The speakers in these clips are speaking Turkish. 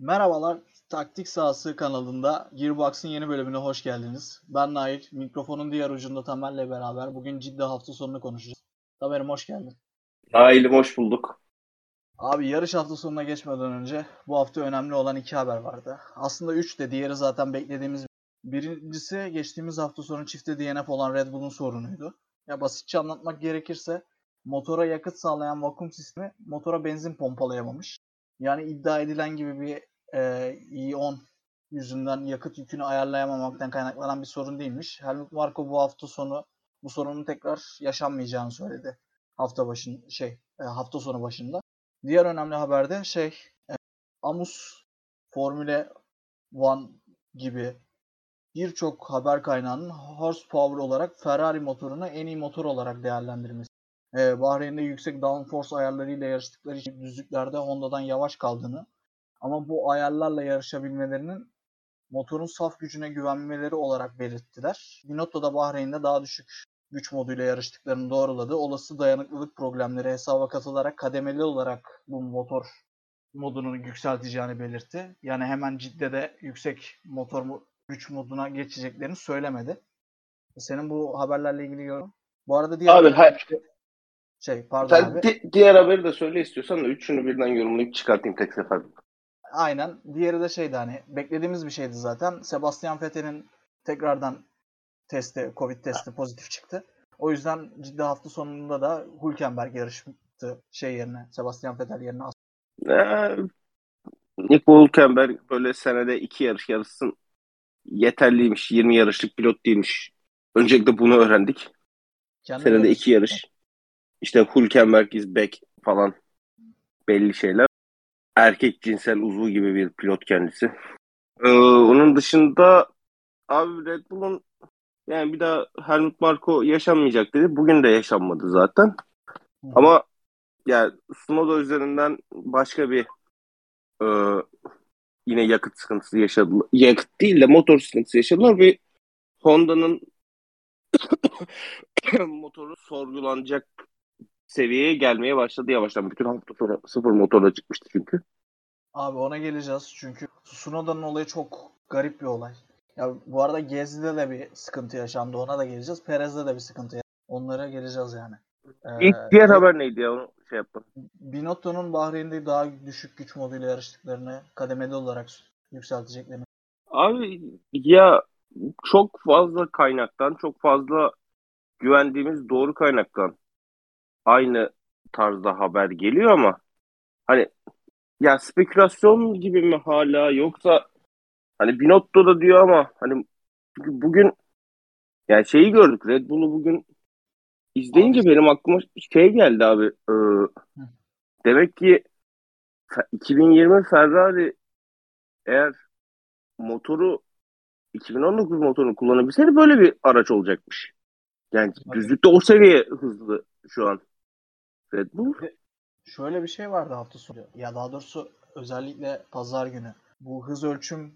Merhabalar, Taktik Sahası kanalında Gearbox'ın yeni bölümüne hoş geldiniz. Ben Nail, mikrofonun diğer ucunda Tamer'le beraber bugün ciddi hafta sonunu konuşacağız. Tamer'im hoş geldin. Nail'im hoş bulduk. Abi yarış hafta sonuna geçmeden önce bu hafta önemli olan iki haber vardı. Aslında üç de diğeri zaten beklediğimiz. Birincisi geçtiğimiz hafta sonu çifte DNF olan Red Bull'un sorunuydu. Ya basitçe anlatmak gerekirse motora yakıt sağlayan vakum sistemi motora benzin pompalayamamış. Yani iddia edilen gibi bir i10 yüzünden yakıt yükünü ayarlayamamaktan kaynaklanan bir sorun değilmiş. Helmut Marko bu hafta sonu bu sorunun tekrar yaşanmayacağını söyledi. Hafta sonu başında. Diğer önemli haber de Amus Formula 1 gibi birçok haber kaynağının horsepower olarak Ferrari motorunu en iyi motor olarak değerlendirmesi. Bahreyn'de yüksek downforce ayarlarıyla yarıştıkları için düzlüklerde Honda'dan yavaş kaldığını ama bu ayarlarla yarışabilmelerinin motorun saf gücüne güvenmeleri olarak belirttiler. Binotto da Bahreyn'de daha düşük güç moduyla yarıştıklarını doğruladı. Olası dayanıklılık problemleri hesaba katılarak kademeli olarak bu motor modunu yükselteceğini belirtti. Yani hemen Cidde'de yüksek motor güç moduna geçeceklerini söylemedi. Senin bu haberlerle ilgili yorum? Bu arada diğer Abi önemli pardon sen abi. diğer haberi de söyle istiyorsan da üçünü birden yorumlayıp çıkartayım tek seferde. Aynen. Diğeri de hani beklediğimiz bir şeydi zaten. Sebastian Vettel'in tekrardan Covid testi pozitif çıktı. O yüzden ciddi hafta sonunda da Hülkenberg yarıştı Sebastian Vettel yerine. Ee, Nico Hülkenberg böyle senede 2 yarış yarışsın yeterliymiş. 20 yarışlık pilot değilmiş. Öncelikle bunu öğrendik. Kendi Senede 2 yarıştı. yarış. İşte Hülkenberg is back falan belli şeyler. Erkek cinsel uzvu gibi bir pilot kendisi. Onun dışında abi Red Bull'un yani bir daha Helmut Marko yaşanmayacak dedi. Bugün de yaşanmadı zaten. Ama yani Tsunoda üzerinden başka bir e, yine yakıt sıkıntısı yaşadılar. Yakıt değil de motor sıkıntısı yaşadılar ve Honda'nın motoru sorgulanacak seviyeye gelmeye başladı yavaştan. Bütün hafta sonu sıfır motorla çıkmıştı çünkü. Abi ona geleceğiz çünkü Tsunoda'nın olayı çok garip bir olay. Ya bu arada Gezdi'de de bir sıkıntı yaşandı. Ona da geleceğiz. Perez'de de bir sıkıntı yaşandı. Onlara geleceğiz yani. İlk diğer haber neydi ya? Onu şey yaptım. Binotto'nun Bahreyn'de daha düşük güç moduyla yarıştıklarını, kademeli olarak yükselteceklerini. Abi ya çok fazla kaynaktan, çok fazla güvendiğimiz doğru kaynaktan aynı tarzda haber geliyor ama hani ya spekülasyon gibi mi hala yoksa hani Binotto da diyor ama hani bugün yani şeyi gördük Red Bull'u bugün Abi izleyince benim aklıma şey geldi abi. Demek ki 2020 Ferrari eğer motoru 2019 motorunu kullanabilseydi böyle bir araç olacakmış. Yani abi, düzlükte o seviye hızlı şu an Red Bull. şöyle bir şey vardı hafta sonu. Ya daha doğrusu özellikle pazar günü. Bu hız ölçüm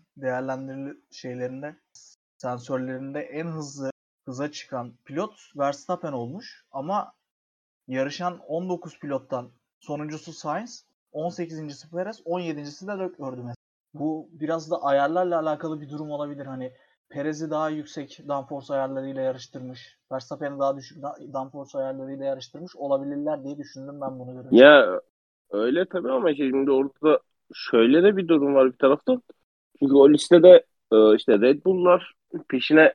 sensörlerinde en hıza çıkan pilot Verstappen olmuş. Ama yarışan 19 pilottan sonuncusu Sainz, 18.si Perez, 17.si de Leclerc'dü mesela. Bu biraz da ayarlarla alakalı bir durum olabilir. Hani Perez'i daha yüksek downforce ayarlarıyla yarıştırmış. Verstappen'i daha düşük downforce ayarlarıyla yarıştırmış olabilirler diye düşündüm ben bunu görünce. Ya öyle tabii ama şimdi orada şöyle de bir durum var bir taraftan. Çünkü o listede işte Red Bull'lar peşine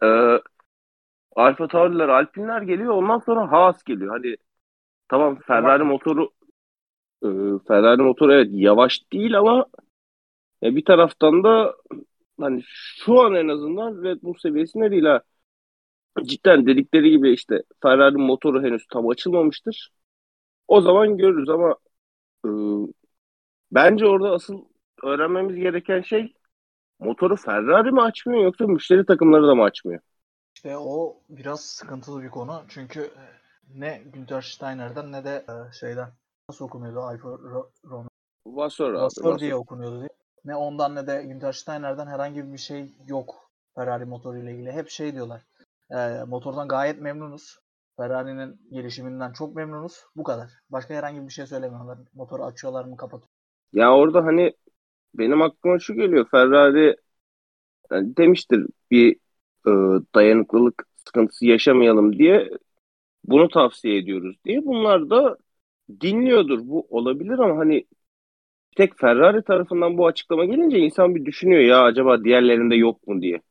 Alfa Tauri'ler, Alpine'ler geliyor. Ondan sonra Haas geliyor. Hani tamam e, Ferrari motoru evet yavaş değil ama bir taraftan da hani şu an en azından Red Bull seviyesinde değil ha. Cidden dedikleri gibi işte Ferrari motoru henüz tam açılmamıştır. O zaman görürüz ama e, bence orada asıl öğrenmemiz gereken şey motoru Ferrari mi açmıyor yoksa müşteri takımları da mı açmıyor? İşte o biraz sıkıntılı bir konu. Çünkü ne Günther Steiner'den ne de nasıl okunuyordu Romeo? Vasör abi Vasseur Vasör. diye okunuyordu diye. Ne ondan ne de Günther Steiner'den herhangi bir şey yok Ferrari motoruyla ilgili. Hep diyorlar. Motordan gayet memnunuz. Ferrari'nin gelişiminden çok memnunuz. Bu kadar. Başka herhangi bir şey söylemiyorlar. Motoru açıyorlar mı kapatıyor. Ya orada hani benim aklıma şu geliyor. Ferrari yani demiştir bir e, dayanıklılık sıkıntısı yaşamayalım diye bunu tavsiye ediyoruz diye. Bunlar da dinliyordur. Bu olabilir ama hani tek Ferrari tarafından bu açıklama gelince insan bir düşünüyor ya acaba diğerlerinde yok mu diye.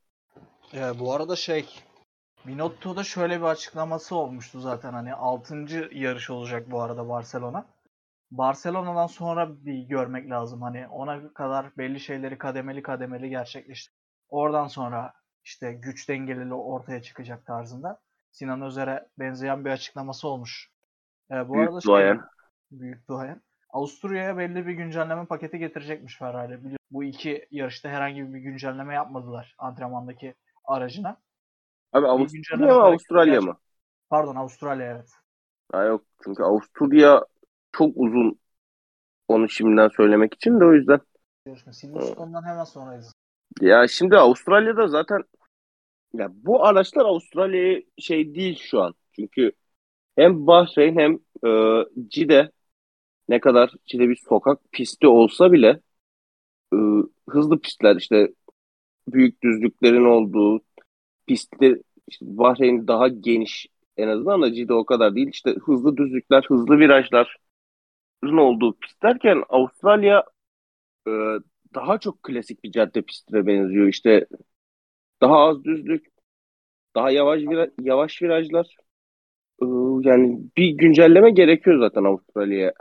Bu arada Binotto'da şöyle bir açıklaması olmuştu zaten, hani 6. yarış olacak bu arada Barcelona. Barcelona'dan sonra bir görmek lazım, hani ona kadar belli şeyleri kademeli kademeli gerçekleştir. Oradan sonra işte güç dengeleri ortaya çıkacak tarzında. Sinan Özer'e benzeyen bir açıklaması olmuş. Bu arada Büyük duayen. büyük duayen. Avusturya'ya belli bir güncelleme paketi getirecekmiş Ferrari. Bu iki yarışta herhangi bir güncelleme yapmadılar antrenmandaki aracına. Abi Bir Avusturya güncelleme mı paketi Avustralya mı? Pardon, Avustralya, evet. Ha yok çünkü Avusturya çok uzun onu şimdiden söylemek için de o yüzden. Görüşme. Hı. Silverstone'dan hemen sonrayız. Ya şimdi Avustralya'da zaten ya bu araçlar Avustralya'ya şey değil şu an. Çünkü hem Bahreyn hem Cide ne kadar Cide bir sokak pisti olsa bile e, hızlı pistler işte büyük düzlüklerin olduğu pistler işte Bahreyn daha geniş en azından da Cide o kadar değil. İşte hızlı düzlükler, hızlı virajların olduğu pist derken Avustralya e, daha çok klasik bir cadde pistine benziyor. İşte daha az düzlük, daha yavaş virajlar. Ee, Yani bir güncelleme gerekiyor zaten Avustralya'ya.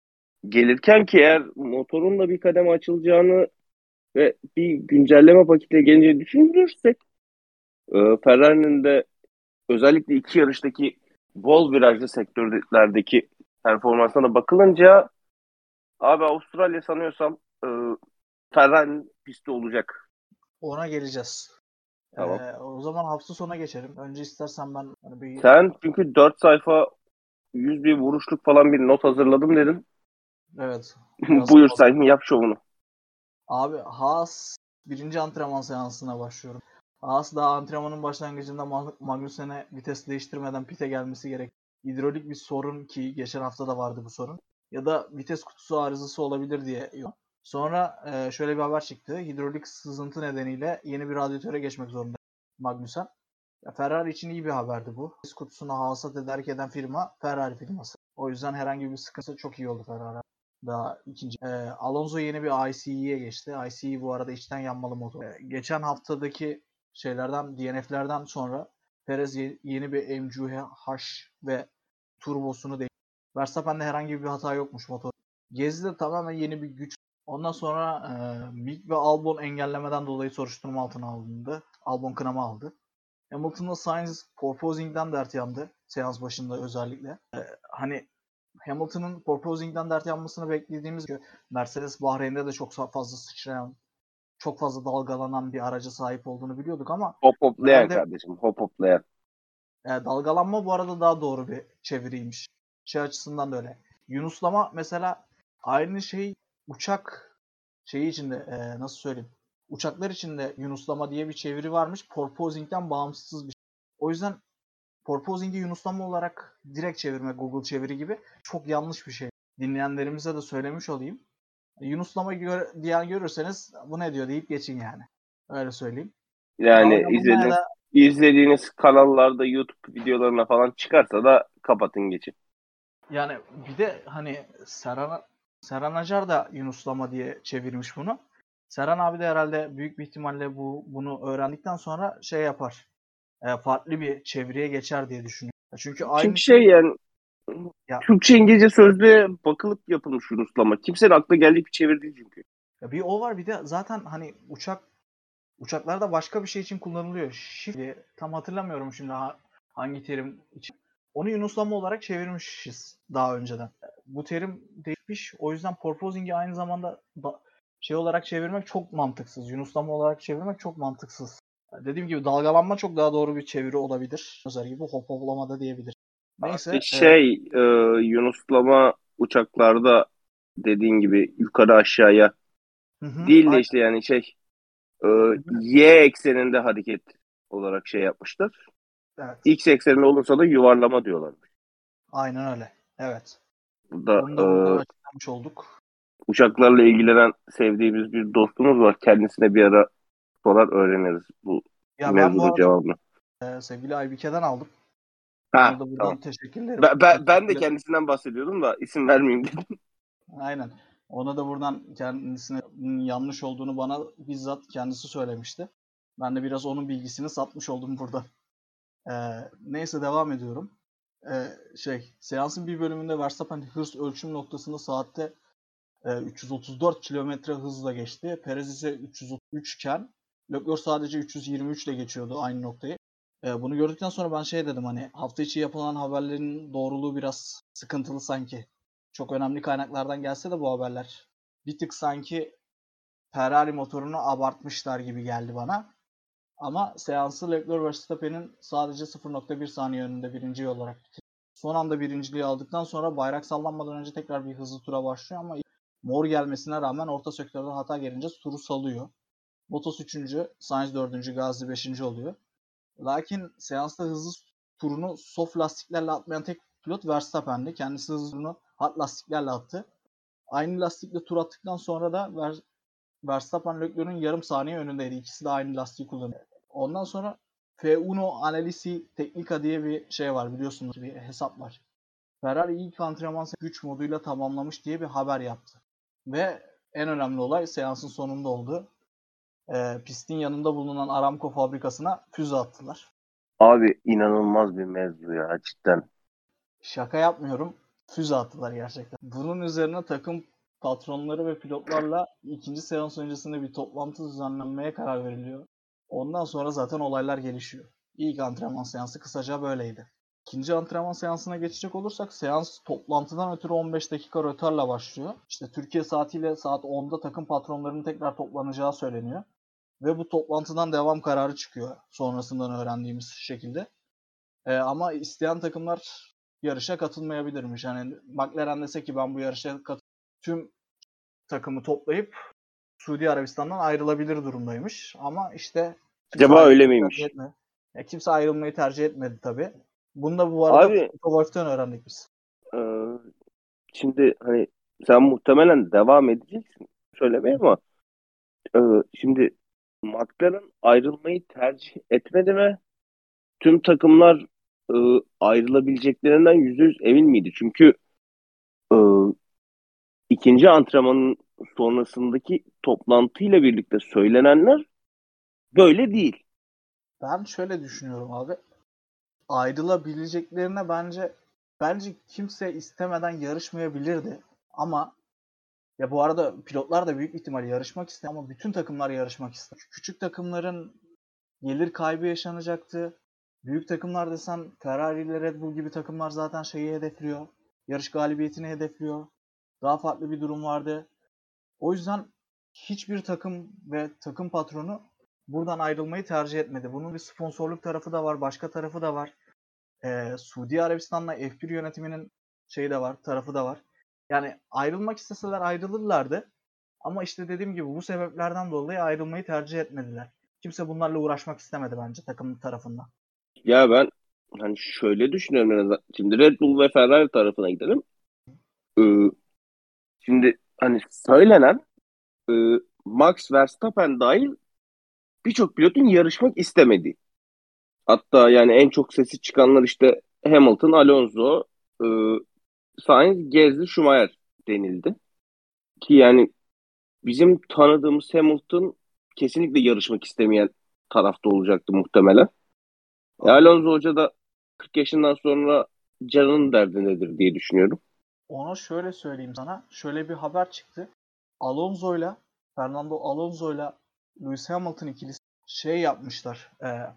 Gelirken ki eğer motorun da bir kademe açılacağını ve bir güncelleme paketiyle geleceğini düşünürsek Ferrari'nin de özellikle iki yarıştaki bol virajlı sektörlerdeki performansına bakılınca abi Avustralya sanıyorsam Ferrari'nin pisti olacak. Ona geleceğiz. Tamam. O zaman hafta sonuna geçelim. Önce istersen ben hani Sen çünkü 4 sayfa 100 bir vuruşluk falan bir not hazırladım dedin. evet, biraz Buyur fazla. sen yap şovunu. Abi Haas birinci antrenman seansına başlıyorum. Haas daha antrenmanın başlangıcında Magnussen'e vites değiştirmeden pite gelmesi gerek. Hidrolik bir sorun, ki geçen hafta da vardı bu sorun. Ya da vites kutusu arızası olabilir diye. Sonra şöyle bir haber çıktı. Hidrolik sızıntı nedeniyle yeni bir radyatöre geçmek zorunda Magnussen. Ferrari için iyi bir haberdi bu. Vites kutusunu Haas'a tedarik eden firma Ferrari firması. O yüzden herhangi bir sıkıntı, çok iyi oldu Ferrari. Daha ikinci. Alonso yeni bir ICE'ye geçti. ICE bu arada içten yanmalı motor. Geçen haftadaki DNF'lerden sonra Perez yeni bir MGU-H ve turbosunu değiştirdi. Verstappen'de herhangi bir hata yokmuş motor. Gezi'de tamamen yeni bir güç. Ondan sonra Mick ve Albon engellemeden dolayı soruşturma altına alındı. Albon kınama aldı. Hamilton'la Sainz porpoising'den dert yandı. Seans başında özellikle. Hani Hamilton'ın porpoising'den dert yanmasını beklediğimiz gibi Mercedes Bahreyn'de de çok fazla sıçrayan, çok fazla dalgalanan bir araca sahip olduğunu biliyorduk ama Hop hoplayan genelde kardeşim hop hoplayan. dalgalanma bu arada daha doğru bir çeviriymiş. Şey açısından da öyle. Yunuslama mesela aynı şey uçak şeyi içinde, nasıl söyleyeyim? Uçaklar içinde yunuslama diye bir çeviri varmış. Porpoising'den bağımsız bir şey. O yüzden porpoising'i yunuslama olarak direkt çevirmek, Google çeviri gibi, çok yanlış bir şey. Dinleyenlerimize de söylemiş olayım. Yunuslama diyen görürseniz bu ne diyor deyip geçin yani. Öyle söyleyeyim. Yani Dalgalanma ya da izlediğiniz kanallarda YouTube videolarına falan çıkarsa da kapatın geçin. yani bir de hani Serhan Acar da Yunuslama diye çevirmiş bunu. Serhan abi de herhalde büyük bir ihtimalle bunu öğrendikten sonra şey yapar. Farklı bir çeviriye geçer diye düşünüyorum. Çünkü aynı Çünkü şey şey yani ya, Türkçe İngilizce sözlüğe bakılıp yapılmış Yunuslama. Kimsenin aklına geldiği bir çeviri değil çünkü. bir o var, bir de zaten hani uçaklarda başka bir şey için kullanılıyor. Shift diye, tam hatırlamıyorum şimdi hangi terim için. Onu Yunuslama olarak çevirmişiz daha önceden. Bu terim değişmiş. O yüzden porpoising'i aynı zamanda şey olarak çevirmek çok mantıksız. Yunuslama olarak çevirmek çok mantıksız. Dediğim gibi dalgalanma çok daha doğru bir çeviri olabilir. Özel gibi hop hoplama da diyebilir. Abi Neyse. Yunuslama uçaklarda dediğin gibi yukarı aşağıya Hı hı, değil de aynen. işte yani e, Y ekseninde hareket olarak şey yapmışlar. Evet. X ekseninde olursa da yuvarlama diyorlar. Aynen öyle. Evet. Burada Bunu da burada açıklamış olduk. uçaklarla ilgilenen sevdiğimiz bir dostumuz var. Kendisine bir ara sorar öğreniriz bu Ya ben bu mevzunun arada cevabını. sevgili Aybike'den aldım. Ona Ha, da buradan tamam. Ben de teşekkürler. kendisinden bahsediyordum da isim vermeyeyim dedim. Aynen. Ona da buradan kendisine yanlış olduğunu bana bizzat kendisi söylemişti. Ben de biraz onun bilgisini satmış oldum burada. Neyse devam ediyorum. Seansın bir bölümünde Verstappen hız ölçüm noktasında saatte 334 kilometre hızla geçti. Perez ise 333 iken Leclerc sadece 323 ile geçiyordu aynı noktayı. Bunu gördükten sonra ben dedim, hani hafta içi yapılan haberlerin doğruluğu biraz sıkıntılı sanki. Çok önemli kaynaklardan gelse de bu haberler bir tık sanki Ferrari motorunu abartmışlar gibi geldi bana. Ama seansı Leclerc Verstappen'in sadece 0.1 saniye önünde birinci olarak bitirdi. Son anda birinciliği aldıktan sonra bayrak sallanmadan önce tekrar bir hızlı tura başlıyor ama mor gelmesine rağmen orta sektörde hata gelince turu salıyor. Bottas 3. Sainz 4. Gasly 5. oluyor. Lakin seansta hızlı turunu soft lastiklerle atmayan tek pilot Verstappen'di. Kendisi hızlı turunu hard lastiklerle attı. Aynı lastikle tur attıktan sonra da Verstappen Leclerc'in yarım saniye önündeydi. İkisi de aynı lastiği kullanıyor. Ondan sonra F1 Analisi Tecnica diye bir şey var, biliyorsunuz, bir hesap var. Ferrari ilk antrenman güç moduyla tamamlamış diye bir haber yaptı. Ve en önemli olay seansın sonunda oldu. Pistin yanında bulunan Aramco fabrikasına füze attılar. Abi inanılmaz bir mevzu ya cidden. Şaka yapmıyorum. Füze attılar gerçekten. Bunun üzerine takım patronları ve pilotlarla ikinci seans öncesinde bir toplantı düzenlenmeye karar veriliyor. Ondan sonra zaten olaylar gelişiyor. İlk antrenman seansı kısaca böyleydi. İkinci antrenman seansına geçecek olursak seans toplantıdan ötürü 15 dakika rötarla başlıyor. İşte Türkiye saatiyle saat 10'da takım patronlarının tekrar toplanacağı söyleniyor. Ve bu toplantıdan devam kararı çıkıyor sonrasından öğrendiğimiz şekilde. Ama isteyen takımlar yarışa katılmayabilirmiş. Yani McLaren dese ki ben bu yarışa tüm takımı toplayıp Suudi Arabistan'dan ayrılabilir durumdaymış. Ama işte kimse Acaba öyle ayrılmayı tercih miymiş? etmedi. Kimse ayrılmayı tercih etmedi tabii. Bunu da bu arada Abi Toto Wolff'ten öğrendik biz. e, şimdi hani sen muhtemelen devam edeceksin söylemeye ama e, şimdi McLaren ayrılmayı tercih etmedi mi? Tüm takımlar e, ayrılabileceklerinden %100 emin miydi? Çünkü e, ikinci antrenmanın sonrasındaki toplantıyla birlikte söylenenler böyle değil. Ben şöyle düşünüyorum abi. Ayrılabileceklerine bence kimse istemeden yarışmayabilirdi. Ama ya bu arada pilotlar da büyük ihtimal yarışmak ister ama bütün takımlar yarışmak ister. Küçük takımların gelir kaybı yaşanacaktı. Büyük takımlar desen Ferrari ile Red Bull gibi takımlar zaten şeyi hedefliyor. Yarış galibiyetini hedefliyor. Daha farklı bir durum vardı. O yüzden hiçbir takım ve takım patronu buradan ayrılmayı tercih etmedi. Bunun bir sponsorluk tarafı da var, başka tarafı da var. Suudi Arabistan'la F1 yönetiminin şeyi de var, tarafı da var. Yani ayrılmak isteseler ayrılırlardı. Ama işte dediğim gibi bu sebeplerden dolayı ayrılmayı tercih etmediler. Kimse bunlarla uğraşmak istemedi bence takım tarafından. Ya ben hani şöyle düşünüyorum en azından. Şimdi Red Bull ve Ferrari tarafına gidelim. Ee, Şimdi hani söylenen e, Max Verstappen dahil birçok pilotun yarışmak istemediği. Hatta yani en çok sesi çıkanlar işte Hamilton, Alonso, e, Sainz, Gasly, Schumacher denildi. Ki yani bizim tanıdığımız Hamilton kesinlikle yarışmak istemeyen tarafta olacaktı muhtemelen. Abi Alonso Hoca da 40 yaşından sonra canının derdindedir diye düşünüyorum. ona şöyle söyleyeyim sana. Şöyle bir haber çıktı. Alonso'yla Fernando Alonso'yla Lewis Hamilton ikilisi şey yapmışlar.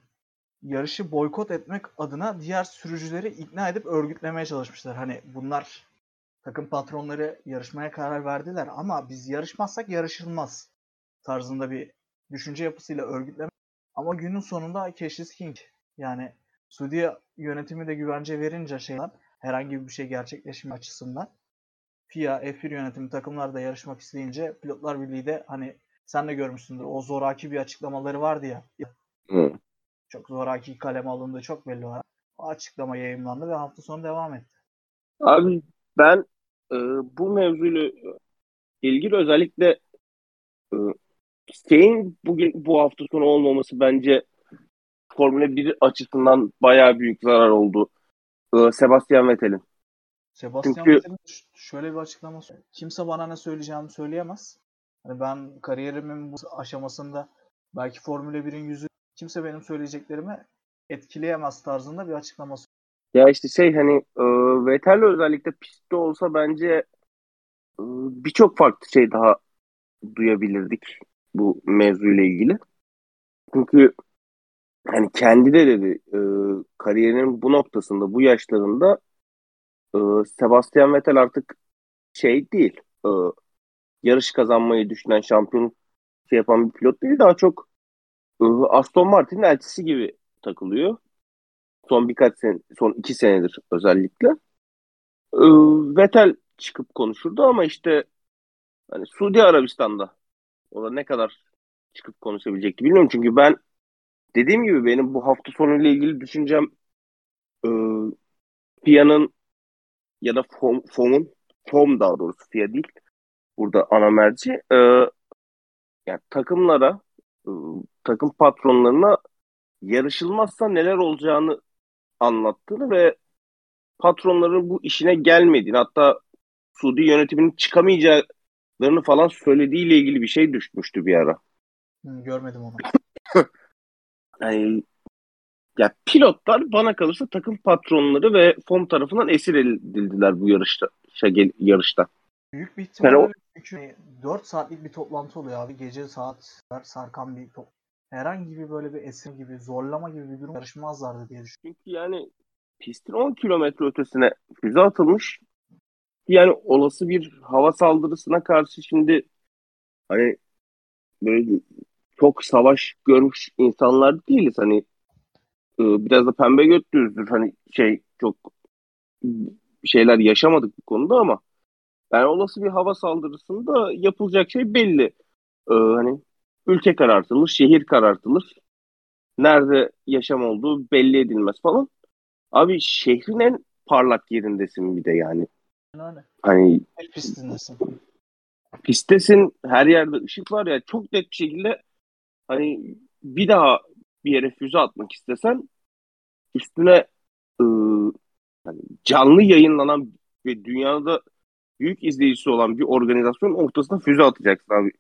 Yarışı boykot etmek adına diğer sürücüleri ikna edip örgütlemeye çalışmışlar. Hani bunlar takım patronları yarışmaya karar verdiler ama biz yarışmazsak yarışılmaz tarzında bir düşünce yapısıyla örgütleme. Ama günün sonunda cash is king. Yani Suudi yönetimi de güvence verince herhangi bir şey gerçekleşme açısından FIA, F1 yönetimi takımlar da yarışmak isteyince Pilotlar Birliği de hani sen de görmüşsündür o zoraki bir açıklamaları vardı ya. Hı. Çok zoraki kaleme alındığı çok belli olarak. O açıklama yayımlandı ve hafta sonu devam etti. Abi ben e, bu mevzuyla ilgili özellikle e, şeyin bugün bu hafta sonu olmaması bence Formula 1 açısından bayağı büyük zarar oldu. Sebastian Vettel'in. Sebastian Çünkü Vettel'in şöyle bir açıklaması var. Kimse bana ne söyleyeceğimi söyleyemez. Hani ben kariyerimin bu aşamasında belki Formula 1'in yüzü kimse benim söyleyeceklerimi etkileyemez tarzında bir açıklaması. ya işte şey hani Vettel özellikle pistte olsa bence birçok farklı şey daha duyabilirdik bu mevzuyla ilgili. Çünkü hani kendi de dedi kariyerinin bu noktasında, bu yaşlarında e, Sebastian Vettel artık şey değil. Yarış kazanmayı düşünen, şampiyon şey yapan bir pilot değil. Daha çok Aston Martin'in elçisi gibi takılıyor. Son birkaç sene, son 2 senedir özellikle. E, Vettel çıkıp konuşurdu ama işte hani Suudi Arabistan'da o da ne kadar çıkıp konuşabilecekti bilmiyorum. Çünkü ben dediğim gibi benim bu hafta sonu ile ilgili düşüncem e, FIA'nın ya da FOM daha doğrusu FIA değil. Burada ana merci. Yani takımlara, e, takım patronlarına yarışılmazsa neler olacağını anlattığını ve patronların bu işine gelmediğini, hatta Suudi yönetiminin çıkamayacaklarını falan söylediğiyle ilgili bir şey düşmüştü bir ara. Görmedim onu. Yani ya pilotlar bana kalırsa takım patronları ve FOM tarafından esir edildiler bu yarışta. Büyük bir Yani ihtimal öyle, çünkü 4 saatlik bir toplantı oluyor abi. Gece saatler sarkan bir herhangi bir böyle bir esir gibi, zorlama gibi bir durum yarışmazlardı diye düşünüyorum. çünkü yani pistin 10 kilometre ötesine füze atılmış. Yani olası bir hava saldırısına karşı şimdi hani böyle çok savaş görmüş insanlar değiliz. Hani biraz da pembe götlüyüzdür. Hani şey çok şeyler yaşamadık bu konuda ama yani olası bir hava saldırısında yapılacak şey belli. Hani ülke karartılır, şehir karartılır. Nerede yaşam olduğu belli edilmez falan. Abi şehrin en parlak yerindesin bir de yani. Yani öyle. Hani Bir pistindesin. pistesin, her yerde ışık var ya, çok net bir şekilde hani bir daha bir yere füze atmak istesen üstüne ıı, hani canlı yayınlanan ve dünyada büyük izleyicisi olan bir organizasyonun ortasına füze atacaksın abi.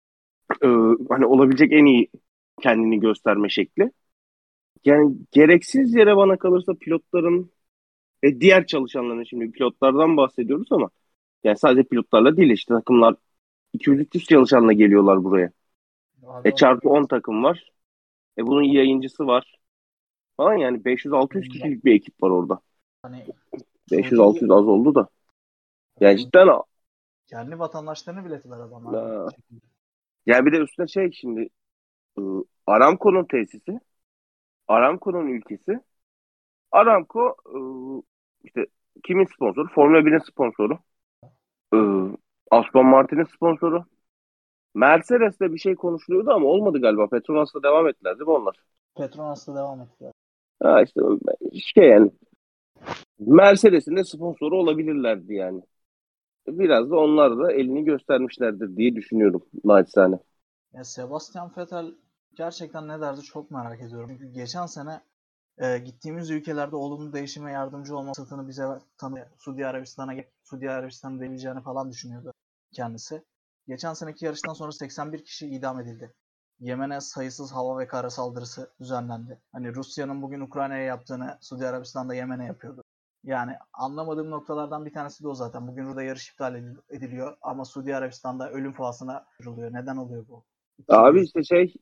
Hani olabilecek en iyi kendini gösterme şekli. Yani gereksiz yere bana kalırsa pilotların ve diğer çalışanların, şimdi pilotlardan bahsediyoruz ama yani sadece pilotlarla değil, işte takımlar 200-300 çalışanla geliyorlar buraya. Abi onu Çarpı 10 takım var. Bunun yayıncısı var falan, yani 500-600 bilmiyorum. kişilik bir ekip var orada. Hani Suudi, 500-600 az oldu da. Yani cidden Suudi kendi vatandaşlarını bilettiler adamlar bu aa, şekilde. yani bir de üstüne şey şimdi Aramco'nun tesisi, Aramco'nun ülkesi. Aramco işte kimin sponsoru? Formula 1'in sponsoru. E, Aston Martin'in sponsoru. Mercedes'le bir şey konuşuluyordu ama olmadı galiba. Petronas'la devam ettiler değil mi onlar? Petronas'ta devam ettiler. Ha işte şey yani Mercedes'in de sponsoru olabilirlerdi yani. Biraz da onlar da elini göstermişlerdir diye düşünüyorum naçizane. Ya Sebastian Vettel gerçekten ne derdi çok merak ediyorum. Çünkü geçen sene gittiğimiz ülkelerde olumlu değişime yardımcı olma fırsatını bize tanı Suudi Arabistan'a verileceğini falan düşünüyordu kendisi. Geçen seneki yarıştan sonra 81 kişi idam edildi. Yemen'e sayısız hava ve kara saldırısı düzenlendi. Hani Rusya'nın bugün Ukrayna'ya yaptığını Suudi Arabistan'da Yemen'e yapıyordu. Yani anlamadığım noktalardan bir tanesi de o zaten. Bugün burada yarış iptal ediliyor ama Suudi Arabistan'da ölüm pahasına yapılıyor. Neden oluyor bu? Abi 200. işte şey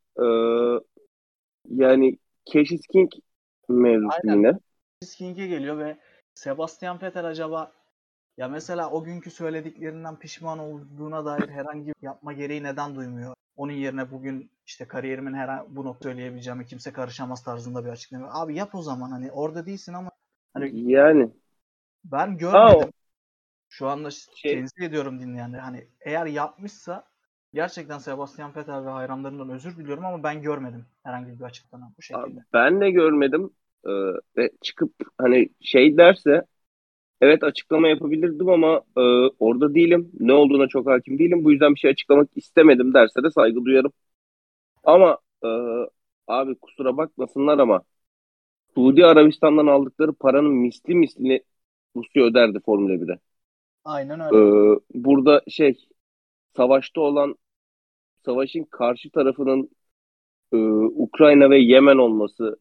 yani Cassius King mevzusu Aynen. yine. King'e geliyor ve Sebastian Vettel acaba, ya mesela o günkü söylediklerinden pişman olduğuna dair herhangi bir yapma gereği neden duymuyor? Onun yerine bugün işte kariyerimin bu nokta söyleyebileceğimi kimse karışamaz tarzında bir açıklama. Abi yap o zaman, hani orada değilsin ama hani Yani ben ha o görmedim. Şu anda şey tenzih ediyorum dinleyenleri. Hani eğer yapmışsa gerçekten Sebastian Vettel ve hayranlarından özür diliyorum ama ben görmedim herhangi bir açıklama bu abi şekilde. ben de görmedim. Ve çıkıp hani şey derse, evet açıklama yapabilirdim ama orada değilim. Ne olduğuna çok hakim değilim. Bu yüzden bir şey açıklamak istemedim derse de saygı duyarım. Ama abi kusura bakmasınlar ama Suudi Arabistan'dan aldıkları paranın misli mislini Rusya öderdi Formula 1'e. Aynen E, öyle. burada savaşta olan savaşın karşı tarafının Ukrayna ve Yemen olması,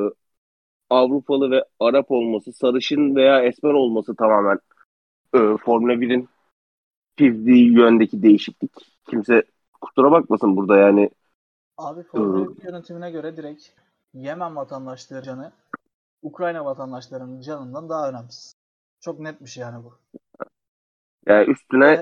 Avrupalı ve Arap olması, sarışın veya esmer olması tamamen Formula 1'in çizdiği yöndeki değişiklik. Kimse kusura bakmasın burada yani. Abi e, Formula 1 yönetimine göre direkt Yemen vatandaşları canı Ukrayna vatandaşlarının canından daha önemsiz. Çok netmiş yani bu. yani üstüne Ve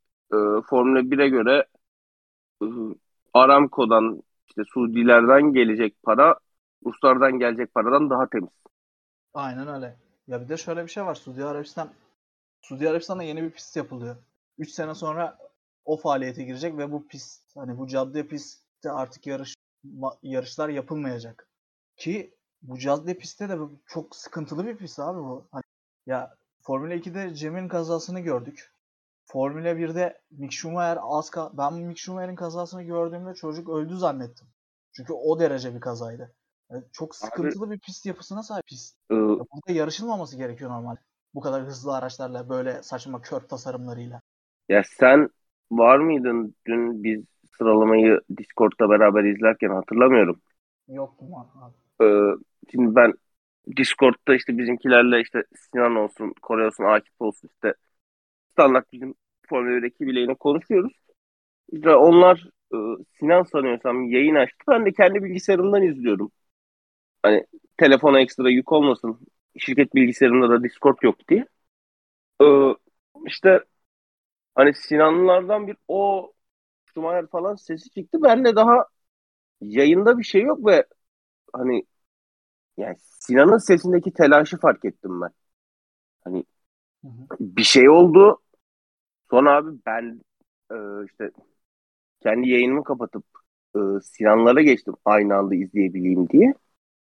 Formula 1'e göre e, Aramco'dan işte Suudilerden gelecek para Ruslardan gelecek paradan daha temiz. aynen öyle. Ya bir de şöyle bir şey var. Suudi Arabistan'da yeni bir pist yapılıyor. 3 sene sonra o faaliyete girecek ve bu pist, hani bu cadde pistte artık yarışlar yapılmayacak. Ki bu cadde pistte de çok sıkıntılı bir pist abi bu. Hani ya Formula 2'de Cem'in kazasını gördük. Formula 1'de Mick Schumacher ben Mick Schumacher'in kazasını gördüğümde çocuk öldü zannettim. Çünkü o derece bir kazaydı. Yani çok Abi sıkıntılı bir pist yapısına sahip pist. e, Ya burada yarışılmaması gerekiyor normal. Bu kadar hızlı araçlarla böyle saçma kör tasarımlarıyla. ya sen var mıydın dün biz sıralamayı Discord'da beraber izlerken hatırlamıyorum. Yok mu abi? E, şimdi ben Discord'da işte bizimkilerle işte Sinan olsun, Kore olsun, Akif olsun işte standart bizim Formula 1 ekibiyle yine konuşuyoruz. İşte onlar Sinan sanıyorsam yayın açtı. Ben de kendi bilgisayarımdan izliyorum. Hani telefona ekstra yük olmasın. Şirket bilgisayarında da Discord yok diye. E, işte hani Sinanlılardan bir o Schumacher falan sesi çıktı. Ben de daha yayında bir şey yok ve hani yani Sinan'ın sesindeki telaşı fark ettim ben. Hani Hı hı. bir şey oldu. Sonra abi ben e, işte kendi yayınımı kapatıp Sinanlara geçtim aynı anda izleyebileyim diye.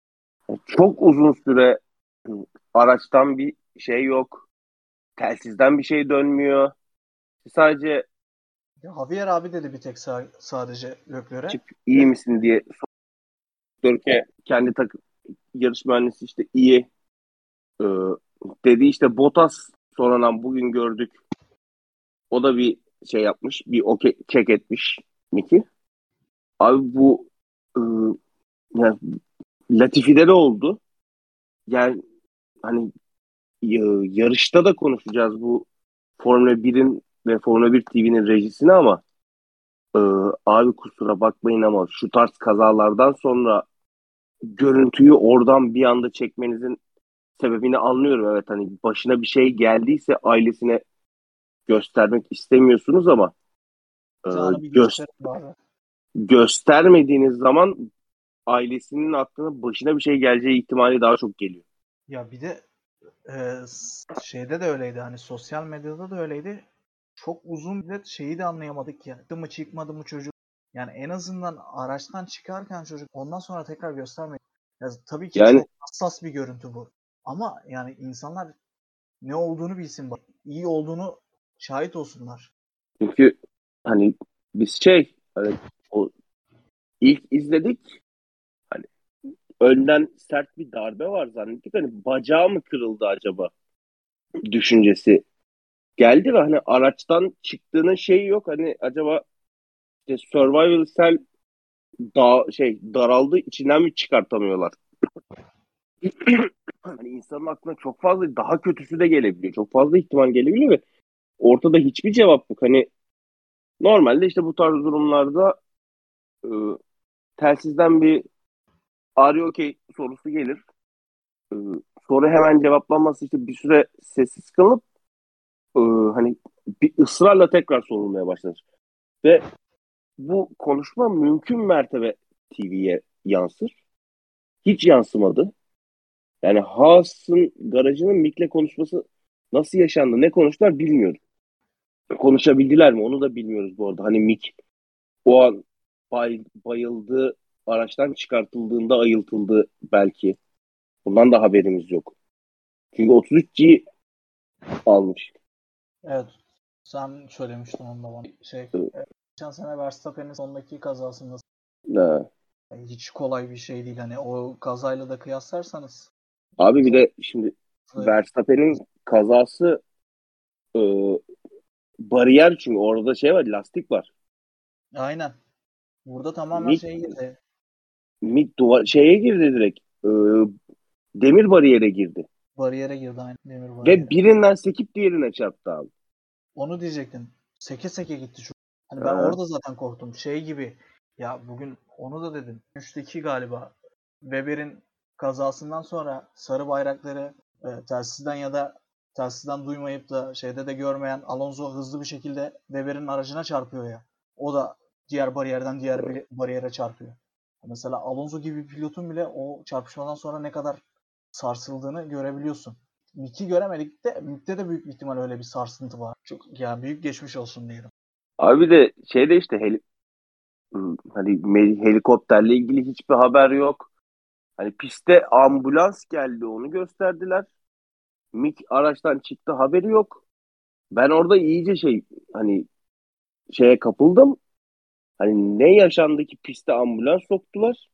Çok uzun süre araçtan bir şey yok. Telsizden bir şey dönmüyor. Sadece Ya Javier abi dedi bir tek sadece Leclerc'e. çık iyi Ve misin diye Dörke kendi takım yarış mühendisi işte iyi e, dedi işte Bottas sonradan bugün gördük. O da bir şey yapmış. Bir okey check etmiş Mickey. Abi bu e, yani Latifi'de de oldu. Yani hani yarışta da konuşacağız bu Formula 1'in ve Formula 1 TV'nin rejisini ama e, abi kusura bakmayın ama şu tarz kazalardan sonra görüntüyü oradan bir anda çekmenizin sebebini anlıyorum. Evet hani başına bir şey geldiyse ailesine göstermek istemiyorsunuz ama e, canı bir gö- gösterir abi. göstermediğiniz zaman ailesinin aklına başına bir şey geleceği ihtimali daha çok geliyor. Ya bir de şeyde de öyleydi, hani sosyal medyada da öyleydi. Çok uzun bir şeyi de anlayamadık ya. Çıktı mı çıkmadı mı çocuk? Yani en azından araçtan çıkarken çocuk ondan sonra tekrar göstermedi. Ya tabii ki Yani çok hassas bir görüntü bu. Ama yani insanlar ne olduğunu bilsin bak. İyi olduğunu şahit olsunlar. çünkü hani biz hani o ilk izledik hani önden sert bir darbe var zannettik hani bacağı mı kırıldı acaba düşüncesi geldi ve hani araçtan çıktığının şeyi yok hani acaba işte survival cell daraldı içinden mi çıkartamıyorlar? Hani insanın aklına çok fazla daha kötüsü de gelebiliyor. Çok fazla ihtimal gelebiliyor ve ortada hiçbir cevap yok. Hani normalde işte bu tarz durumlarda e, telsizden bir "Are you okay?" sorusu gelir. E, soru hemen cevaplanması işte bir süre sessiz kalıp e, hani bir ısrarla tekrar sorulmaya başlanır. Ve bu konuşma mümkün mertebe TV'ye yansır. Hiç yansımadı. Yani Haas'ın garajının Mick'le konuşması nasıl yaşandı, ne konuştular bilmiyorum. Konuşabildiler mi onu da bilmiyoruz bu arada. Hani Mick o an bayıldı, araçtan çıkartıldığında ayıltıldı belki. Bundan da haberimiz yok. Çünkü 33G almış. Evet. Sen söylemiştin onu da bana. Geçen sene Verstappen'in sondaki kazasında Ha. hiç kolay bir şey değil. Hani o kazayla da kıyaslarsanız Abi bir zor. de şimdi Verstappen'in kazası e, bariyer, çünkü orada şey var, lastik var. Aynen. Burada tamamen Mid, şey girdi. mid duvar şeye girdi direkt. Demir bariyere girdi. Bariyere girdi, aynen, demir Ve bariyere. birinden sekip diğerine çarptı abi. Onu diyecektim. Seke seke gitti şu. Hani ben Ha. orada zaten korktum. Şey gibi, ya bugün onu da dedim. 3'teki galiba Weber'in kazasından sonra sarı bayrakları telsizden ya da telsizden duymayıp da şeyde de görmeyen Alonso hızlı bir şekilde Weber'in aracına çarpıyor ya. O da diğer bariyerden diğer bir bariyere çarpıyor. Mesela Alonso gibi bir pilotun bile o çarpışmadan sonra ne kadar sarsıldığını görebiliyorsun. Mick'i göremedik de Mick'te de büyük bir ihtimal öyle bir sarsıntı var. Çok yani, büyük geçmiş olsun diyelim. Abi bir de şeyde işte hani helikopterle ilgili hiçbir haber yok. Hani piste ambulans geldi, onu gösterdiler. Mik araçtan çıktı, haberi yok. Ben orada iyice hani şeye kapıldım. Hani ne yaşandı ki piste ambulans soktular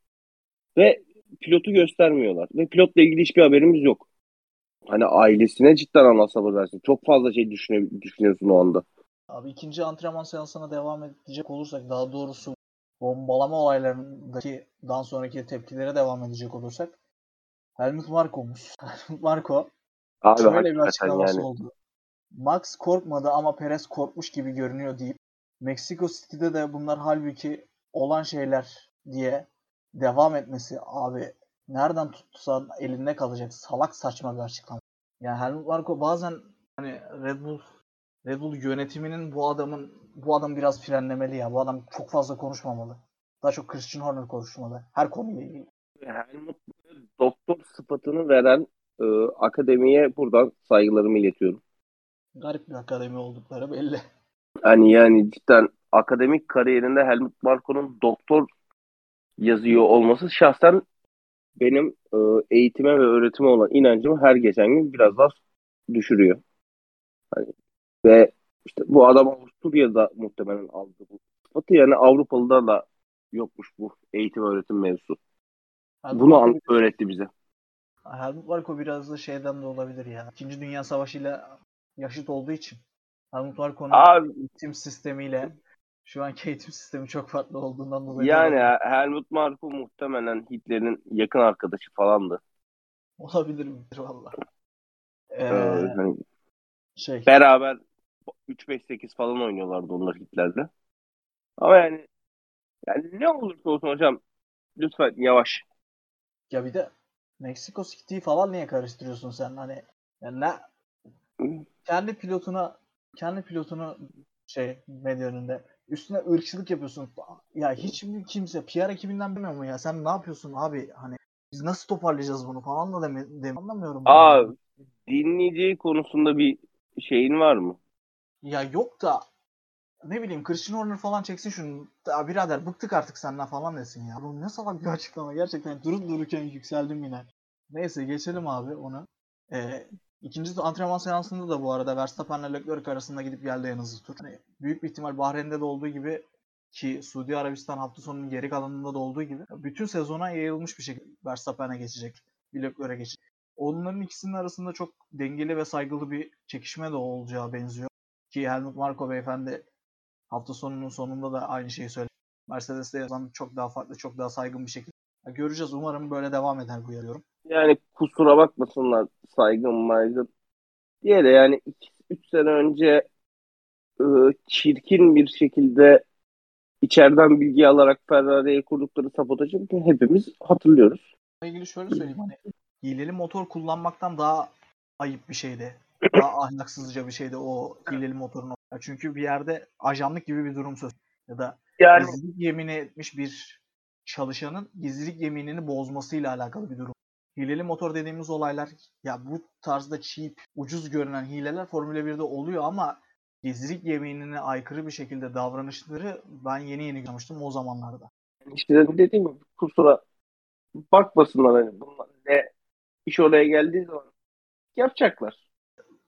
ve pilotu göstermiyorlar. Ve pilotla ilgili hiçbir haberimiz yok. Hani ailesine cidden Allah sabır versin. Çok fazla şey düşünüyorsun o anda. Abi ikinci antrenman seansına devam edecek olursak, daha doğrusu bombalama olaylarındaki dan sonraki tepkilere devam edecek olursak, Helmut Marko'muş. Helmut Marko Abi şöyle bir hakikaten açıklaması yani. oldu. Max korkmadı ama Perez korkmuş gibi görünüyor deyip Meksiko City'de de bunlar halbuki olan şeyler diye devam etmesi, abi nereden tutsan elinde kalacak salak saçma bir açıklama. Yani Helmut Marko bazen hani Red Bull yönetiminin bu adam biraz frenlemeli ya. Bu adam çok fazla konuşmamalı. Daha çok Christian Horner konuşmalı. Her konuyla ilgili. Helmut doktor sıfatını veren akademiye buradan saygılarımı iletiyorum. Garip bir akademi oldukları belli. Hani yani cidden akademik kariyerinde Helmut Marko'nun doktor yazıyor olması şahsen benim eğitime ve öğretime olan inancımı her geçen gün biraz daha düşürüyor. Hani, ve işte bu adam Avusturya'da muhtemelen aldı bu sıfatı. Yani Avrupalı'da da yokmuş bu eğitim öğretim mevzusu. Helmut Bunu Marko, öğretti bize. Helmut Marko biraz da şeyden de olabilir ya. İkinci Dünya Savaşı ile yaşıt olduğu için. Helmut Marko'nun Abi eğitim sistemiyle şu anki eğitim sistemi çok farklı olduğundan dolayı da yani olabilir. Helmut Marko muhtemelen Hitler'in yakın arkadaşı falandı. Olabilir mi? Valla. Ee, Ee, hani şey. beraber 3-5-8 falan oynuyorlardı onlar Hitler'le. Ama yani ne olursa olsun hocam, lütfen yavaş. Ya bir de Meksiko City'yi falan niye karıştırıyorsun sen? Hani ya kendi pilotuna kendi pilotunu medya önünde üstüne ırkçılık yapıyorsun. Ya hiç mi kimse PR ekibinden bilmiyor mu ya? Sen ne yapıyorsun abi? Hani biz nasıl toparlayacağız bunu falan da anlamıyorum ben ya. Aa, dinleyeceği konusunda bir şeyin var mı? Ya yok da ne bileyim, Christian Horner falan çeksin şunu. Ya birader bıktık artık senden falan desin ya. Bu ne salak bir açıklama. Gerçekten durup dururken yükseldim yine. Neyse geçelim abi onu. İkinci antrenman seansında da bu arada Verstappen'le Leclerc arasında gidip geldi en hızlı tur. Hani büyük bir ihtimal Bahreyn'de de olduğu gibi, ki Suudi Arabistan hafta sonunun geri kalanında da olduğu gibi bütün sezona yayılmış bir şekilde Verstappen'e geçecek. Bir Leclerc'e geçecek. Onların ikisinin arasında çok dengeli ve saygılı bir çekişme de olacağı benziyor. Ki Helmut Marko beyefendi hafta sonunun sonunda da aynı şeyi söyledi. Mercedes'te yazan çok daha farklı, çok daha saygın bir şekilde. Göreceğiz. Umarım böyle devam eder bu yarıyorum. Yani kusura bakmasınlar, saygın maygın diye de, yani 3 sene önce e, çirkin bir şekilde içeriden bilgi alarak Ferrari'ye kurdukları sabotajı hepimiz hatırlıyoruz. Bununla ilgili şöyle söyleyeyim, hani hileli motor kullanmaktan daha ayıp bir şeydi. Daha ahlaksızca bir şeydi o hileli motorun. Çünkü bir yerde ajanlık gibi bir durum söz. Ya da Yani gizlilik yemini etmiş bir çalışanın gizlilik yeminini bozmasıyla alakalı bir durum. Hileli motor dediğimiz olaylar, ya bu tarzda cheap, ucuz görünen hileler Formula 1'de oluyor ama gizlilik yeminine aykırı bir şekilde davranışları ben yeni yeni görmüştüm o zamanlarda. işte dediğim gibi kusura bakmasınlar, hani bunlar ne iş oraya geldiği zaman yapacaklar.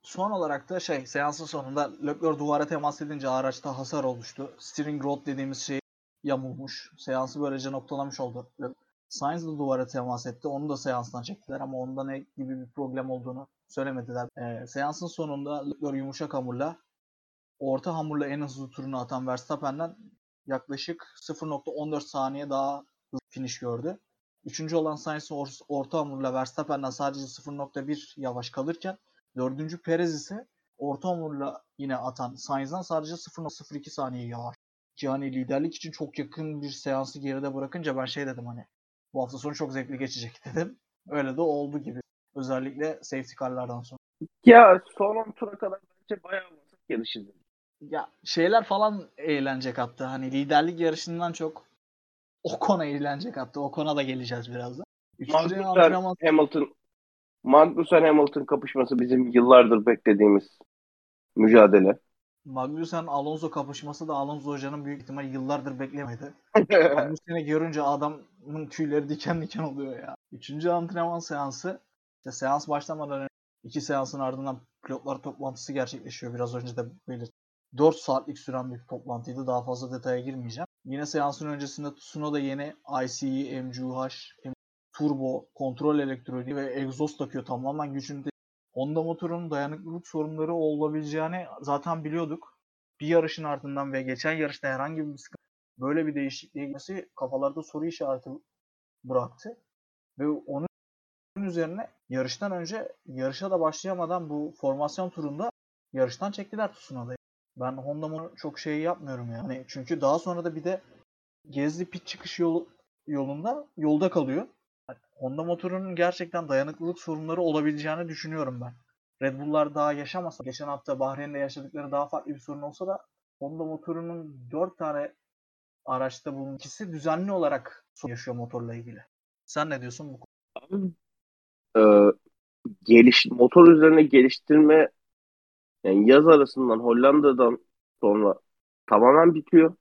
Son olarak da seansın sonunda Leclerc duvara temas edince araçta hasar oluştu. Steering rod dediğimiz şey yamulmuş. Seansı böylece noktalamış oldu. Sainz de duvara temas etti. Onu da seanstan çektiler ama onda ne gibi bir problem olduğunu söylemediler. Seansın sonunda Leclerc yumuşak hamurla orta hamurla en hızlı turunu atan Verstappen'den yaklaşık 0.14 saniye daha hızlı finish gördü. Üçüncü olan Sainz orta hamurla Verstappen'den sadece 0.1 yavaş kalırken dördüncü Perez ise orta hamurla yine atan Sainz'dan sadece 0.02 saniye yavaş. Ki hani liderlik için çok yakın bir seansı geride bırakınca ben dedim hani bu hafta sonu çok zevkli geçecek dedim. Öyle de oldu gibi. Özellikle safety car'lardan sonra. Ya son 10 tura kadar bence bayağı vasat yarış izledim. Ya şeyler falan eğlence kattı. Hani liderlik yarışından çok Ocon'a eğlence kattı. Ocon'a da geleceğiz birazdan. Üçüncü antrenman Magnussen Hamilton kapışması bizim yıllardır beklediğimiz mücadele. Magnussen Alonso kapışması da Alonso hocanın büyük ihtimal yıllardır beklemedi. Magnussen'i görünce adamın tüyleri diken diken oluyor ya. Üçüncü antrenman seansı. İşte seans başlamadan önce 2 seansın ardından pilotlar toplantısı gerçekleşiyor. Biraz önce de belirttim. 4 saatlik süren bir toplantıydı. Daha fazla detaya girmeyeceğim. Yine seansın öncesinde Tsunoda yeni ICE, MGUH, turbo, kontrol elektroniği ve egzoz takıyor. Tamamen gücünde. Honda motorunun dayanıklılık sorunları olabileceğini zaten biliyorduk. Bir yarışın ardından ve geçen yarışta herhangi bir sıkıntı, böyle bir değişikliğe gitmesi kafalarda soru işareti bıraktı. Ve onun üzerine yarıştan önce yarışa da başlayamadan bu formasyon turunda yarıştan çektiler Tsunoda'yı. Ben Honda'nın çok yapmıyorum yani. Çünkü daha sonra da bir de Gezdi pit çıkış yolunda yolda kalıyor. Honda motorunun gerçekten dayanıklılık sorunları olabileceğini düşünüyorum ben. Red Bull'lar daha yaşamasa, geçen hafta Bahreyn'de yaşadıkları daha farklı bir sorun olsa da Honda motorunun 4 tane araçta bunun ikisi düzenli olarak sorun yaşıyor motorla ilgili. Sen ne diyorsun bu konuda? Motor üzerine geliştirme yani yaz arasından Hollanda'dan sonra tamamen bitiyor.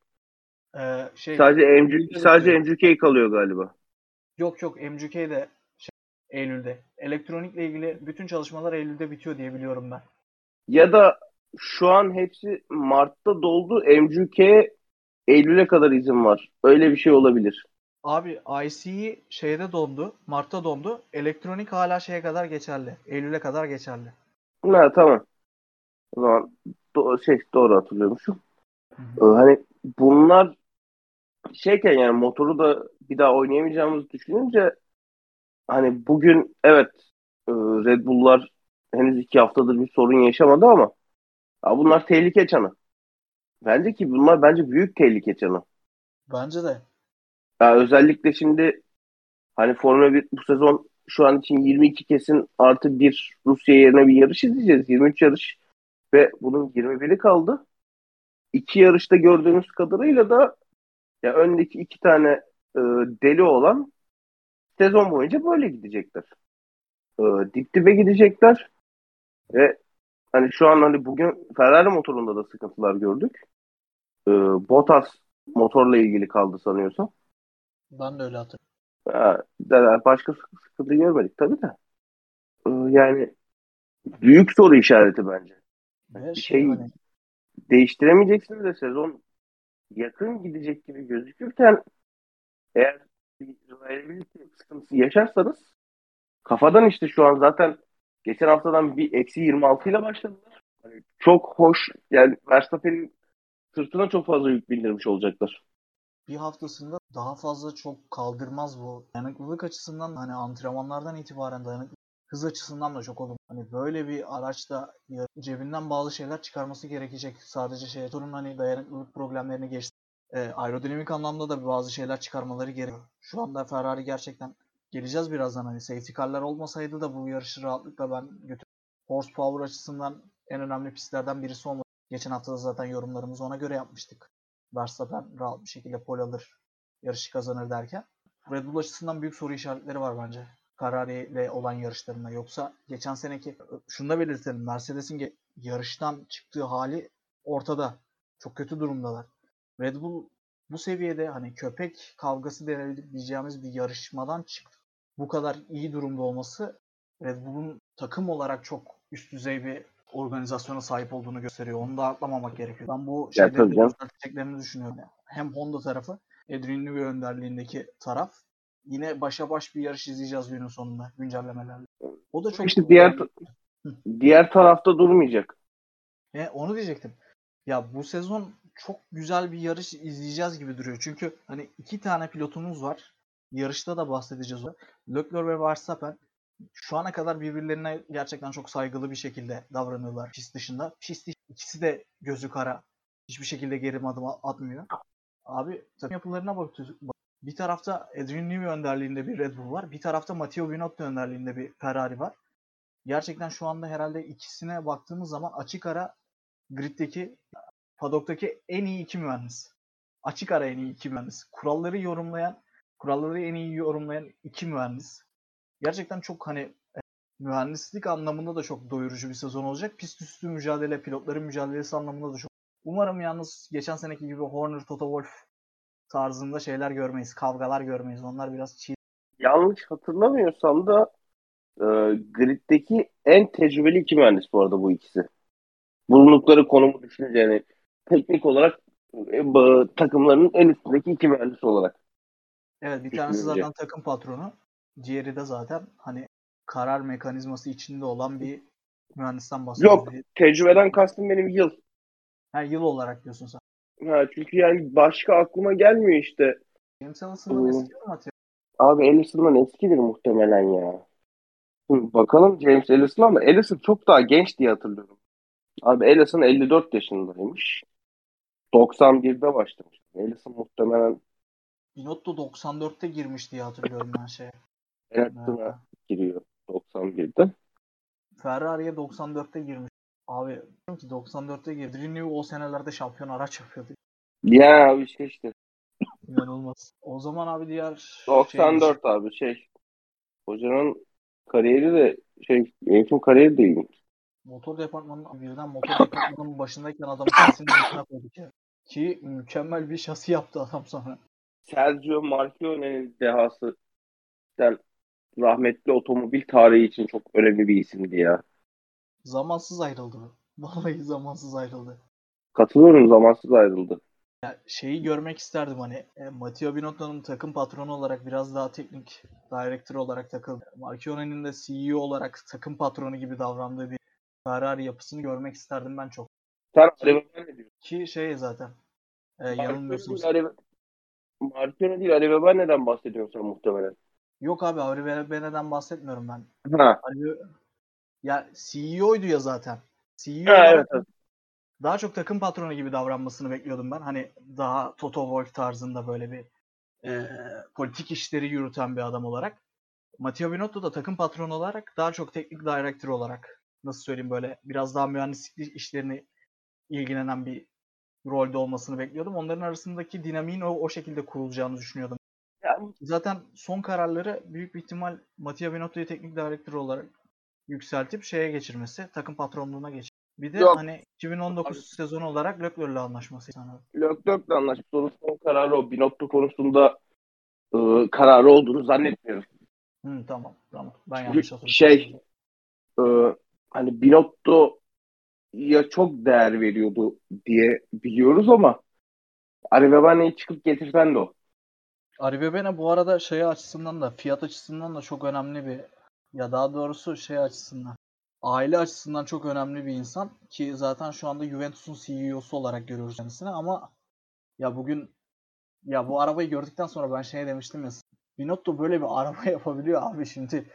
Eylül'de Sadece bitiyor. MGK kalıyor galiba. Yok MGK de Eylül'de. Elektronikle ilgili bütün çalışmalar Eylül'de bitiyor diye biliyorum ben. Ya da şu an hepsi Mart'ta doldu. MGK Eylül'e kadar izin var. Öyle bir şey olabilir. Abi ICE dondu. Mart'ta dondu. Elektronik hala kadar geçerli. Eylül'e kadar geçerli. Ha, tamam. O zaman doğru hatırlıyormuşum. Hı hı. Hani bunlar yani motoru da bir daha oynayamayacağımızı düşününce hani bugün evet, Red Bull'lar henüz 2 haftadır bir sorun yaşamadı ama ya bunlar tehlike çanı. Bence büyük tehlike çanı. Bence de. Ya özellikle şimdi hani Formula 1 bu sezon şu an için 22 kesin artı bir Rusya yerine bir yarış izleyeceğiz. 23 yarış ve bunun 21'i kaldı. 2 yarışta gördüğümüz kadarıyla da ya öndeki 2 tane e, deli olan sezon boyunca böyle gidecekler. Dip dibe gidecekler ve hani şu an hani bugün Ferrari motorunda da sıkıntılar gördük. Bottas motorla ilgili kaldı sanıyorsam. Ben de öyle hatırlıyorum. Başka sıkıntı görmedik tabii de. Yani büyük soru işareti bence. Ve Bir şey hani değiştiremeyeceksiniz de sezon yakın gidecek gibi gözükürken eğer bir reliability sıkıntısı yaşarsanız kafadan işte şu an zaten geçen haftadan bir -26 ile başladılar. Hani çok hoş yani Verstappen'in sırtına çok fazla yük bindirmiş olacaklar. bir haftasında daha fazla çok kaldırmaz bu. Dayanıklılık açısından hani antrenmanlardan itibaren dayanıklılık hız açısından da çok olumlu. Hani böyle bir araçta cebinden bazı şeyler çıkarması gerekecek. Sadece motorun hani dayanıklılık problemlerini geçti. Aerodinamik anlamda da bazı şeyler çıkarmaları gerekiyor. Şu anda Ferrari gerçekten geleceğiz birazdan hani safety car'lar olmasaydı da bu yarışı rahatlıkla ben horsepower açısından en önemli pistlerden birisi olmalı. Geçen hafta da zaten yorumlarımızı ona göre yapmıştık. Verstappen rahat bir şekilde pole alır, yarışı kazanır derken. Red Bull açısından büyük soru işaretleri var bence. Ferrari ile olan yarışlarında. Yoksa geçen seneki, şunu da belirtelim. Mercedes'in yarıştan çıktığı hali ortada. Çok kötü durumdalar. Red Bull bu seviyede hani köpek kavgası diyeceğimiz bir yarışmadan çıktı. Bu kadar iyi durumda olması Red Bull'un takım olarak çok üst düzey bir organizasyona sahip olduğunu gösteriyor. Onu da atlamamak gerekiyor. Ben bu Ya şeyleri tabii de canım. düzelteceklerini düşünüyorum. Yani. Hem Honda tarafı, Adrian Newey önderliğindeki taraf. Yine başa baş bir yarış izleyeceğiz günün sonunda güncellemelerle. O da çok İşte diğer tarafta durmayacak. onu diyecektim. Ya bu sezon çok güzel bir yarış izleyeceğiz gibi duruyor. Çünkü hani iki tane pilotumuz var. Yarışta da bahsedeceğiz. Leclerc ve Verstappen şu ana kadar birbirlerine gerçekten çok saygılı bir şekilde davranıyorlar pist dışında. İkisi de gözü kara. Hiçbir şekilde geri adım atmıyor. Abi takım yapılarına bakıyoruz. Bir tarafta Adrian Newey önderliğinde bir Red Bull var. Bir tarafta Matteo Binotto önderliğinde bir Ferrari var. Gerçekten şu anda herhalde ikisine baktığımız zaman açık ara griddeki, paddock'taki en iyi iki mühendis. Açık ara en iyi iki mühendis. Kuralları en iyi yorumlayan iki mühendis. Gerçekten çok hani mühendislik anlamında da çok doyurucu bir sezon olacak. Pist üstü mücadele, pilotların mücadelesi anlamında da çok. Umarım yalnız geçen seneki gibi Horner, Toto Wolff tarzında şeyler görmeyiz. Kavgalar görmeyiz. Onlar biraz çiğ. Yanlış hatırlamıyorsam da e, griddeki en tecrübeli iki mühendis bu arada bu ikisi. Bulundukları konumu düşününce yani teknik olarak takımlarının en üstündeki iki mühendis olarak Evet, bir tanesi düşününce. zaten takım patronu. Diğeri de zaten hani karar mekanizması içinde olan bir mühendisten bahsediyoruz. Yok, tecrübeden kastım benim yıl. Yıl olarak diyorsun sen. Ha, çünkü yani başka aklıma gelmiyor işte. James Allison'dan Hmm, eski mi atıyor? Abi Allison'dan eskidir muhtemelen ya. Bakalım James Allison ama Allison çok daha genç diye hatırlıyorum. Abi Allison 54 yaşındaymış. 91'de başlamış. Allison muhtemelen Binotto 94'te girmiş diye hatırlıyorum ben şeye. Ee, Hamilton'a giriyor 91'de. Ferrari'ye 94'te girmiş. Abi diyorum ki 94'te girdi. Renault o senelerde şampiyon araç yapıyordu. Ya abi işte İnanılmaz. O zaman abi diğer şeye geçelim. 94 abi hocanın kariyeri de eğitim kariyeri değil. Motor departmanının başındayken adamı şasinin başına koyduk ya. Ki mükemmel bir şasi yaptı adam sonra. Sergio Marchione'nin dehası sen rahmetli otomobil tarihi için çok önemli bir isimdi ya. Zamansız ayrıldı. Vallahi zamansız ayrıldı. Katılıyorum, zamansız ayrıldı. Ya şeyi görmek isterdim hani Matteo Binotto'nun takım patronu olarak biraz daha teknik director olarak takıldı. Marchione'nin de CEO olarak takım patronu gibi davrandığı bir Ferrari yapısını görmek isterdim ben çok. Sen Ki, Arrivabene ne diyorsun? ki şey zaten Marchione yanılmıyorsam. değil, Marchione değil, Arrivabane'den bahsediyorsun sen muhtemelen. Yok abi Arrivabele'den bahsetmiyorum ben. Ha. Ya CEO'ydu ya zaten. CEO Ha, olarak evet, evet. daha çok takım patronu gibi davranmasını bekliyordum ben. Hani daha Toto Wolff tarzında böyle bir politik işleri yürüten bir adam olarak. Matteo Binotto da takım patronu olarak daha çok teknik director olarak nasıl söyleyeyim böyle biraz daha mühendislik işlerini ilgilenen bir rolde olmasını bekliyordum. Onların arasındaki dinamiğin o şekilde kurulacağını düşünüyordum. Yani, Zaten son kararları büyük bir ihtimal Matteo Binotto'yu teknik direktör olarak yükseltip şeye geçirmesi, takım patronluğuna geçirmesi. Bir de yok hani abi, 2019 sezonu olarak Leclerc'le anlaşması sanırım. Leclerc'le anlaşmış. Onun son kararı o. Binotto konusunda kararı olduğunu zannetmiyorum. Tamam. Ben Çünkü yanlış hatırlıyorum. e, hani Binotto'ya çok değer veriyordu diye biliyoruz ama Arrivabane'yi çıkıp getirsen de o. Arrivabene bu arada şey açısından da fiyat açısından da çok önemli bir ya daha doğrusu şey açısından aile açısından çok önemli bir insan ki zaten şu anda Juventus'un CEO'su olarak görüyoruz kendisini ama ya bugün ya bu arabayı gördükten sonra ben şey demiştim ya Binotto böyle bir araba yapabiliyor abi şimdi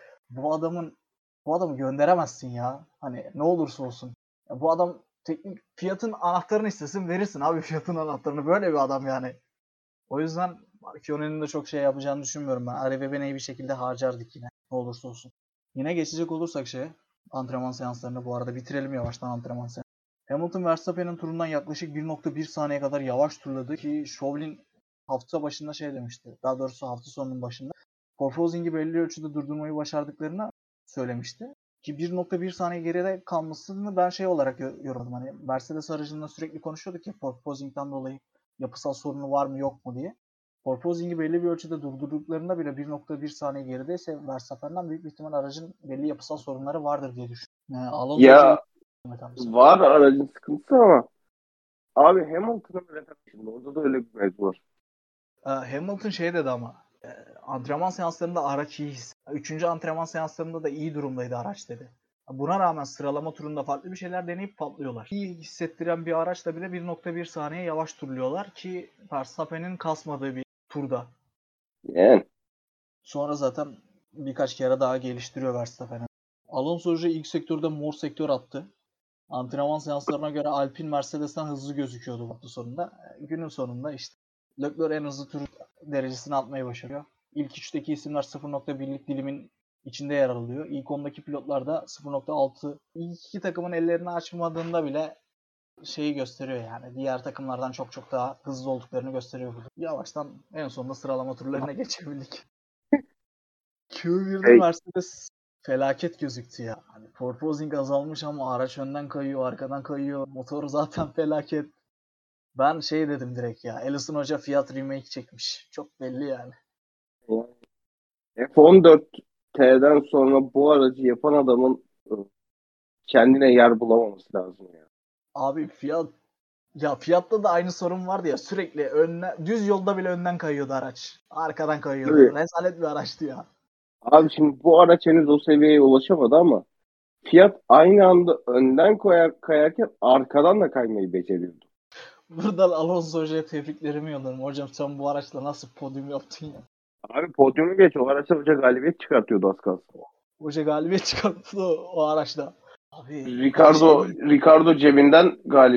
bu adamı gönderemezsin ya. Hani ne olursa olsun. Ya bu adam teknik fiyatın anahtarını istesin verirsin abi fiyatın anahtarını. Böyle bir adam yani. O yüzden Marchione'nin de çok şey yapacağını düşünmüyorum ben. Arrivabane'yi bir şekilde harcardık yine. Ne olursa olsun. Yine geçecek olursak antrenman seanslarını bu arada bitirelim yavaştan antrenman seanslarını. Hamilton Verstappen'in turundan yaklaşık 1.1 saniye kadar yavaş turladı ki Chauvelin hafta başında şey demişti. Daha doğrusu hafta sonunun başında. Porpoising'i belli ölçüde durdurmayı başardıklarını söylemişti. Ki 1.1 saniye geride kalmasını ben şey olarak yorumladım. Hani Mercedes aracında sürekli konuşuyorduk ya Porpoising'den dolayı yapısal sorunu var mı yok mu diye. Porpoising'i belli bir ölçüde durdurduklarında bile 1.1 saniye gerideyse Verstappen'den büyük bir ihtimal aracın belli yapısal sorunları vardır diye düşünüyorum. Alonso Ya Var aracın sıkıntısı ama abi Hamilton'ın üretemedi. Şimdi orada da öyle bir mevzu var. Hamilton şey dedi ama antrenman seanslarında araç iyi Üçüncü antrenman seanslarında da iyi durumdaydı araç dedi. Buna rağmen sıralama turunda farklı bir şeyler deneyip patlıyorlar. İyi hissettiren bir araçla bile 1.1 saniye yavaş turluyorlar ki Verstappen'in kasmadığı bir turda. Yani. Sonra zaten birkaç kere daha geliştiriyor Verstappen'i. Alonso Hoca ilk sektörde mor sektör attı. Antrenman seanslarına göre Alpine Mercedes'ten hızlı gözüküyordu bu hafta sonunda. Günün sonunda işte Leclerc en hızlı tur derecesini atmayı başarıyor. İlk 3'teki isimler 0.1'lik dilimin içinde yer alıyor. İlk 10'daki pilotlar da 0.6. İlk iki takımın ellerini açmadığında bile şeyi gösteriyor yani. Diğer takımlardan çok çok daha hızlı olduklarını gösteriyor burada. Yavaştan en sonunda sıralama turlarına geçebildik. Q1'de Mercedes felaket gözüktü ya. Hani porpoising azalmış ama araç önden kayıyor, arkadan kayıyor. Motor zaten felaket. Ben şey dedim direkt ya. Ellison Hoca Fiat remake çekmiş. Çok belli yani. F14T'den sonra bu aracı yapan adamın kendine yer bulamaması lazım ya. Abi Fiat'ta da aynı sorun vardı ya. Sürekli düz yolda bile önden kayıyordu araç. Arkadan kayıyordu. Evet. Rezalet bir araçtı ya. Abi şimdi bu araç henüz o seviyeye ulaşamadı ama Fiat aynı anda önden kayarken arkadan da kaymayı beceriyordu. Buradan Alonso Hoca'ya tebriklerimi yollarım. Hocam sen bu araçla nasıl podyum yaptın ya? Abi podyumu geç. O araçla hoca galibiyet çıkartıyordu az kalsın. Hoca galibiyet çıkarttı o araçla. Abi Ricardo cebinden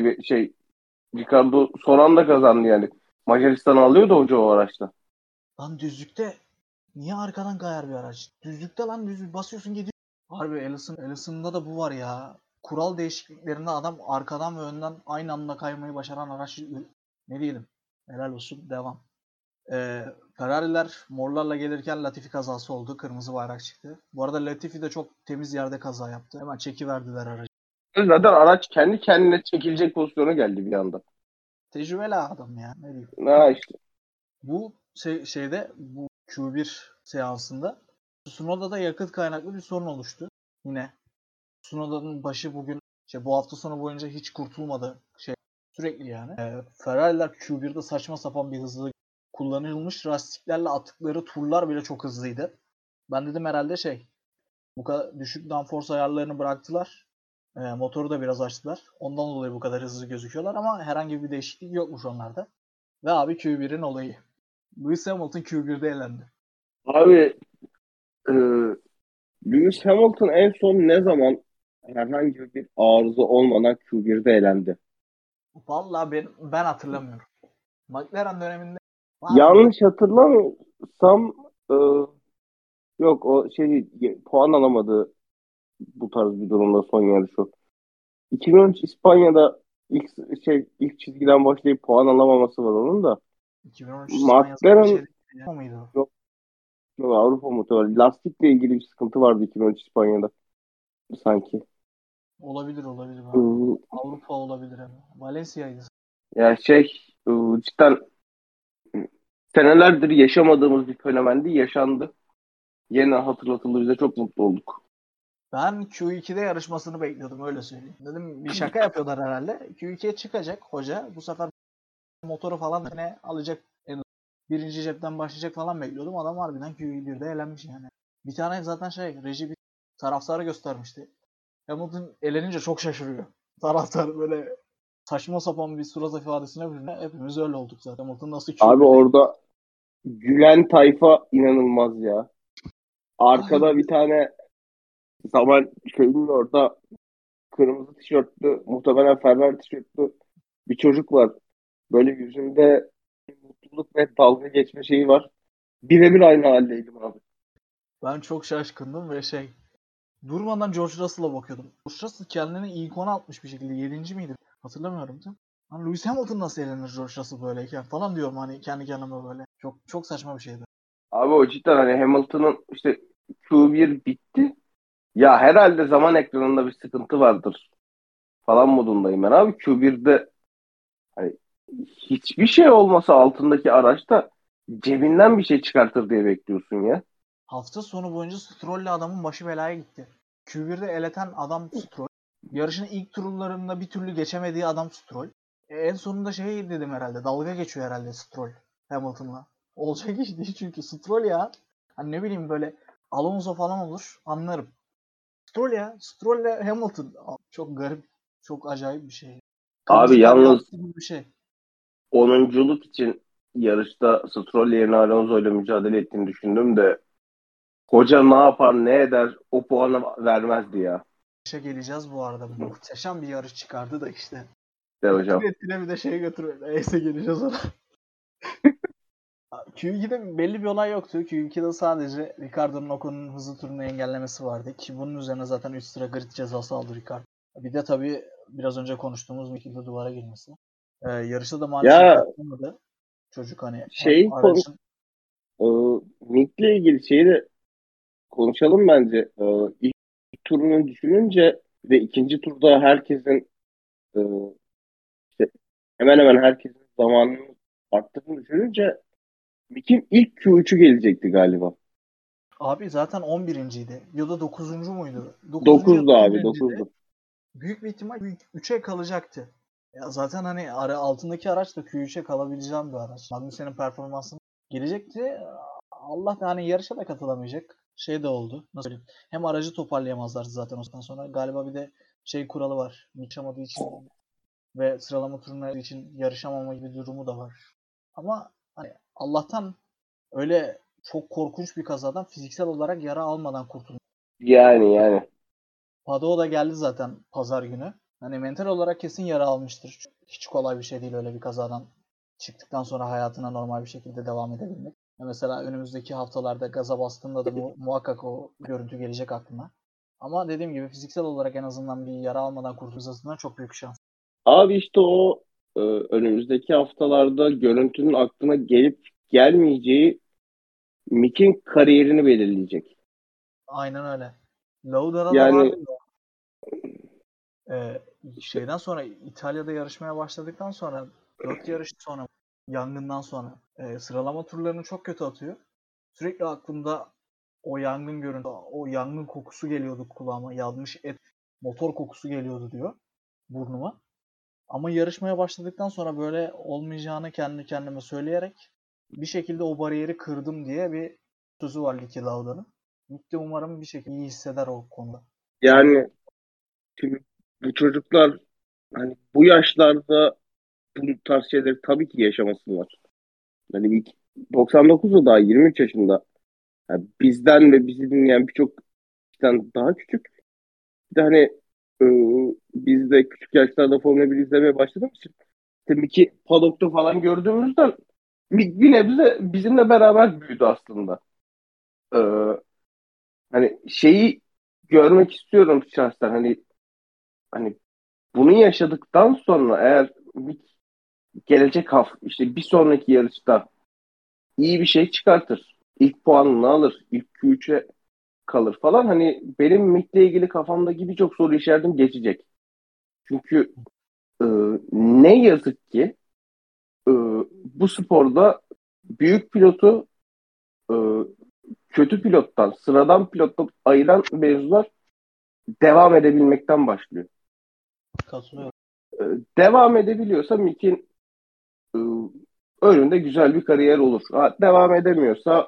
Ricardo son anda kazandı yani. Macaristan'ı alıyordu hoca o araçla. Lan düzlükte niye arkadan kayar bir araç? Düzlükte lan düz basıyorsun gidiyor. Harbi Ellison'da da bu var ya. Kural değişikliklerinde adam arkadan ve önden aynı anda kaymayı başaran araç, ne diyelim. Helal olsun, devam. Ferrari'ler morlarla gelirken Latifi kazası oldu. Kırmızı bayrak çıktı. Bu arada Latifi de çok temiz yerde kaza yaptı. Hemen çekiverdiler aracı. Zaten araç kendi kendine çekilecek pozisyona geldi bir anda. Tecrübeli adam ya, ne diyeyim. Ha işte. Bu bu Q1 seansında Tsunoda'da yakıt kaynaklı bir sorun oluştu. Yine Tsunoda'nın başı bu hafta sonu boyunca hiç kurtulmadı. Sürekli yani. Ferrari'ler Q1'de saçma sapan bir hızlı kullanılmış lastiklerle attıkları turlar bile çok hızlıydı. Ben dedim herhalde bu kadar düşük downforce ayarlarını bıraktılar. Motoru da biraz açtılar. Ondan dolayı bu kadar hızlı gözüküyorlar ama herhangi bir değişiklik yokmuş onlarda. Ve abi Q1'in olayı. Lewis Hamilton Q1'de elendi. Abi e, Lewis Hamilton en son ne zaman herhangi bir arıza olmadan Q1'de elendi? Vallahi ben hatırlamıyorum. McLaren döneminde var mı böyle? Yanlış hatırlamıyorsam e, yok o puan alamadı bu tarz bir durumda son yarışı. 2013 İspanya'da ilk çizgiden başlayıp puan alamaması var onun da. 2013 İspanya bir McLaren şey değil miydi o? yok, yok Avrupa muhtemelen. Lastikle ilgili bir sıkıntı vardı 2013 İspanya'da sanki. Olabilir abi. Ee, Avrupa olabilir ama. Valencia'ydı. Ya cidden senelerdir yaşamadığımız bir fenomendi. Yaşandı. Yine hatırlatıldı. Bize çok mutlu olduk. Ben Q2'de yarışmasını bekliyordum, öyle söyleyeyim. Dedim bir şaka yapıyorlar herhalde. Q2'ye çıkacak hoca. Bu sefer motoru falan ne alacak, birinci cepten başlayacak falan bekliyordum. Adam harbiden Q1'de elenmiş yani. Bir tane zaten reji bir taraftarı göstermişti. Hamilton elenince çok şaşırıyor. Taraftar böyle saçma sapan bir surat ifadesine bürüne. Hepimiz öyle olduk zaten. Hamilton nasıl Abi Q1'de? orada gülen tayfa inanılmaz ya. Arkada bir tane zaman orada kırmızı tişörtlü, muhtemelen Ferrari tişörtlü bir çocuk var. Böyle yüzünde mutluluk ve dalga geçme şeyi var. Birebir aynı haldeydim abi. Ben çok şaşkındım ve durmadan George Russell'a bakıyordum. George Russell kendini ilk 10'a atmış bir şekilde. 7. miydi? Hatırlamıyorum. Hani Lewis Hamilton nasıl elenir George Russell böyleyken falan diyorum hani kendi kendime böyle. Çok çok saçma bir şeydi. Abi o cidden hani Hamilton'ın işte Q1 bitti. Ya herhalde zaman ekranında bir sıkıntı vardır falan modundayım ben abi. Q1'de hani hiçbir şey olmasa altındaki araçta cebinden bir şey çıkartır diye bekliyorsun ya. Hafta sonu boyunca Stroll'le adamın başı belaya gitti. Q1'de eleten adam Stroll. Yarışın ilk turlarında bir türlü geçemediği adam Stroll. En sonunda şey dedim herhalde. Dalga geçiyor herhalde Stroll Hamilton'la. Olacak iş değil çünkü Stroll ya. Hani ne bileyim böyle Alonso falan olur anlarım. Stroll ya. Stroll'le Hamilton. Çok garip. Çok acayip bir şey. Abi Kırmızı kar yalnız yağması gibi bir şey. 10'unculuk için yarışta Stroll yerine Alonso ile mücadele ettiğini düşündüm de hoca ne yapar ne eder o puanı vermezdi ya. İşe geleceğiz bu arada. Muhteşem bir yarış çıkardı da işte. De Ettir hocam. ettiğine bir de şeye götürmedi. Neyse geleceğiz ona. Q2'de belli bir olay yoktu. Q2'de sadece Ricardo'nun Ocon'un hızlı turunu engellemesi vardı ki bunun üzerine zaten 3 sıra grid cezası aldı Ricardo. Bir de tabii biraz önce konuştuğumuz Mickey'de duvara girmesi. Yarışta da maalesef Ya yapamadı. Çocuk hani hem şey konu aracın e, Nick'le ilgili şeyi de konuşalım bence. İlk turunu düşününce ve ikinci turda herkesin e, işte hemen hemen herkesin zamanını arttırdığını düşününce Mick'in ilk Q3'ü gelecekti galiba. abi zaten 11.'ydi. Ya da 9. muydu? 9. ya da 9'du abi 11.'ydi. 9'du. Büyük bir ihtimal 3'e kalacaktı. Ya zaten hani altındaki araç da Q3'e kalabileceğim bir araç. Magnussen'in performansını gelecekti. Allah da hani yarışa da katılamayacak. Şey de oldu. Nasıl söyleyeyim? Hem aracı toparlayamazlar zaten o sonra. Galiba bir de şey kuralı var. Yaşamadığı için ve sıralama turları için yarışamama gibi durumu da var. Ama hani Allah'tan öyle çok korkunç bir kazadan fiziksel olarak yara almadan kurtuldu. Yani. Padova da geldi zaten pazar günü. Hani mental olarak kesin yara almıştır. Hiç kolay bir şey değil öyle bir kazadan çıktıktan sonra hayatına normal bir şekilde devam edebilmek. Mesela önümüzdeki haftalarda gaza bastığında da muhakkak o görüntü gelecek aklına. Ama dediğim gibi fiziksel olarak en azından bir yara almadan kurtulmasından çok büyük şans. Abi işte o önümüzdeki haftalarda görüntünün aklına gelip gelmeyeceği Mick'in kariyerini belirleyecek. Aynen öyle. Lauda da vardı Yani ya. Şeyden sonra İtalya'da yarışmaya başladıktan sonra 4 yarış sonra yangından sonra sıralama turlarını çok kötü atıyor. Sürekli aklımda o yangın görüntü, o yangın kokusu geliyordu kulağıma. Yanmış et, motor kokusu geliyordu diyor burnuma. Ama yarışmaya başladıktan sonra böyle olmayacağını kendi kendime söyleyerek bir şekilde o bariyeri kırdım diye bir sözü var Niki Lauda'nın. Nick de umarım bir şekilde iyi hisseder o konuda. Emin ol. yani şimdi bu çocuklar hani bu yaşlarda bu tarz şeyleri tabii ki yaşamasınlar. Hani ilk 99'da daha 23 yaşında. Yani bizden ve bizi dinleyen birçok kişiden daha küçük. Bir de hani e, biz de küçük yaşlarda Formula 1 izlemeye başladığımız için tabii ki paddock'ta falan gördüğümüzden bir nebze bizimle beraber büyüdü aslında. Ee, Hani şeyi görmek istiyorum şahsen hani bunu yaşadıktan sonra eğer bir gelecek hafta işte bir sonraki yarışta iyi bir şey çıkartır. İlk puanını alır. İlk Q3'e kalır falan. Hani benim Mick'le ilgili kafamdaki birçok soru işaretim geçecek. Çünkü e, ne yazık ki e, bu sporda büyük pilotu e, kötü pilottan, sıradan pilottan ayıran mevzular devam edebilmekten başlıyor. Katılıyorum. E, Devam edebiliyorsa Mick'in e, önünde güzel bir kariyer olur. Ha, devam edemiyorsa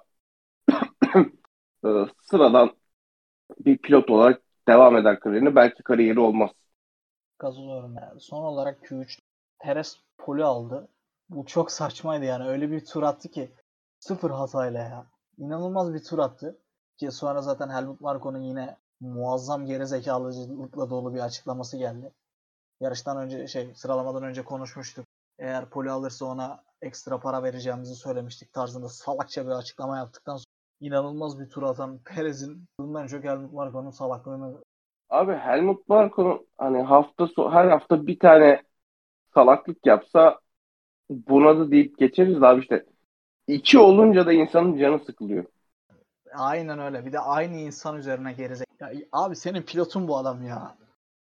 e, sıradan bir pilot olarak devam eder kariyerine. Belki kariyeri olmaz. Katılıyorum yani. Son olarak Q3 Perez pole aldı. Bu çok saçmaydı yani. Öyle bir tur attı ki sıfır hatayla ya. İnanılmaz bir tur attı. Ki sonra zaten Helmut Marko'nun yine muazzam geri zekalılıkla dolu bir açıklaması geldi. Yarıştan önce sıralamadan önce konuşmuştuk. Eğer pole alırsa ona ekstra para vereceğimizi söylemiştik tarzında salakça bir açıklama yaptıktan sonra inanılmaz bir tur atan Perez'in bundan çok Helmut Marko'nun salaklığını. Abi Helmut Marko'nun hani her hafta bir tane salaklık yapsa buna da deyip geçeriz de abi işte. İki olunca da insanın canı sıkılıyor. Aynen öyle. Bir de aynı insan üzerine ya, abi senin pilotun bu adam ya.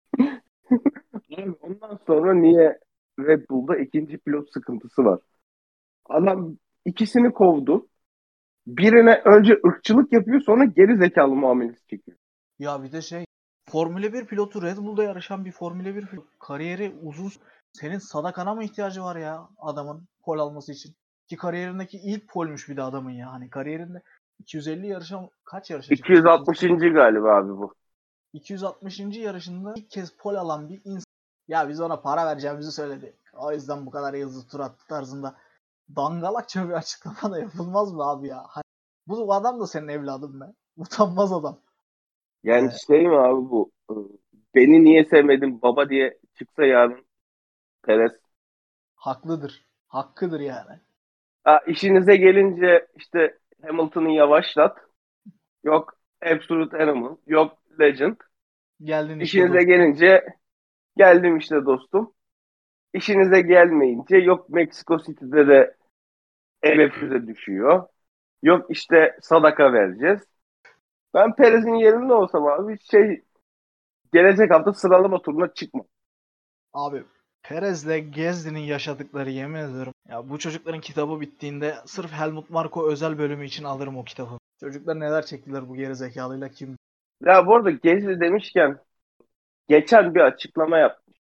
Abi ondan sonra niye Red Bull'da ikinci pilot sıkıntısı var? Adam ikisini kovdu. Birine önce ırkçılık yapıyor sonra geri zekalı muamelesi çekiyor. Ya bir de Formula 1 pilotu, Red Bull'da yarışan bir Formula 1 pilotu. Kariyeri uzun. Senin sadakana mı ihtiyacı var ya adamın pol alması için? Ki kariyerindeki ilk polmüş bir de adamın ya. Hani kariyerinde 250 yarışa kaç yarışa çıkmış? 260. galiba abi bu. 260. yarışında ilk kez pol alan bir insan. Ya biz ona para vereceğimizi söyledik. O yüzden bu kadar hızlı tur attı tarzında dangalakça bir açıklama da yapılmaz mı abi ya? Hani, bu adam da senin evladın be. Utanmaz adam. Yani şey mi abi bu? Beni niye sevmedin baba diye çıksa yarın Perez. Haklıdır. Hakkıdır yani. İşinize gelince işte Hamilton'ı yavaşlat. Yok Absolute Animal. Yok Legend. Geldin işte İşinize dostum. gelince geldim işte dostum. İşinize gelmeyince yok Meksiko City'de de eve füze düşüyor. Yok işte sadaka vereceğiz. Ben Perez'in yerinde olsam abi gelecek hafta sıralama turuna çıkma. Abi Perez'le Gezdi'nin yaşadıkları yemin ediyorum. Ya bu çocukların kitabı bittiğinde sırf Helmut Marko özel bölümü için alırım o kitabı. Çocuklar neler çektiler bu geri zekalıyla kim? Ya bu arada Gezdi demişken geçen bir açıklama yaptı.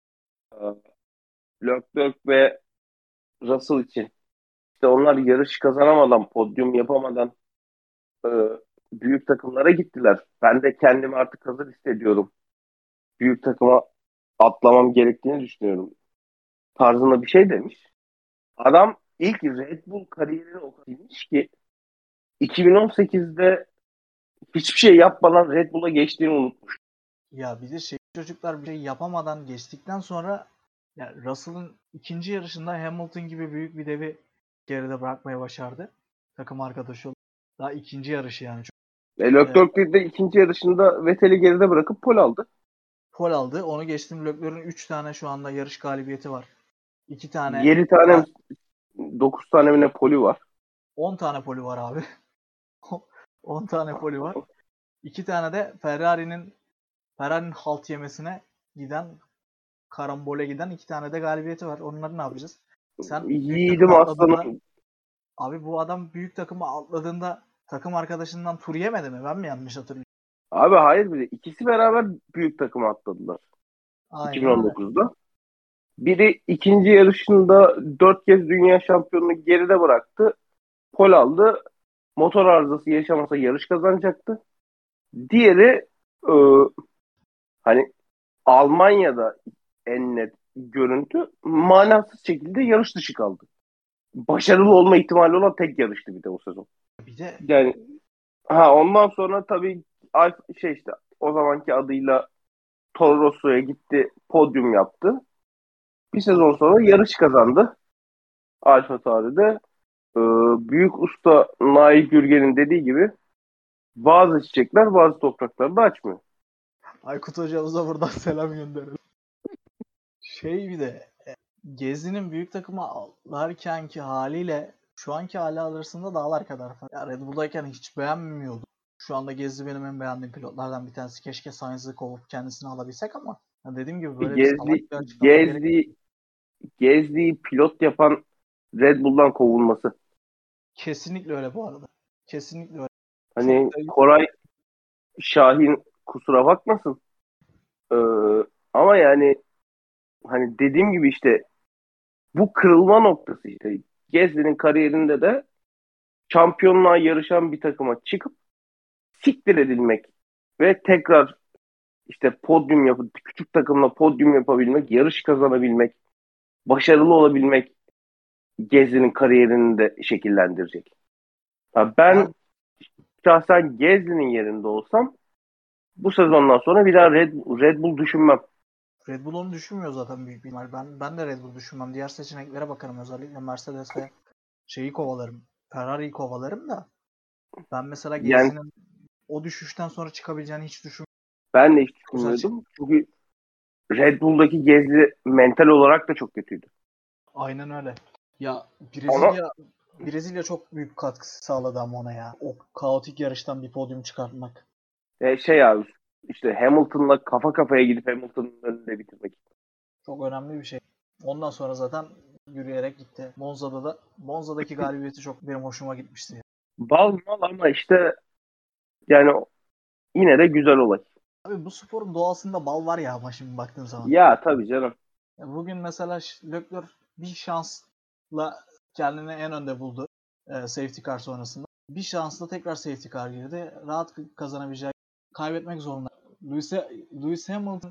Leclerc ve Russell için. İşte onlar yarış kazanamadan, podyum yapamadan e, büyük takımlara gittiler. Ben de kendimi artık hazır hissediyorum. Büyük takıma atlamam gerektiğini düşünüyorum. Tarzında bir şey demiş. Adam ilk Red Bull kariyerini o kadar iyiymiş ki 2018'de hiçbir şey yapmadan Red Bull'a geçtiğini unutmuş. Ya bir de çocuklar bir şey yapamadan geçtikten sonra ya Russell'ın ikinci yarışında Hamilton gibi büyük bir devi geride bırakmaya başardı. Takım arkadaşı olarak. Daha ikinci yarışı yani. Leclerc de ikinci yarışında Vettel'i geride bırakıp pole aldı. Pole aldı. Onu geçtim. Leclerc'in 3 tane şu anda yarış galibiyeti var. 2 tane 7 tane 9 tane mi ne poli var. 10 tane poli var abi. 10 tane poli var. 2 tane de Ferrari'nin halt yemesine giden, karambole giden 2 tane de galibiyeti var. Onları ne yapacağız? Sen büyük Yiğidim takıma atladığında aslanım. abi bu adam büyük takıma atladığında takım arkadaşından tur yemedi mi? Ben mi yanlış hatırlıyorum? Abi hayır bir de ikisi beraber büyük takıma atladılar Aynen öyle. 2019'da. Biri ikinci yarışında 4 kez dünya şampiyonunu geride bıraktı. Pol aldı. Motor arızası yaşamasa yarış kazanacaktı. Diğeri e, hani Almanya'da en net görüntü manasız şekilde yarış dışı kaldı. Başarılı olma ihtimali olan tek yarıştı bir de o sezon. Bir de Yani ondan sonra tabii işte o zamanki adıyla Toro Rosso'ya gitti, podyum yaptı. Bir sezon Alfa sonra yarış kazandı Alfa Tauri'de. Ee, Büyük usta Nail Gürgen'in dediği gibi bazı çiçekler bazı topraklarda açmıyor. Aykut hocamıza buradan selam gönderelim. Bir de Gezi'nin büyük takıma alırkenki haliyle şu anki hali arasında dağlar kadar fark. Ya Red Bull'dayken hiç beğenmiyordum. Şu anda Gezi benim en beğendiğim pilotlardan bir tanesi. Keşke Sainz'ı kovup kendisini alabilsek ama dediğim gibi böyle bir salak bir açıklama gerek. Gezdiği pilot yapan Red Bull'dan kovulması. Kesinlikle öyle bu arada. Kesinlikle öyle. Çok Hani da Koray Şahin kusura bakmasın. Ee, Ama yani hani dediğim gibi işte bu kırılma noktası işte. Gezdi'nin kariyerinde de şampiyonluğa yarışan bir takıma çıkıp siktir edilmek ve tekrar işte podyum yapıp küçük takımla podyum yapabilmek, yarış kazanabilmek, başarılı olabilmek Gezdi'nin kariyerini de şekillendirecek. Ya ben abi, şahsen Gezdi'nin yerinde olsam bu sezondan sonra bir daha Red Bull düşünmem. Red Bull onu düşünmüyor zaten büyük bir ihtimal. Ben de Red Bull düşünmem. Diğer seçeneklere bakarım. Özellikle Mercedes ve kovalarım. Ferrari'yi kovalarım da. Ben mesela Yani Gezi'nin o düşüşten sonra çıkabileceğini hiç düşünmüyorum. ben de hiç Güzel çık. düşünmüyordum. Çünkü Red Bull'daki Gezdi mental olarak da çok kötüydü. Aynen öyle. Ya Ama Brezilya çok büyük katkı sağladı ama ona ya. O kaotik yarıştan bir podyum çıkartmak. abi işte Hamilton'la kafa kafaya gidip Hamilton'ın önünde bitirmek. Çok önemli bir şey. Ondan sonra zaten yürüyerek gitti. Monza'daki galibiyeti çok benim hoşuma gitmişti. Ya. Bal mal ama işte yani yine de güzel olay. Abi bu sporun doğasında bal var ya ama şimdi baktığın zaman. Ya tabii canım. Bugün mesela Leclerc bir şansla kendini en önde buldu. Safety car sonrasında. Bir şansla tekrar safety car girdi. Rahat kazanabilecek. Kaybetmek zorunda. Lewis Hamilton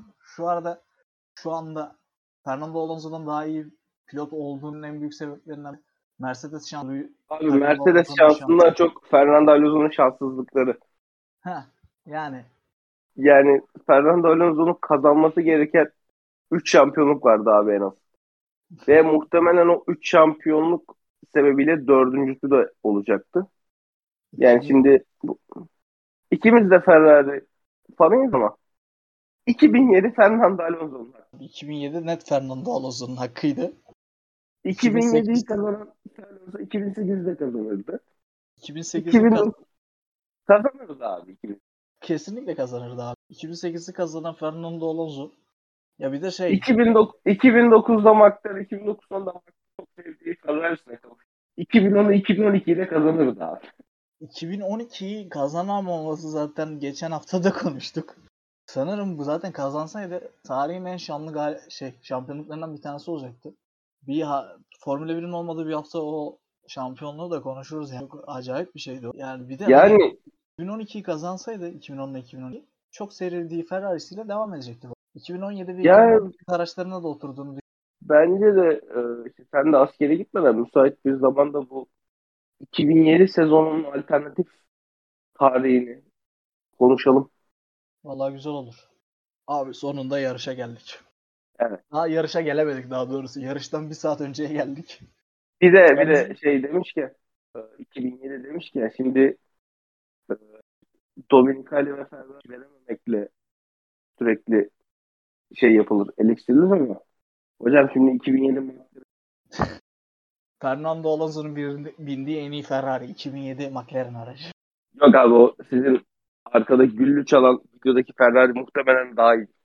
şu anda Fernando Alonso'dan daha iyi pilot olduğunun en büyük sebeplerinden Mercedes şansı. Abi Fernando Mercedes Alonso'nun şansı. şansından çok Fernando Alonso'nun şanssızlıkları. Heh, yani Yani Fernando Alonso'nun kazanması gereken 3 şampiyonluk vardı abi en az. Ve muhtemelen o 3 şampiyonluk sebebiyle dördüncüsü de olacaktı. Yani 2000, şimdi ikimiz de Ferrari fanıyız ama 2007 Fernando Alonso'nun hakkı. 2007 net Fernando Alonso'nun hakkıydı. 2007'yi 2008 kazanan Alonso 2008'de kazanırdı. 2008'i 2009 kazanırdı abi. 2000. kesinlikle kazanırdı abi. 2008'i kazanan Fernando Alonso. Ya bir de şey 2009'da McLaren, 2009'da McLaren çok sevdiği Ferrari'sine kavuştu. 2010'u 2012'de kazanırdı abi. 2012'yi kazanamaması zaten geçen hafta da konuştuk. Sanırım bu zaten kazansaydı tarihin en şanlı şampiyonluklarından bir tanesi olacaktı. Formula 1'in olmadığı bir hafta o şampiyonluğu da konuşuruz yani. Çok acayip bir şeydi o. Yani bir de hani Yani 2012'yi kazansaydı 2010 ile 2012 çok serildiği Ferrari'siyle devam edecekti. 2017 ve yani 2018 araçlarına da oturduğunu bence de işte sen de askere gitmeden müsait bir zamanda bu 2007 sezonunun alternatif tarihini konuşalım. vallahi güzel olur. Abi sonunda yarışa geldik. Evet. Daha yarışa gelemedik daha doğrusu. Yarıştan bir saat önceye geldik. Bir de Kendisi şey demiş ki 2007 demiş ki şimdi e, Dominicali ve Ferrari verememekle sürekli şey yapılır, eleştirilir ama hocam şimdi 2007 Fernando Alonso'nun bindiği en iyi Ferrari 2007 McLaren aracı. yok abi o sizin arkada güllü çalan videodaki Ferrari muhtemelen daha iyi.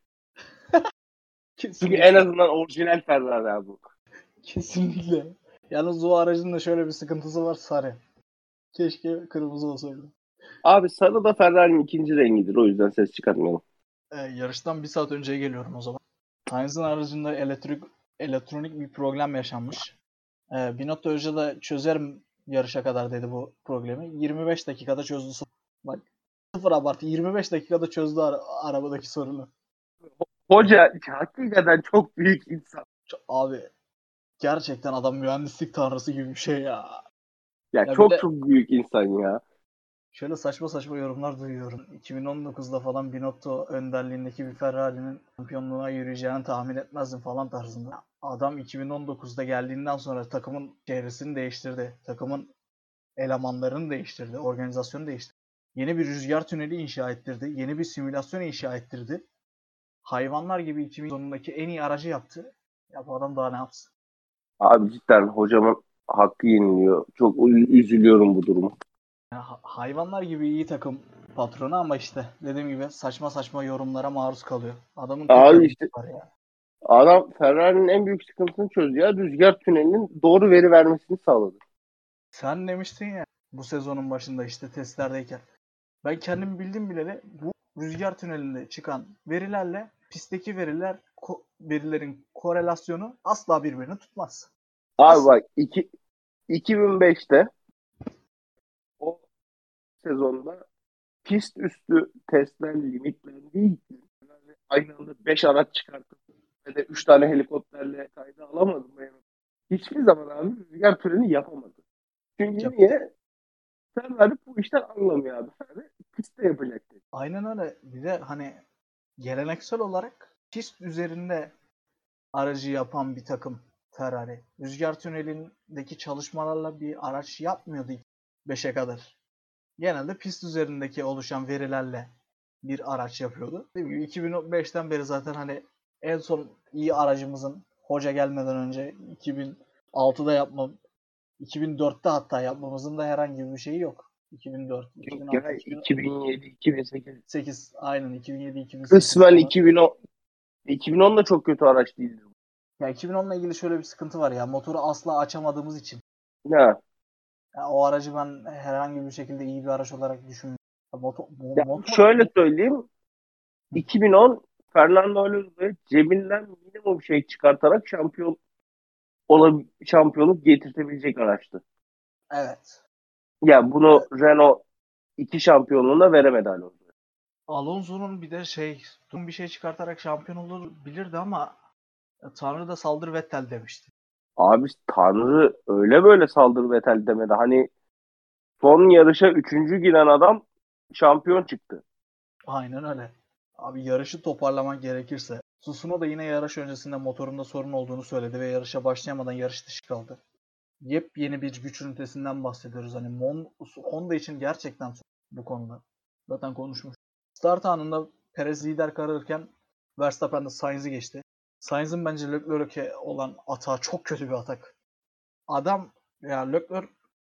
Çünkü en Kesinlikle. azından orijinal Ferrari abi bu. Kesinlikle. Yalnız o aracın da şöyle bir sıkıntısı var, sarı. Keşke kırmızı olsaydı. Abi sarı da Ferrari'nin ikinci rengidir. O yüzden ses çıkartmayalım. Yarıştan bir saat önceye geliyorum o zaman. Sainz'ın aracında elektronik bir problem yaşanmış. Binotto Hoca da çözerim yarışa kadar dedi bu problemi. 25 dakikada çözdü. Bak sıfır abartı. 25 dakikada çözdü arabadaki sorunu. Hoca hakikaten çok büyük insan. Abi gerçekten adam mühendislik tanrısı gibi bir şey ya. Ya Ya bir çok de çok büyük insan ya. şöyle saçma saçma yorumlar duyuyorum. 2019'da falan Binotto önderliğindeki bir Ferrari'nin şampiyonluğa yürüyeceğini tahmin etmezdim falan tarzında. Adam 2019'da geldiğinden sonra takımın çevresini değiştirdi. Takımın elemanlarını değiştirdi. Organizasyonu değiştirdi. Yeni bir rüzgar tüneli inşa ettirdi. Yeni bir simülasyon inşa ettirdi. Hayvanlar gibi 2000 sonundaki en iyi aracı yaptı. Ya bu adam daha ne yapsın? Abi cidden hocamın hakkı yeniliyor. Çok üzülüyorum bu durumu. Ya hayvanlar gibi iyi takım patronu ama işte dediğim gibi saçma saçma yorumlara maruz kalıyor. Adamın tek Abi garantisi işte var ya. adam Ferrari'nin en büyük sıkıntısını çözdü ya. Rüzgar tünelinin doğru veri vermesini sağladı. Sen demiştin ya bu sezonun başında işte testlerdeyken. Ben kendim bildim bileli bu rüzgar tünelinde çıkan verilerle pistteki verilerin korelasyonu asla birbirini tutmaz. Abi Asla. bak 2005'te o sezonda pist üstü testler limitlendiği için aynı anda 5 araç çıkartıp ve de 3 tane helikopterle kayda alamadım. Hiçbir zaman abi rüzgar töreni yapamadı. Çünkü Ya, niye? Ferrari bu işten anlamıyor abi. Ferrari pistte yapacak dedi. aynen öyle. Bir de hani geleneksel olarak pist üzerinde aracı yapan bir takım Ferrari. Rüzgar tünelindeki çalışmalarla bir araç yapmıyordu 5'e kadar. Genelde pist üzerindeki oluşan verilerle bir araç yapıyordu. Dediğim gibi 2005'ten beri zaten hani en son iyi aracımızın hoca gelmeden önce 2006'da 2004'te hatta yapmamızın da herhangi bir şeyi yok. 2004, Çünkü 2006, gene 2007, 2008 2008 aynen 2007, 2008 kısmen falan. 2010 2010 da çok kötü araç değildi. Ya 2010'la ilgili şöyle bir sıkıntı var ya. Motoru asla açamadığımız için. Ya, Ya o aracı ben herhangi bir şekilde iyi bir araç olarak düşünmüyorum. ya Motor şöyle söyleyeyim 2010 Fernando Alonso'ya cebinden minimum şey çıkartarak şampiyonluk getirtebilecek araçtı. Evet. Ya bunu Renault iki şampiyonluğuna veremedi Alonso. Alonso'nun bir de bir şey çıkartarak şampiyon olabilirdi ama Tanrı da saldır Vettel demişti. Abi Tanrı öyle böyle saldır Vettel demedi. Hani son yarışa üçüncü giren adam şampiyon çıktı. Aynen öyle. Abi yarışı toparlamak gerekirse Tsunoda yine yarış öncesinde motorunda sorun olduğunu söyledi ve yarışa başlayamadan yarış dışı kaldı. Yepyeni bir güç ünitesinden bahsediyoruz. Hani Honda için gerçekten bu konuda. Zaten konuşmuş. Start anında Perez lider kararırken Verstappen de Sainz'i geçti. Sainz'in bence Leclerc'e olan atağı çok kötü bir atak. Adam ya Leclerc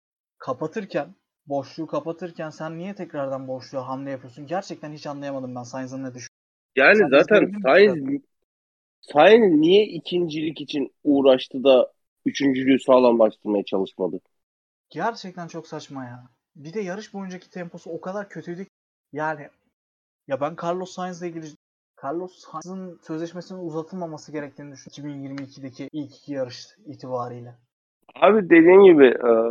boşluğu kapatırken sen niye tekrardan boşluğa hamle yapıyorsun? Gerçekten hiç anlayamadım ben Sainz'ın ne düşündüğünü. Yani Sen zaten izleyebildin mi tekrar? Sainz niye ikincilik için uğraştı da üçüncülüğü sağlamlaştırmaya çalışmadı? Gerçekten çok saçma ya. Bir de yarış boyuncaki temposu o kadar kötüydü ki. Yani ya ben Carlos Sainz'ın sözleşmesinin uzatılmaması gerektiğini düşünüyorum 2022'deki ilk iki yarış itibariyle. Abi dediğin gibi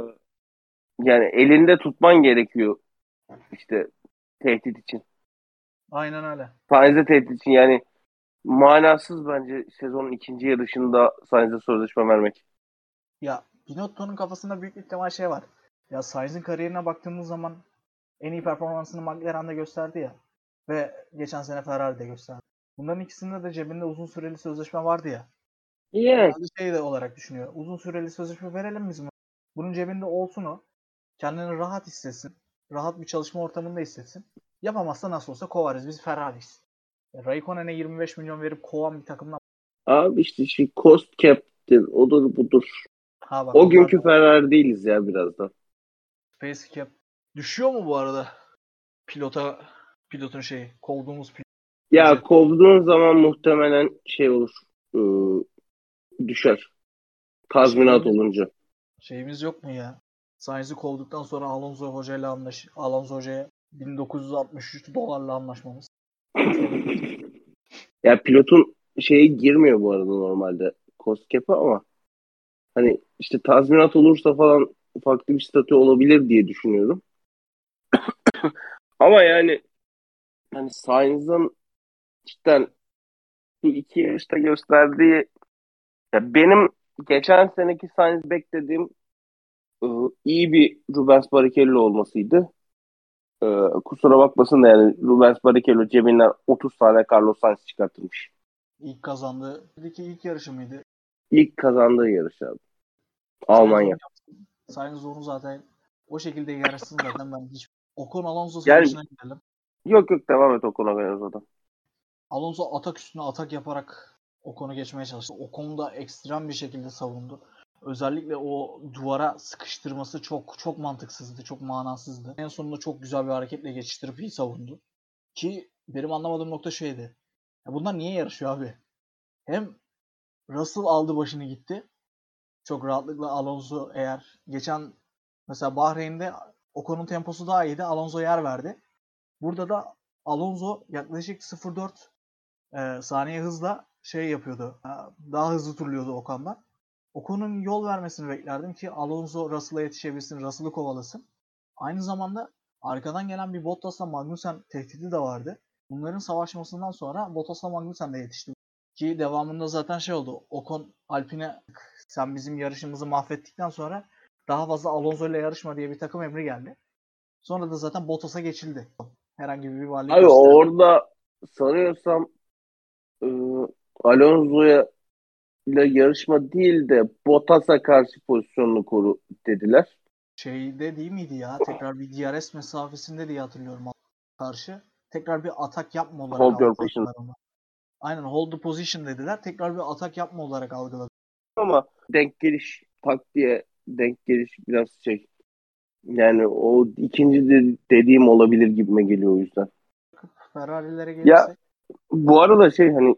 yani elinde tutman gerekiyor işte tehdit için. Aynen öyle. Sainz'e tehdit için yani manasız bence sezonun ikinci yarışında Sainz'e sözleşme vermek. Ya Binotto'nun kafasında büyük bir ihtimal var. Ya Sainz'in kariyerine baktığımız zaman en iyi performansını McLaren'de gösterdi ya. Ve geçen sene Ferrari'de gösterdi. Bunların ikisinde de cebinde uzun süreli sözleşme vardı ya. Yani Herhalde de olarak düşünüyor. Uzun süreli sözleşme verelim biz mi? Bunun cebinde olsun o. Kendini rahat hissetsin. Rahat bir çalışma ortamında hissetsin. Yapamazsa nasıl olsa kovarız. Biz Ferrari'yiz. Raikkonen'e 25 milyon verip kovan bir takımdan. abi işte şey cost cap'tir odur budur. Ha bak O onlar da günkü Ferrari değiliz ya biraz da. Space Cap. Düşüyor mu bu arada pilotun kovduğumuz Ya ücret? kovduğun zaman muhtemelen şey olur. ıı, düşer. Tazminat Şeyimiz, olunca. şeyimiz yok mu ya? Sainz'i kovduktan sonra Alonso Hoca'ya 1963 dolarla anlaşmamız. Ya pilotun şeye girmiyor bu arada normalde cost cap'e ama hani işte tazminat olursa falan farklı bir statü olabilir diye düşünüyorum. Ama yani hani Sainz'ın cidden bu iki yarışta gösterdiği ya benim geçen seneki Sainz beklediğim iyi bir Rubens Barrichello olmasıydı. Kusura bakmasın da yani Rubens Barrichello cebinden 30 tane Carlos Sainz çıkartılmış. İlk kazandığı ilk yarışı mıydı? İlk kazandığı yarış abi. Sainz Almanya. onu Sainz onu zaten o şekilde yarışsın zaten ben hiç Ocon Alonso Yani savaşına gidelim. yok yok devam et o konuya zaten. Alonso atak üstüne atak yaparak Ocon'u geçmeye çalıştı. Ocon da ekstrem bir şekilde savundu. Özellikle o duvara sıkıştırması çok mantıksızdı, çok manasızdı. En sonunda çok güzel bir hareketle geçiştirip iyi savundu. Ki benim anlamadığım nokta Ya bunlar niye yarışıyor abi? Hem Russell aldı başını gitti. Çok rahatlıkla Alonso geçen mesela Bahreyn'de Ocon'un temposu daha iyiydi. Alonso yer verdi. Burada da Alonso yaklaşık 0,4 saniye hızla yapıyordu. Daha hızlı turluyordu Ocon'dan. Ocon'un yol vermesini beklerdim ki Alonso Russell'a yetişebilsin, Russell'ı kovalasın. Aynı zamanda arkadan gelen bir Bottas'la Magnussen tehdidi de vardı. Bunların savaşmasından sonra Bottas'la Magnussen de yetişti. Ki devamında zaten oldu. Ocon Alpine sen bizim yarışımızı mahvettikten sonra daha fazla Alonso ile yarışma diye bir takım emri geldi. Sonra da zaten Bottas'a geçildi. Herhangi bir varlık Abi gösterdi. orada sanıyorsam e, Alonso'ya ile yarışma değil de Bottas'a karşı pozisyonunu koru dediler. Değil miydi ya? Tekrar bir DRS mesafesinde diye hatırlıyorum karşı. Tekrar bir atak yapma olarak Hold your position. algıladılar onu. Aynen hold the position dediler. Tekrar bir atak yapma olarak algıladılar. Ama denk geliş tak diye denk geliş biraz şey yani o ikinci dediğim olabilir gibime geliyor o yüzden. Ferrari'lere Ya gelirsek bu arada şey hani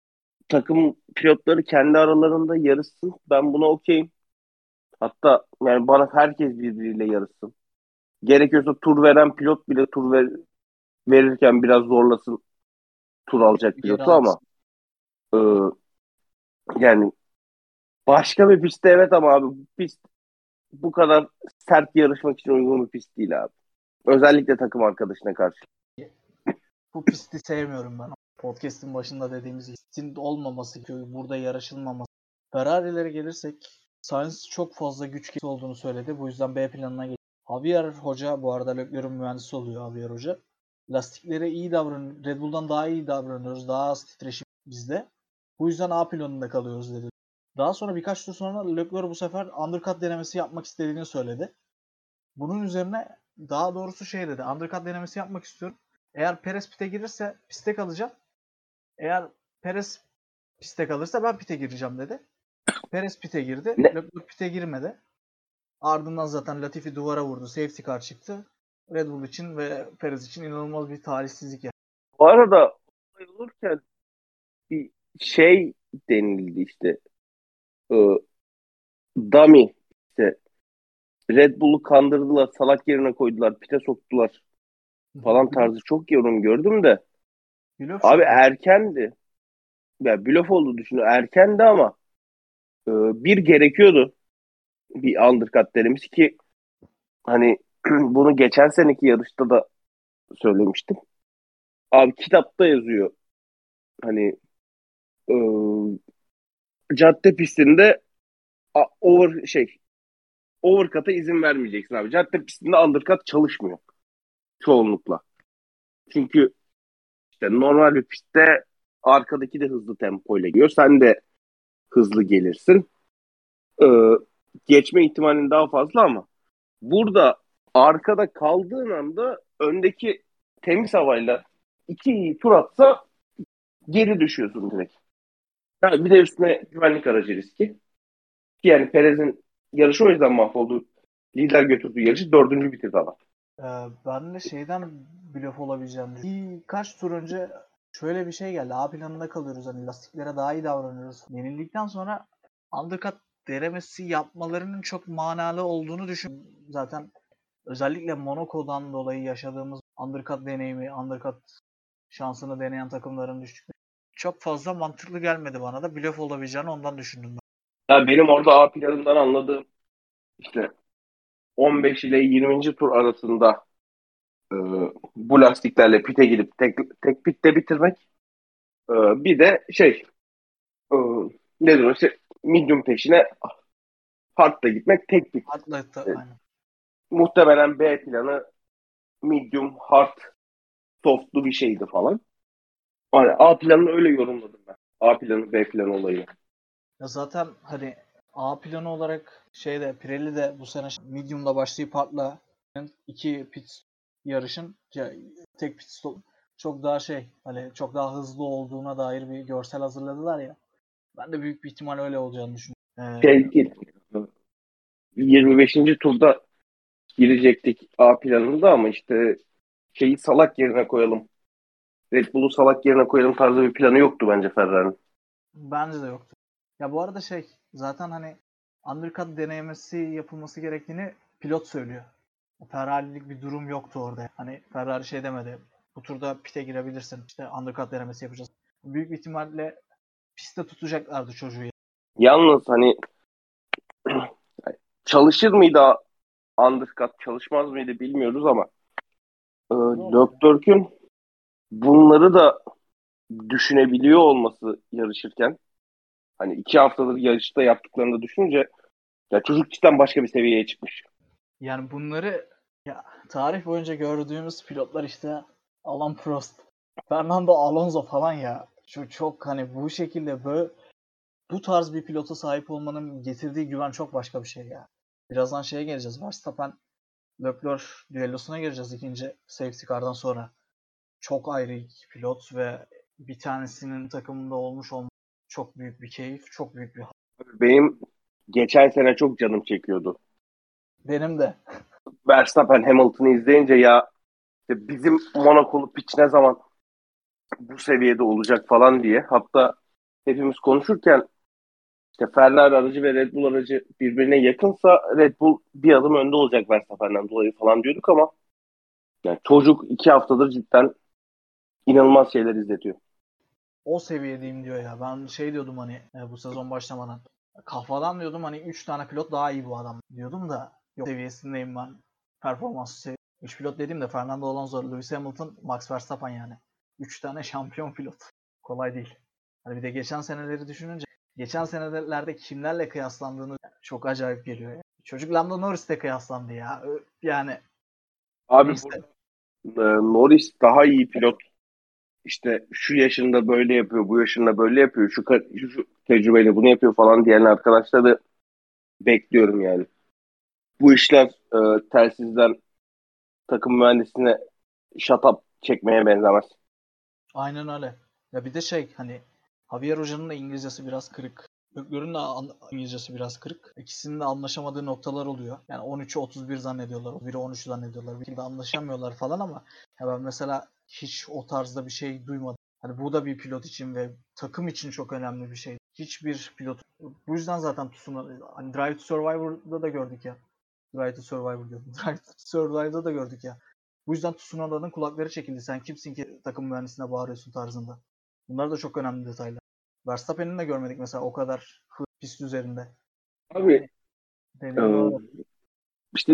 takım pilotları kendi aralarında yarışsın. Ben buna okeyim. Hatta yani bana herkes birbiriyle yarışsın. Gerekiyorsa tur veren pilot bile verirken biraz zorlasın. tur alacak Bir kere pilotu ama alsın. e, yani başka bir pistte evet ama abi bu pist bu kadar sert yarışmak için uygun bir pist değil abi. Özellikle takım arkadaşına karşı. Bu pisti sevmiyorum ben. Podcast'in başında dediğimiz gibi pistin olmaması, burada yarışılmaması. Ferrari'lere gelirsek Sainz çok fazla güç kesisi olduğunu söyledi. Bu yüzden B planına geçti. Javier Hoca bu arada Leclerc'in mühendisi oluyor Javier Hoca. Lastiklere iyi davranıyoruz. Red Bull'dan daha iyi davranıyoruz. Daha az titreşim bizde. Bu yüzden A planında kalıyoruz dedi. Daha sonra birkaç tur sonra Leclerc bu sefer undercut denemesi yapmak istediğini söyledi. Bunun üzerine daha doğrusu şey dedi. Undercut denemesi yapmak istiyorum. Eğer Perez pite girirse piste kalacağım. Eğer Perez piste kalırsa ben pite gireceğim dedi. Perez pite girdi. Ne? Leclerc pite girmedi. Ardından zaten Latifi duvara vurdu. Safety car çıktı. Red Bull için ve Perez için inanılmaz bir talihsizlik yani. Bu arada olay olurken bir şey denildi işte. E, dummy işte Red Bull'u kandırdılar, salak yerine koydular, pite soktular falan tarzı çok yorum gördüm de Blöf abi şaka. erkendi. Ya blöf olduğu düşünüyorum. Erkendi ama bir gerekiyordu bir undercut denemesi ki hani bunu geçen seneki yarışta da söylemiştim. Abi kitapta yazıyor. Hani e, cadde pistinde overcut'a izin vermeyeceksin abi. Cadde pistinde undercut çalışmıyor çoğunlukla. Çünkü işte normal bir pistte arkadaki de hızlı tempoyla gidiyor. Sen de hızlı gelirsin. Ee, geçme ihtimalin daha fazla ama burada arkada kaldığın anda öndeki temiz havayla iki tur atsa geri düşüyorsun direkt. Yani bir de üstüne güvenlik aracı riski. Yani Perez'in yarışı o yüzden mahvoldu. Lider götürdüğü yarışı dördüncü bitirdi adam. Ben de şeyden blöf olabileceğini düşünüyorum. Birkaç tur önce şöyle bir şey geldi. A planında kalıyoruz. Hani lastiklere daha iyi davranıyoruz. Yenildikten sonra undercut denemesi yapmalarının çok manalı olduğunu düşün. Zaten özellikle Monaco'dan dolayı yaşadığımız undercut deneyimi, undercut şansını deneyen takımların düştüğü çok fazla mantıklı gelmedi bana da. Blöf olabileceğini ondan düşündüm ben. Ya benim orada A planından anladığım işte 15 ile 20. tur arasında e, bu lastiklerle pite gidip tek pitte bitirmek. Bir de e, nedir o işte medium peşine hard'la gitmek tek pit. Atlet'te E, aynen. muhtemelen B planı medium, hard, softlu bir şeydi falan. Hani A planını öyle yorumladım ben. A planı, B planı olayı. Ya zaten hani A planı olarak Pirelli de bu sene medium'da başlayıp hard'la iki pit yarışın tek pit stop çok daha hani çok daha hızlı olduğuna dair bir görsel hazırladılar ya. Ben de büyük bir ihtimal öyle olacağını düşünüyorum. Değil. 25. turda girecektik A planında ama işte salak yerine koyalım. Red Bull'u salak yerine koyalım tarzı bir planı yoktu bence Ferrari'nin. Bence de yoktu. Ya bu arada zaten hani undercut denemesi yapılması gerektiğini pilot söylüyor. Ferrari'lik bir durum yoktu orada. Hani Ferrari demedi. Bu turda pite girebilirsin. İşte undercut denemesi yapacağız. Büyük bir ihtimalle pistte tutacaklardı çocuğu. Yalnız hani çalışır mıydı undercut çalışmaz mıydı bilmiyoruz ama Leclerc'ün bunları da düşünebiliyor olması yarışırken hani 2 haftadır yarışta yaptıklarını da düşününce ya çocuk cidden başka bir seviyeye çıkmış. Yani bunları tarih boyunca gördüğümüz pilotlar işte Alain Prost, Fernando Alonso falan ya. Çok hani bu şekilde bu tarz bir pilota sahip olmanın getirdiği güven çok başka bir şey ya. Birazdan geleceğiz. Verstappen Leclerc düellosuna gireceğiz ikinci safety car'dan sonra. Çok ayrı iki pilot ve bir tanesinin takımında olmuş olması çok büyük bir keyif, çok büyük bir Benim geçen sene çok canım çekiyordu. benim de. Verstappen Hamilton'ı izleyince ya işte bizim Monaco'lu piç ne zaman bu seviyede olacak falan diye. Hatta hepimiz konuşurken işte Ferrari aracı ve Red Bull aracı birbirine yakınsa Red Bull bir adım önde olacak Verstappen'den dolayı falan diyorduk ama yani çocuk 2 haftadır cidden inanılmaz şeyler izletiyor. o seviyedeyim diyor ya. Ben şey diyordum hani bu sezon başlamadan. Kafadan diyordum hani 3 tane pilot daha iyi bu adam diyordum da yok seviyesindeyim ben. Performans seviye. 3 pilot dediğim de Fernando Alonso, Lewis Hamilton, Max Verstappen yani. 3 tane şampiyon pilot. Kolay değil. Hani bir de geçen seneleri düşününce geçen senelerde kimlerle kıyaslandığını çok acayip geliyor ya. Çocuk Lando Norris'le kıyaslandı ya. Yani Abi neyse. burada Norris daha iyi pilot. İşte şu yaşında böyle yapıyor, bu yaşında böyle yapıyor, şu tecrübeyle bunu yapıyor falan diyen arkadaşları bekliyorum yani. Bu işler telsizden takım mühendisine shut up çekmeye benzemez. Aynen öyle. Ya bir de şey hani Javier Hoca'nın da İngilizcesi biraz kırık. Gökler'in de İngilizcesi biraz kırık. İkisinin de anlaşamadığı noktalar oluyor. Yani 13'ü 31 zannediyorlar. Biri 13 zannediyorlar. Bir şekilde anlaşamıyorlar falan ama ya ben mesela hiç o tarzda bir şey duymadım. Hani bu da bir pilot için ve takım için çok önemli bir şey. Hiçbir pilot. Bu yüzden zaten hani Drive to Survivor'da da gördük ya. Drive to Survivor diyordum. Drive to Survivor'da da gördük ya. Bu yüzden Tsunoda'nın kulakları çekildi. Sen kimsin ki takım mühendisine bağırıyorsun tarzında. Bunlar da çok önemli detaylar. Verstappen'in de görmedik mesela o kadar pist üzerinde. Abi Yani dediğin doğru. işte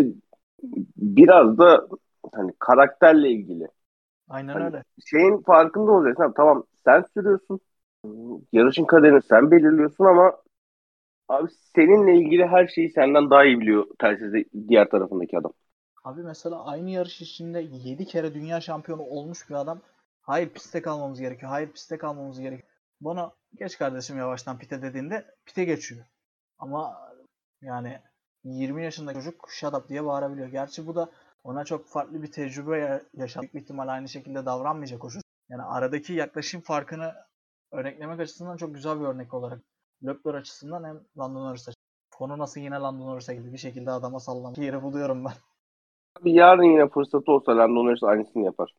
biraz da hani karakterle ilgili. Aynen Hani öyle. şeyin farkında olacaksın. Abi, tamam sen sürüyorsun. Yarışın kaderini sen belirliyorsun ama abi seninle ilgili her şeyi senden daha iyi biliyor telsizde diğer tarafındaki adam. Abi mesela aynı yarış içinde 7 kere dünya şampiyonu olmuş bir adam. Hayır piste kalmamız gerekiyor. Hayır piste kalmamız gerekiyor. Bana geç kardeşim yavaştan pite dediğinde pite geçiyor. Ama yani 20 yaşındaki çocuk shut up diye bağırabiliyor. Gerçi bu da ona çok farklı bir tecrübe yaşattı. Büyük bir ihtimal aynı şekilde davranmayacak o çocuk. Yani aradaki yaklaşım farkını örneklemek açısından çok güzel bir örnek olarak. Leclerc açısından hem Lando Norris açısından. Konu nasıl yine Lando Norris'e gibi bir şekilde adama sallamak yeri buluyorum ben. Abi yarın yine fırsatı olsa Lando Norris aynısını yapar.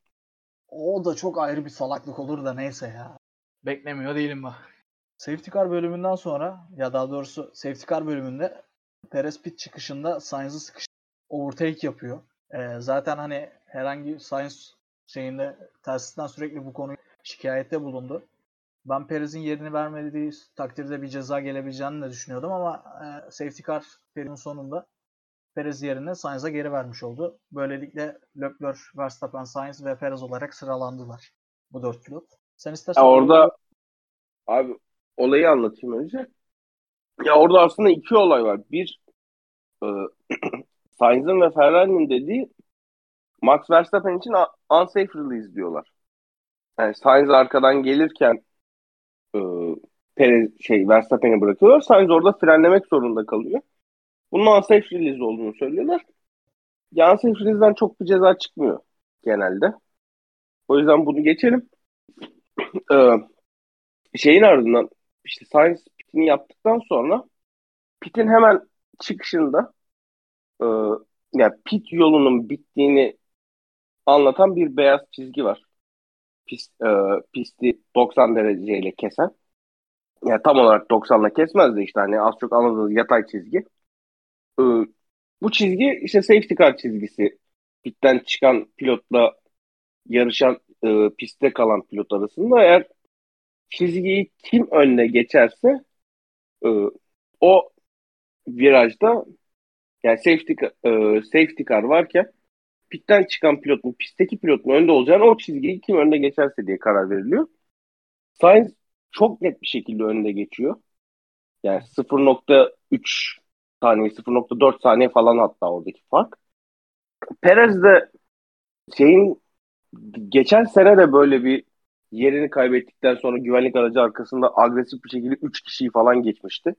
O da çok ayrı bir salaklık olur da neyse ya. Beklemiyor değilim ben. Safety car bölümünden sonra ya daha doğrusu safety car bölümünde Perez pit çıkışında Sainz'ı overtake yapıyor. Zaten hani herhangi Sainz şeyinde telsizden sürekli bu konuyu şikayette bulundu. Ben Perez'in yerini vermediği takdirde bir ceza gelebileceğini de düşünüyordum ama safety car periodu sonunda Perez yerine Sainz'a geri vermiş oldu. Böylelikle Leclerc, Verstappen, Sainz ve Perez olarak sıralandılar bu dört pilot. Sen Ya istersen olaya orada abi olayı anlatayım önce. Ya orada aslında iki olay var. Bir e, Sainz'ın ve Ferrari'nin dediği Max Verstappen için unsafe release diyorlar. Yani Sainz arkadan gelirken e, Verstappen'i bırakıyorlar. Sainz orada frenlemek zorunda kalıyor. Bunun unsafe release olduğunu söylüyorlar. Ya unsafe release'den çok bir ceza çıkmıyor genelde. O yüzden bunu geçelim. E, Şeyin ardından işte Sainz pitini yaptıktan sonra pitin hemen çıkışında e, yani pit yolunun bittiğini anlatan bir beyaz çizgi var. Pisti 90 dereceyle kesen. Yani tam olarak 90'la kesmez de işte hani az çok anladığınız yatay çizgi. Ee, Bu çizgi işte safety car çizgisi. Pitten çıkan pilotla yarışan pistte kalan pilot arasında eğer çizgiyi kim önüne geçerse e, o virajda yani safety car varken pitten çıkan pilotun pistteki pilotun önde olacağını o çizgiyi kim önüne geçerse diye karar veriliyor. Sainz çok net bir şekilde önde geçiyor. Yani 0,3 saniye, 0,4 saniye falan hatta oradaki fark. Perez de şeyin geçen sene de böyle bir yerini kaybettikten sonra güvenlik aracı arkasında agresif bir şekilde 3 kişiyi falan geçmişti.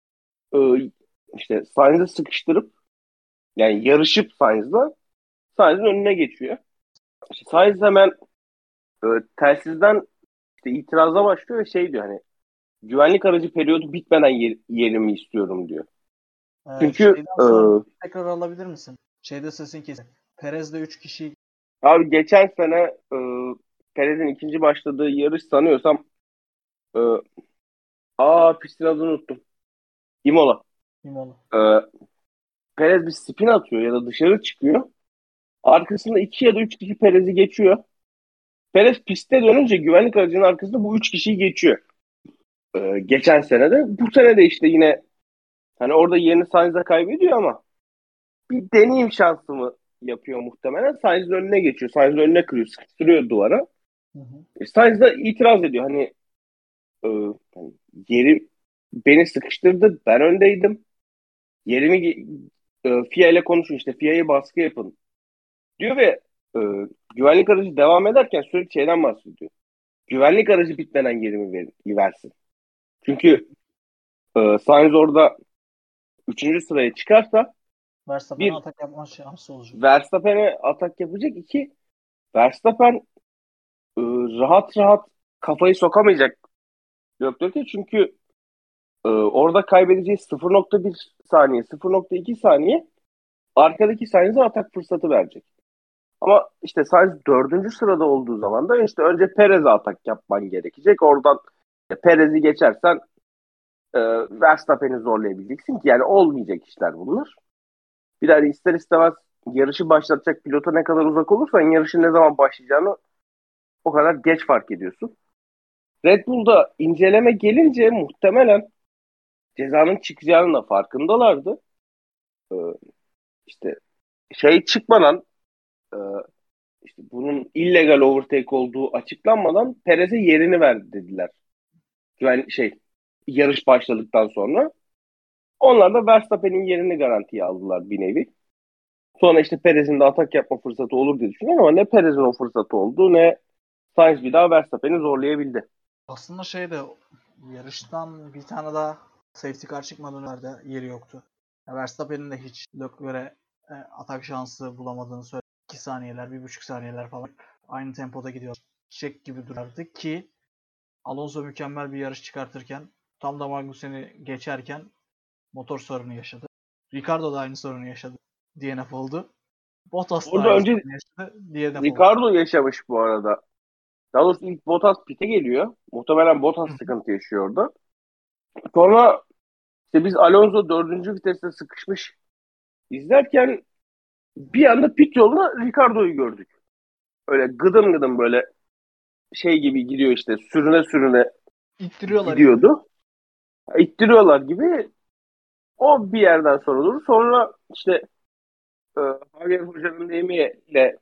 İşte Sainz'ı sıkıştırıp yani yarışıp Sainz'in önüne geçiyor. İşte Sainz hemen e, telsizden işte itiraza başlıyor ve şey diyor hani güvenlik aracı periyodu bitmeden yerimi istiyorum diyor. Çünkü şeyden sonra tekrar alabilir misin? Şeyde sesin kesin. Perez'de 3 kişi abi geçen sene Perez'in ikinci başladığı yarış sanıyorsam e, pistin adını unuttum. Imola. Imola. E, Perez bir spin atıyor ya da dışarı çıkıyor. Arkasında iki ya da üç kişi Perez'i geçiyor. Perez piste dönünce güvenlik aracının arkasında bu 3 kişiyi geçiyor. Geçen sene de. Bu sene de işte yine hani orada yerini Sainz'a kaybediyor ama bir deneyim şansı mı yapıyor muhtemelen. Sainz'in önüne geçiyor. Sainz'in önüne kırıyor. Sıkıştırıyor duvara. Hı hı. Sainz da itiraz ediyor. Hani yeri beni sıkıştırdı. Ben öndeydim. Yerimi FIA ile konuşun işte. FIA'yı baskı yapın diyor ve e, güvenlik aracı devam ederken sürekli şeyden bahsediyor. Güvenlik aracı bitmeden yerimi versin. Çünkü Sainz orada 3. sıraya çıkarsa Verstappen'e bir atak yapma şansı olacak. Verstappen'e atak yapacak. İki Verstappen rahat rahat kafayı sokamayacak Leclerc'e çünkü orada kaybedeceği 0,1 saniye, 0,2 saniye arkadaki Sainz'e atak fırsatı verecek. Ama işte Sainz 4. sırada olduğu zaman da işte önce Perez'e atak yapman gerekecek. Oradan Perez'i geçersen Verstappen'i zorlayabileceksin ki yani olmayacak işler bunlar. Bir de hani ister istemez yarışı başlatacak pilota ne kadar uzak olursan yarışın ne zaman başlayacağını o kadar geç fark ediyorsun. Red Bull'da inceleme gelince muhtemelen cezanın çıkacağının da farkındalardı. Ee, işte şey çıkmadan e, işte bunun illegal overtake olduğu açıklanmadan Perez'e yerini ver dediler. Yarış başladıktan sonra. Onlar da Verstappen'in yerini garantiye aldılar bir nevi. Sonra işte Perez'in de atak yapma fırsatı olur diye düşünüyorum ama ne Perez'in o fırsatı oldu ne Sainz bir daha Verstappen'i zorlayabildi. Aslında yarıştan bir tane daha safety car çıkmadan önce yeri yoktu. Verstappen'in de hiç Leclerc'e atak şansı bulamadığını söyledi. 2 saniyeler, 1,5 saniyeler falan aynı tempoda gidiyor. Çiçek gibi durardı ki Alonso mükemmel bir yarış çıkartırken tam da Magnussen'i geçerken motor sorunu yaşadı. Ricardo da aynı sorunu yaşadı. DNF oldu. Bottas da Orada aynı önce sorunu yaşadı. DNF oldu. Ricardo yaşamış bu arada. Daha doğrusu ilk Bottas pite geliyor. Muhtemelen Bottas sıkıntı yaşıyor orada. Sonra işte biz Alonso 4. viteste sıkışmış izlerken bir anda pit yoluna Ricardo'yu gördük. Öyle gıdım gıdım böyle şey gibi gidiyor işte sürüne sürüne İttiriyorlar gibi. gidiyordu. İttiriyorlar gibi o bir yerden sonra durdu. Sonra işte e, Javier Hoca'nın deyimiyle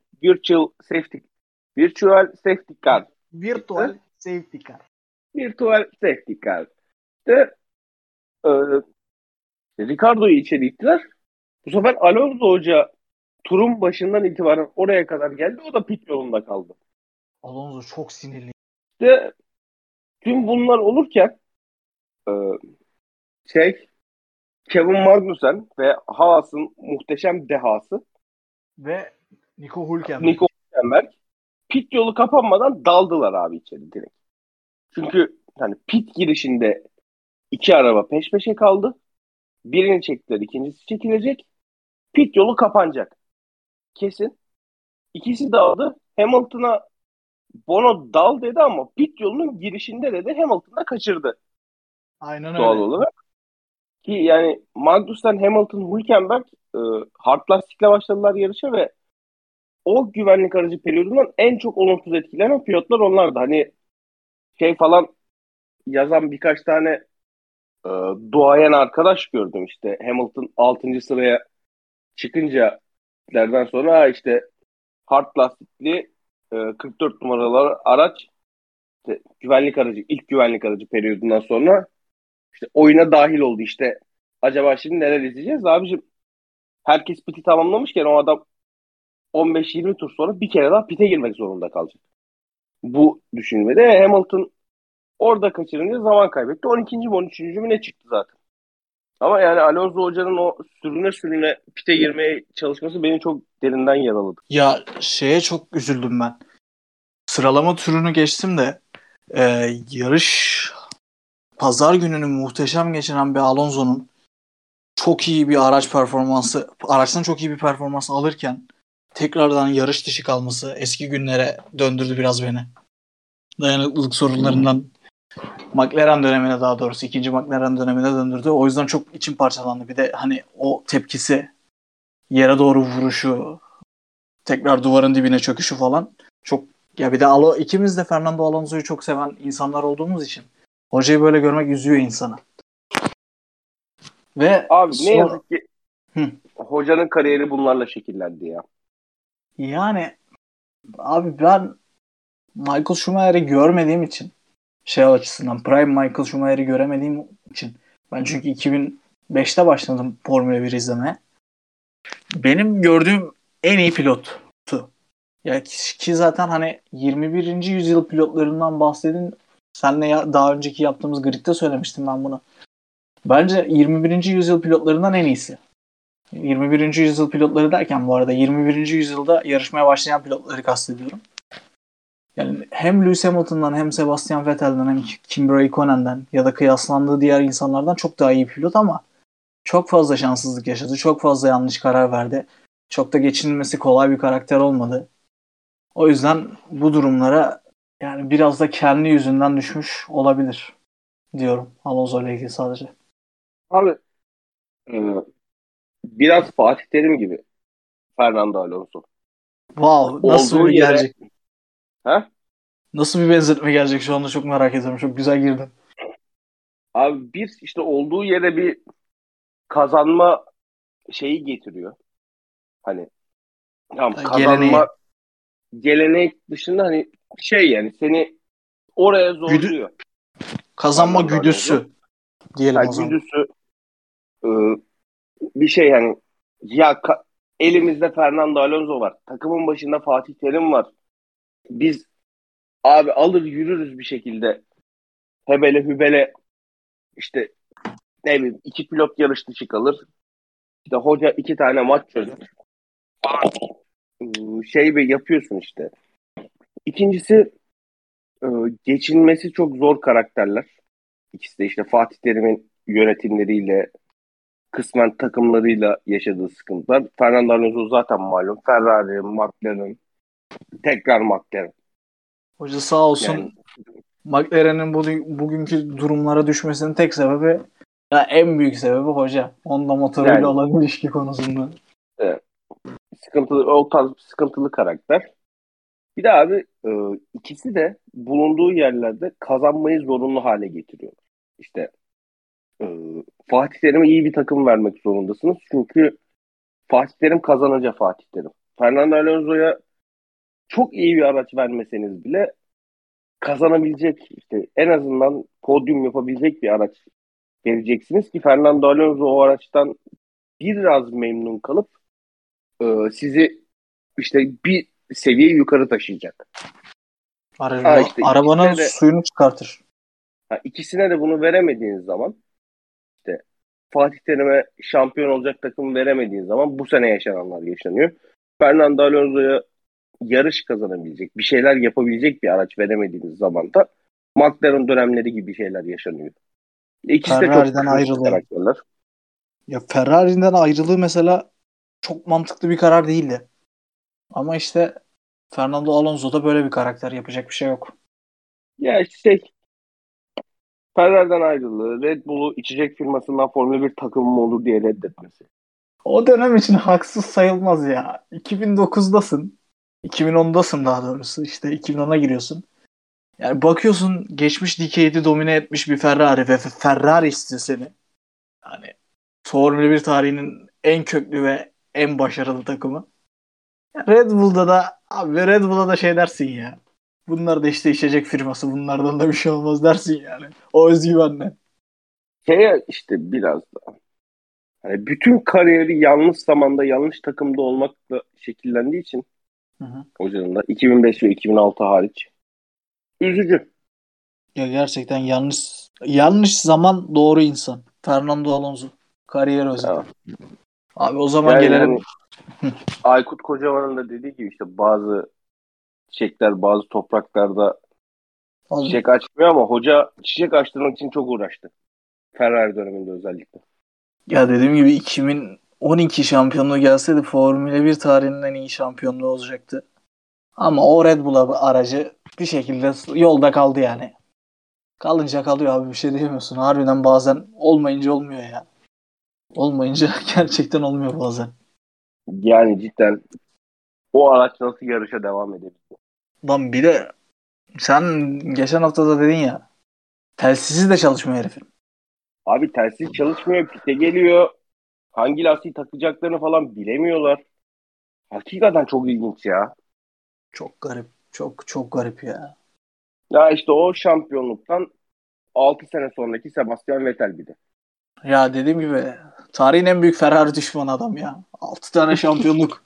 virtual safety car Virtual çıktı. safety car. Virtual safety car. İşte, e, Ricardo'yu içeri ittiler. Bu sefer Alonso Hoca turun başından itibaren oraya kadar geldi. O da pit yolunda kaldı. Alonso çok sinirli. İşte tüm bunlar olurken e, şey Kevin Magnussen ve Haas'ın muhteşem dehası Ve Nico Hülkenberg. Nico Hülkenberg pit yolu kapanmadan daldılar abi içeri direkt. Çünkü hani pit girişinde iki araba peş peşe kaldı. Birini çektiler, ikincisi çekilecek. Pit yolu kapanacak. Kesin. İkisi daldı. Hamilton'a Bono dal dedi ama pit yolunun girişinde dedi Hamilton'da kaçırdı Aynen doğal öyle. olarak. Ki yani Magnussen, Hamilton, Hülkenberg hard lastikle başladılar yarışa ve o güvenlik aracı periyodundan en çok olumsuz etkilenen pilotlar onlardı. Hani şey falan yazan birkaç tane e, duayen arkadaş gördüm işte Hamilton 6. sıraya çıkınca lerden sonra işte hard lastikli 44 numaralı araç işte güvenlik aracı ilk güvenlik aracı periyodundan sonra işte oyuna dahil oldu işte. Acaba şimdi neler izleyeceğiz? Abicim herkes piti tamamlamışken o adam 15-20 tur sonra bir kere daha pite girmek zorunda kalacak. Bu düşünmede Hamilton orada kaçırınca zaman kaybetti. 12. mi 13. mü ne çıktı zaten. Ama yani Alonso Hoca'nın o sürüne sürüne pite girmeye çalışması beni çok derinden yaraladı. Ya çok üzüldüm ben. Sıralama turunu geçtim de yarış pazar gününü muhteşem geçiren bir Alonso'nun çok iyi bir araçtan çok iyi bir performans alırken tekrardan yarış dışı kalması eski günlere döndürdü biraz beni. Dayanıklılık sorunlarından McLaren dönemine daha doğrusu ikinci McLaren dönemine döndürdü. O yüzden çok içim parçalandı. Bir de hani o tepkisi, yere doğru vuruşu, tekrar duvarın dibine çöküşü falan çok Ya bir de ikimiz de Fernando Alonso'yu çok seven insanlar olduğumuz için hocayı böyle görmek üzüyor insanı. Ve Abi ne yazık ki Hı. hocanın kariyeri bunlarla şekillendi ya. Yani abi ben Michael Schumacher'i görmediğim için açısından Prime Michael Schumacher'i göremediğim için ben çünkü 2005'te başladım Formula 1 izlemeye. Benim gördüğüm en iyi pilottu. Ya ki zaten hani 21. yüzyıl pilotlarından bahsedin. Senle daha önceki yaptığımız gridde söylemiştim ben bunu. Bence 21. yüzyıl pilotlarından en iyisi. 21. yüzyıl pilotları derken bu arada 21. yüzyılda yarışmaya başlayan pilotları kastediyorum. Yani hem Lewis Hamilton'dan hem Sebastian Vettel'den hem Kimi Raikkonen'den ya da kıyaslandığı diğer insanlardan çok daha iyi pilot ama çok fazla şanssızlık yaşadı. Çok fazla yanlış karar verdi. Çok da geçinilmesi kolay bir karakter olmadı. O yüzden bu durumlara yani biraz da kendi yüzünden düşmüş olabilir diyorum Alonso ile ilgili sadece. Abi e, biraz Fatih Terim gibi Fernando Alonso. Wow, nasıl Olduğu bir yere gelecek? ha? Nasıl bir benzetme gelecek şu anda çok merak ediyorum. Çok güzel girdin. Abi bir işte olduğu yere bir kazanma şeyi getiriyor. Hani tamam Geleneği. kazanma gelenek dışında hani şey yani seni oraya Güdü, zorluyor kazanma Fernando Alonso. güdüsü diyelim Ha, o zaman. güdüsü e, bir şey yani ya elimizde Fernando Alonso var. Takımın başında Fatih Terim var. Biz abi alır yürürüz bir şekilde. Hebele hübele işte ne bileyim iki pilot yarış dışı kalır. İşte hoca iki tane maç çözer. Şey bir yapıyorsun işte. İkincisi e, geçinmesi çok zor karakterler. İkisi de işte Fatih Terim'in yönetimleriyle kısmen takımlarıyla yaşadığı sıkıntılar. Fernando Alonso zaten malum. Ferrari, McLaren, tekrar McLaren. Hoca sağ Yani olsun McLaren'in bugünkü durumlara düşmesinin tek sebebi ya en büyük sebebi hoca. Onunla motoruyla yani olan ilişki konusunda. e, sıkıntılı, o tarz bir sıkıntılı karakter. Bir de abi ikisi de bulunduğu yerlerde kazanmayı zorunlu hale getiriyor. İşte e, Fatih Terim'e iyi bir takım vermek zorundasınız. Çünkü Fatih Terim kazanacak Fatih Terim. Fernando Alonso'ya çok iyi bir araç vermeseniz bile kazanabilecek işte en azından podyum yapabilecek bir araç vereceksiniz ki Fernando Alonso o araçtan biraz memnun kalıp sizi işte bir seviye yukarı taşıyacak. Ha işte Arabanın suyunu çıkartır. ikisine de bunu veremediğiniz zaman işte Fatih Terim'e şampiyon olacak takım veremediğiniz zaman bu sene yaşananlar yaşanıyor. Fernando Alonso'ya yarış kazanabilecek, bir şeyler yapabilecek bir araç veremediğiniz zaman da McLaren dönemleri gibi şeyler yaşanıyor. İkisi de çok Ferrari'den güçlü ayrılıyor. karakterler. Ya Ferrari'den ayrılığı mesela çok mantıklı bir karar değildi. Ama işte Fernando Alonso da böyle bir karakter. Yapacak bir şey yok. Ya işte şey, Ferrari'den ayrılığı, Red Bull'u içecek firmasından Formula 1 takımı mı olur diye reddetmesi. O dönem için haksız sayılmaz ya. 2009'dasın. 2010'dasın daha doğrusu. İşte 2010'a giriyorsun. Yani bakıyorsun geçmiş Decade'i domine etmiş bir Ferrari ve Ferrari istiyor seni. Yani Formula 1 tarihinin en köklü ve en başarılı takımı. Red Bull'da da abi Red Bull'a da şey dersin ya. Bunlar da işte içecek firması. Bunlardan da bir şey olmaz dersin yani. O özgüvenle. Şeye işte biraz da hani bütün kariyeri yanlış zamanda yanlış takımda olmakla şekillendiği için Hı hı. hocanın da 2005 ve 2006 hariç üzücü. Ya gerçekten yanlış zaman doğru insan. Fernando Alonso. Kariyer özeti. Ya, Abi o zaman yani gelelim. hani Aykut Kocaman'ın da dediği gibi işte bazı çiçekler bazı topraklarda çiçek açmıyor ama hoca çiçek açtırmak için çok uğraştı. Ferrari döneminde özellikle. Ya dediğim gibi 2012 şampiyonluğu gelseydi Formula 1 tarihinin en iyi şampiyonluğu olacaktı. Ama o Red Bull aracı bir şekilde yolda kaldı yani. Kalınca kalıyor abi bir şey diyemiyorsun. Harbiden bazen olmayınca olmuyor ya. Olmayınca gerçekten olmuyor bazen. Yani cidden o araç nasıl yarışa devam edebilir? Lan bir de sen geçen hafta da dedin ya, telsizi de çalışmıyor herifin. Abi telsiz çalışmıyor, pite geliyor. Hangi lastiği takacaklarını falan bilemiyorlar. Hakikaten çok ilginç ya. Çok garip. Çok çok garip ya. Ya işte o şampiyonluktan 6 sene sonraki Sebastian Vettel bir de. Ya dediğim gibi tarihin en büyük Ferrari düşmanı adam ya. 6 tane şampiyonluk.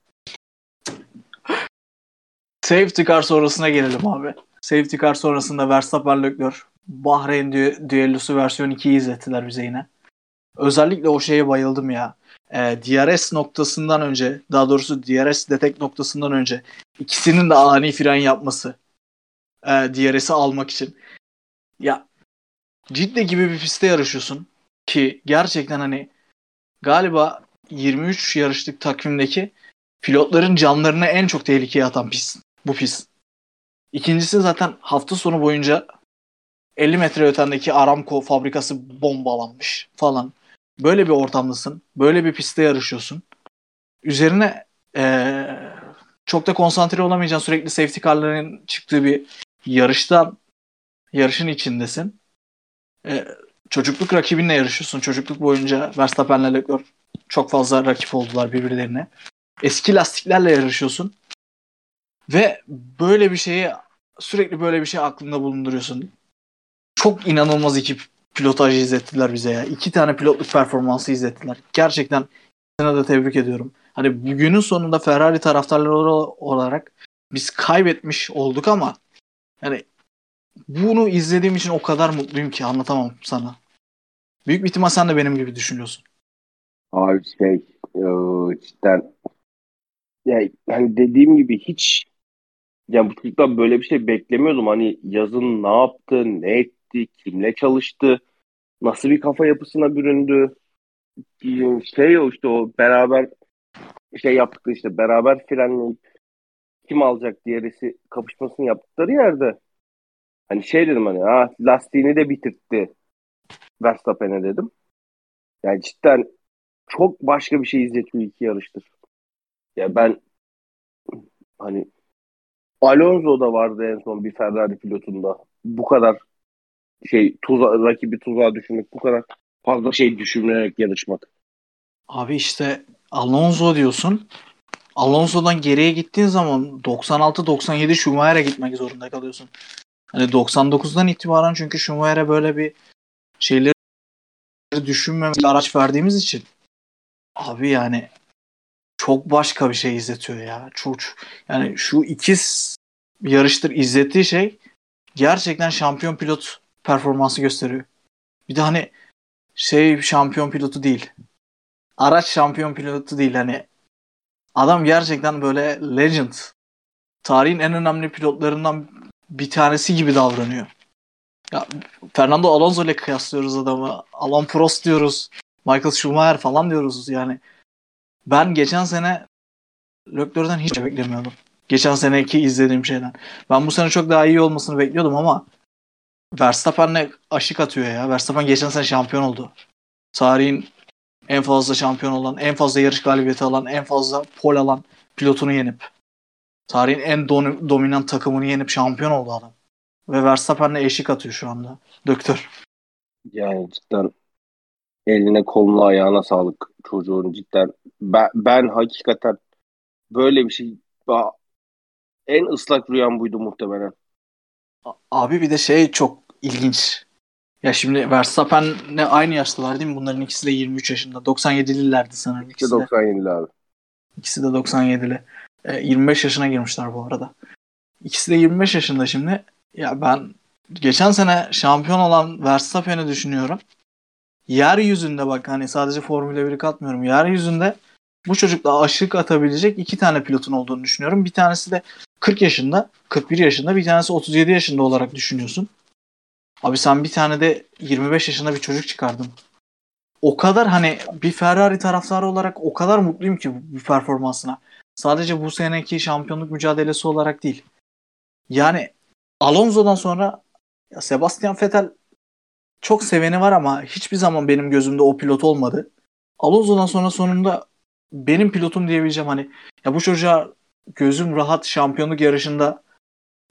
Safety car sonrasına gelelim abi. Safety car sonrasında Verstappen Leclerc Bahreyn düellosu versiyon 2'yi izlettiler bize yine. Özellikle o şeye bayıldım ya. DRS noktasından önce, daha doğrusu DRS detect noktasından önce ikisinin de ani fren yapması. DRS'i almak için. Ya Cidde gibi bir pistte yarışıyorsun ki gerçekten hani galiba 23 yarışlık takvimdeki pilotların canlarını en çok tehlikeye atan pist. Bu pist. İkincisi zaten hafta sonu boyunca 50 metre ötendeki Aramco fabrikası bombalanmış falan. Böyle bir ortamdasın. Böyle bir pistte yarışıyorsun. Üzerine çok da konsantre olamayacağın sürekli safety car'ların çıktığı bir yarışın içindesin. E, Çocukluk rakibinle yarışıyorsun. Çocukluk boyunca Verstappen'le Leclerc çok fazla rakip oldular birbirlerine. Eski lastiklerle yarışıyorsun. Ve sürekli böyle bir şey aklında bulunduruyorsun. Çok inanılmaz iki pilotaj izlettiler bize ya. 2 tane pilotluk performansı izlettiler. Gerçekten sana da tebrik ediyorum. Hani bugünün sonunda Ferrari taraftarları olarak biz kaybetmiş olduk ama yani bunu izlediğim için o kadar mutluyum ki anlatamam sana. Büyük bir ihtimal sen de benim gibi düşünüyorsun. Abi cidden yani hani dediğim gibi hiç yani bu çocuktan böyle bir şey beklemiyordum. Hani yazın ne yaptı, ne etti, kimle çalıştı, nasıl bir kafa yapısına büründü. Şey o işte o beraber şey yaptıkları işte beraber frenleyip kim alacak diğerisi kapışmasını yaptıkları yerde hani şey dedim hani lastiğini de bitirtti Verstappen'e dedim. Yani cidden çok başka bir şey izletiyor iki yarıştır. Ya ben hani Alonso da vardı en son bir Ferrari pilotunda. Bu kadar rakibi tuzağa düşürmek, bu kadar fazla şey düşünerek yarışmak. Abi işte Alonso diyorsun. Alonso'dan geriye gittiğin zaman 96-97 Schumacher'e gitmek zorunda kalıyorsun. Hani 99'dan itibaren çünkü Schumacher'e böyle bir şeyleri düşünmemek bir araç verdiğimiz için abi yani çok başka bir şey izletiyor ya. Yani şu yarıştır izlettiği şey gerçekten şampiyon pilot performansı gösteriyor. Bir de hani şampiyon pilotu değil. Araç şampiyon pilotu değil hani. Adam gerçekten böyle legend. Tarihin en önemli pilotlarından bir tanesi gibi davranıyor. Ya Fernando Alonso ile kıyaslıyoruz adamı. Alain Prost diyoruz. Michael Schumacher falan diyoruz yani. Ben geçen sene Leclerc'den hiç beklemiyordum. Geçen seneki izlediğim şeyden. Ben bu sene çok daha iyi olmasını bekliyordum ama Verstappen'le aşık atıyor ya. Verstappen geçen sene şampiyon oldu. Tarihin en fazla şampiyon olan, en fazla yarış galibiyeti alan, en fazla pole alan pilotunu yenip tarihin en dominant takımını yenip şampiyon oldu adam. Ve Verstappen'le eşik atıyor şu anda. Döktür. Yani cidden eline koluna ayağına sağlık çocuğun cidden. Ben hakikaten böyle bir şey en ıslak rüyam buydu muhtemelen. Abi bir de çok ilginç. Ya şimdi Verstappen'le aynı yaştalar değil mi? Bunların ikisi de 23 yaşında. 97'lilerdi sanırım İşte ikisi de. 97'li abi. İkisi de 97'li. 25 yaşına girmişler bu arada. İkisi de 25 yaşında şimdi. Ya ben geçen sene şampiyon olan Verstappen'i düşünüyorum. Yeryüzünde bak hani sadece Formula 1'i katmıyorum. Yeryüzünde bu çocukla aşık atabilecek 2 tane pilotun olduğunu düşünüyorum. Bir tanesi de 40 yaşında, 41 yaşında, bir tanesi 37 yaşında olarak düşünüyorsun. Abi sen bir tane de 25 yaşında bir çocuk çıkardın. O kadar hani bir Ferrari taraftarı olarak o kadar mutluyum ki bu performansına. Sadece bu seneki şampiyonluk mücadelesi olarak değil. Yani Alonso'dan sonra ya Sebastian Vettel çok seveni var ama hiçbir zaman benim gözümde o pilot olmadı. Alonso'dan sonra sonunda benim pilotum diyebileceğim hani ya bu çocuğa gözüm rahat şampiyonluk yarışında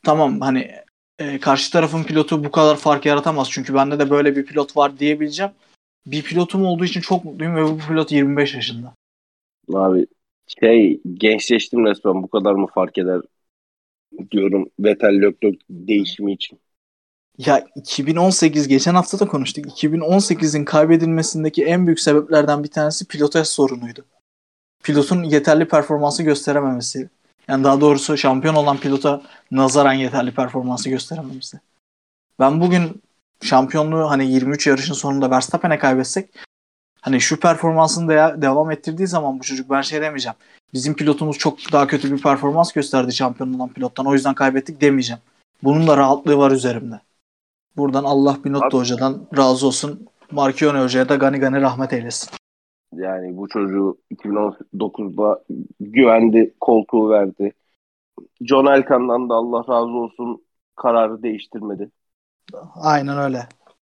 tamam hani karşı tarafın pilotu bu kadar fark yaratamaz. Çünkü bende de böyle bir pilot var diyebileceğim. Bir pilotum olduğu için çok mutluyum ve bu pilot 25 yaşında. Abi gençleştim resmen, bu kadar mı fark eder diyorum Vettel Leclerc değişimi için. Ya 2018 geçen hafta da konuştuk. 2018'in kaybedilmesindeki en büyük sebeplerden bir tanesi pilotaj sorunuydu. Pilotun yeterli performansı gösterememesi. Yani daha doğrusu şampiyon olan pilota nazaran yeterli performansı gösterememesi. Ben bugün şampiyonluğu hani 23 yarışın sonunda Verstappen'e kaybetsek hani şu performansını devam ettirdiği zaman bu çocuk ben şey demeyeceğim. Bizim pilotumuz çok daha kötü bir performans gösterdi şampiyon olan pilottan. O yüzden kaybettik demeyeceğim. Bunun da rahatlığı var üzerimde. Buradan Allah Binotto Abi, Hoca'dan razı olsun. Marchione Hoca'ya da gani gani rahmet eylesin. yani bu çocuğu 2019'da güvendi, koltuğu verdi. John Elkan'dan da Allah razı olsun, kararı değiştirmedi. Aynen öyle.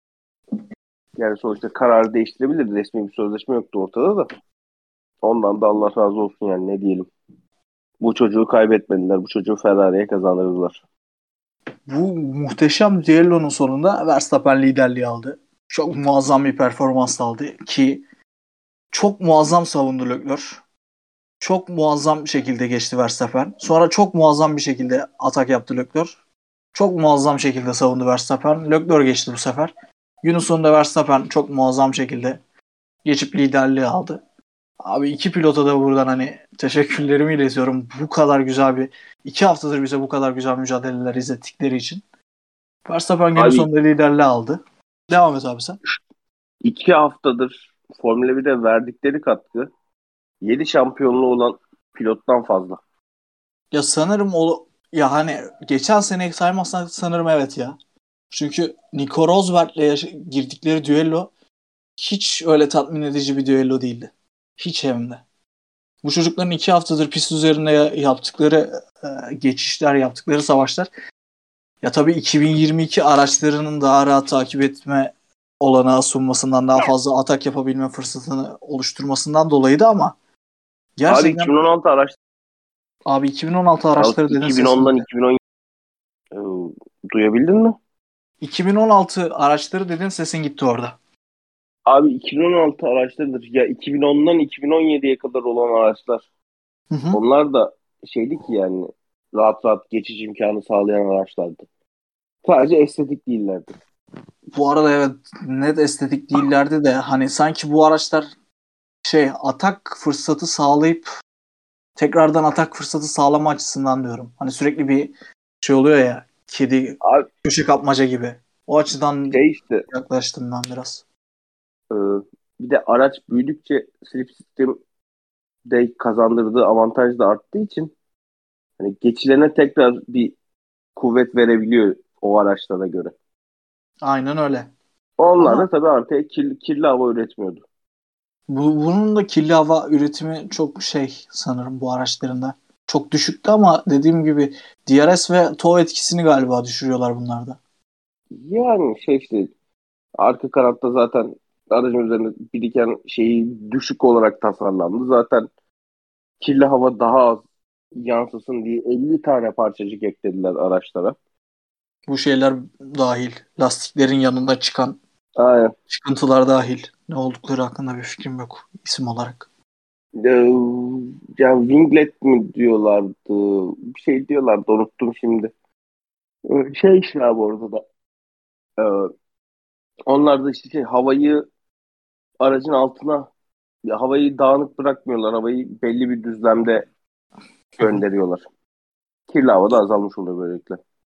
Yani sonuçta kararı değiştirebilirdi. Resmi bir sözleşme yoktu ortada da. Ondan da Allah razı olsun, yani ne diyelim. Bu çocuğu kaybetmediler. Bu çocuğu Ferrari'ye kazandırdılar. Bu muhteşem düellonun sonunda Verstappen liderliği aldı. Çok muazzam bir performans aldı ki çok muazzam savundu Leclerc. Çok muazzam bir şekilde geçti Verstappen. Sonra çok muazzam bir şekilde atak yaptı Leclerc. Çok muazzam şekilde savundu Verstappen. Leclerc geçti bu sefer. Günün sonunda Verstappen çok muazzam şekilde geçip liderliği aldı. Abi iki pilota da buradan hani teşekkürlerimi iletiyorum. Bu kadar güzel bir 2 haftadır bize bu kadar güzel mücadeleler izlettikleri için. Verstappen günün Abi sonunda liderliği aldı. Devam et abi sen. 2 haftadır Formula 1'de verdikleri katkı 7 şampiyonluğu olan pilottan fazla. Ya sanırım o ya hani geçen sene saymazsan sanırım evet ya. Çünkü Nico Rosberg'le girdikleri düello hiç öyle tatmin edici bir düello değildi. Hiç hem de. Bu çocukların 2 haftadır pist üzerinde yaptıkları geçişler, yaptıkları savaşlar. Ya tabii 2022 araçlarının daha rahat takip etme olanağı sunmasından, daha fazla atak yapabilme fırsatını oluşturmasından dolayıydı ama Abi gerçekten 2016 araç, abi 2016 araçları dedin sesin 2010'dan gitti. 2010, e, duyabildin mi? 2016 araçları dedin sesin gitti orada. Abi 2016 araçlarıdır. Ya 2010'dan 2017'ye kadar olan araçlar. Hı hı. Onlar da şeydi ki, yani rahat rahat geçiş imkanı sağlayan araçlardı. Sadece estetik değillerdi. Bu arada evet net estetik değillerdi de hani sanki bu araçlar atak fırsatı sağlayıp tekrardan atak fırsatı sağlama açısından diyorum. Hani sürekli bir şey oluyor ya kedi Abi köşe kapmaca gibi. O açıdan işte yaklaştım ben biraz. e, bir de araç büyüdükçe slip sistem de kazandırdığı avantaj da arttığı için hani geçilene tekrar bir kuvvet verebiliyor o araçlara göre. Aynen öyle. Onlar Ama da tabii artık kirli hava üretmiyordu. bunun da kirli hava üretimi çok sanırım bu araçlarında. Çok düşüktü ama dediğim gibi DRS ve TOW etkisini galiba düşürüyorlar bunlarda. Yani işte arka kanatta zaten aracın üzerinde biriken şeyi düşük olarak tasarlandı. Zaten kirli hava daha az yansısın diye 50 tane parçacık eklediler araçlara. Bu şeyler dahil. Lastiklerin yanında çıkan Aynen. çıkıntılar dahil. Ne oldukları hakkında bir fikrim yok isim olarak. Ee, Ya winglet mi diyorlardı? Bir şey diyorlardı, unuttum şimdi. İşte abi orada da. Ee, Onlar da işte havayı aracın altına, ya havayı dağınık bırakmıyorlar. Havayı belli bir düzlemde gönderiyorlar. Kirli hava da azalmış oluyor böylelikle.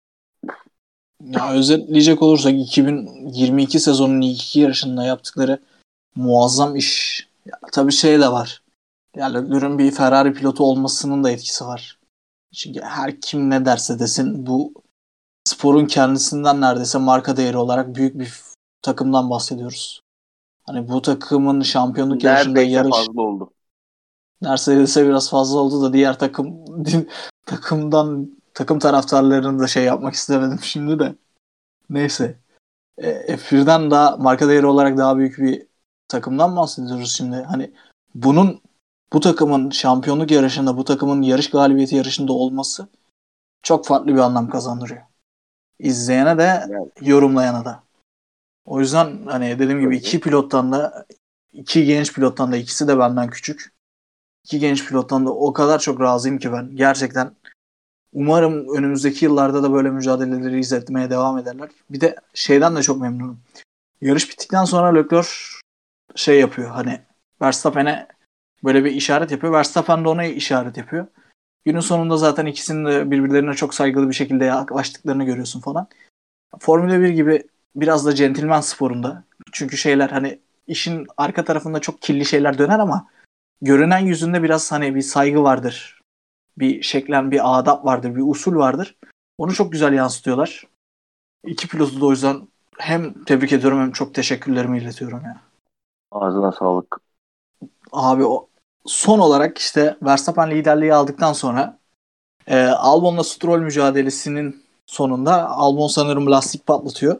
Ya özetleyecek olursak 2022 sezonunun ilk iki yarışında yaptıkları muazzam iş. Ya, tabii de var. Yani Leclerc'ün bir Ferrari pilotu olmasının da etkisi var. Çünkü her kim ne derse desin bu sporun kendisinden neredeyse marka değeri olarak büyük bir takımdan bahsediyoruz. Hani bu takımın şampiyonluk yarışında Neredeyse fazla oldu. neredeyse biraz fazla oldu da diğer takım taraftarlarını da yapmak istemedim şimdi de. Neyse. F1'den daha marka değeri olarak daha büyük bir takımdan bahsediyoruz şimdi. Hani bu takımın şampiyonluk yarışında, bu takımın yarış galibiyeti yarışında olması çok farklı bir anlam kazandırıyor. İzleyene de Yani, yorumlayana da. O yüzden hani dediğim gibi iki genç pilottan da ikisi de benden küçük. İki genç pilottan da o kadar çok razıyım ki ben. Gerçekten umarım önümüzdeki yıllarda da böyle mücadeleleri izletmeye devam ederler. Bir de şeyden de çok memnunum. Yarış bittikten sonra Leclerc şey yapıyor, hani Verstappen'e böyle bir işaret yapıyor. Verstappen de ona işaret yapıyor. Günün sonunda zaten ikisinin de birbirlerine çok saygılı bir şekilde yaklaştıklarını görüyorsun falan. Formula 1 gibi biraz da centilmen sporunda. Çünkü şeyler hani işin arka tarafında çok kirli şeyler döner ama görünen yüzünde biraz hani bir saygı vardır. Bir şeklen, bir adap vardır, bir usul vardır. Onu çok güzel yansıtıyorlar. İki pilotu da o yüzden hem tebrik ediyorum hem çok teşekkürlerimi iletiyorum ya. ağzına sağlık. Abi o son olarak işte Verstappen liderliği aldıktan sonra Albon'la Stroll mücadelesinin sonunda Albon sanırım lastik patlatıyor.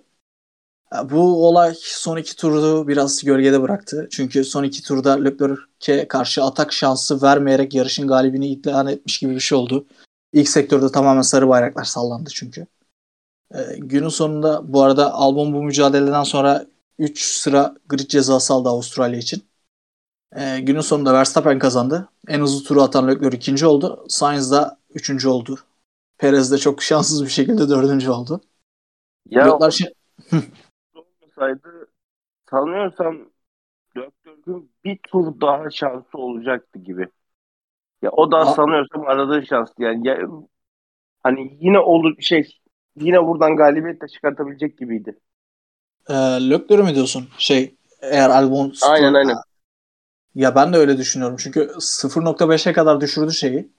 Bu olay son iki turu biraz gölgede bıraktı. Çünkü son iki turda Leclerc'e karşı atak şansı vermeyerek yarışın galibini ilan etmiş gibi bir şey oldu. İlk sektörde tamamen sarı bayraklar sallandı çünkü. Günün sonunda bu arada Albon bu mücadeleden sonra 3 sıra grid cezası aldı Avustralya için. Günün sonunda Verstappen kazandı. En hızlı turu atan Leclerc ikinci oldu. Sainz da üçüncü oldu. Perez de çok şanssız bir şekilde dördüncü oldu. Ya Pilotlar o olmasaydı sanıyorsam Leclerc'in bir tur daha şansı olacaktı gibi. Ya o da A- sanıyorsam aradığı şans. Yani ya, hani yine olur yine buradan galibiyetle çıkartabilecek gibiydi. Leclerc mi diyorsun? Eğer Albon Aynen Stroll. aynen. Ya ben de öyle düşünüyorum. Çünkü 0.5'e kadar düşürdü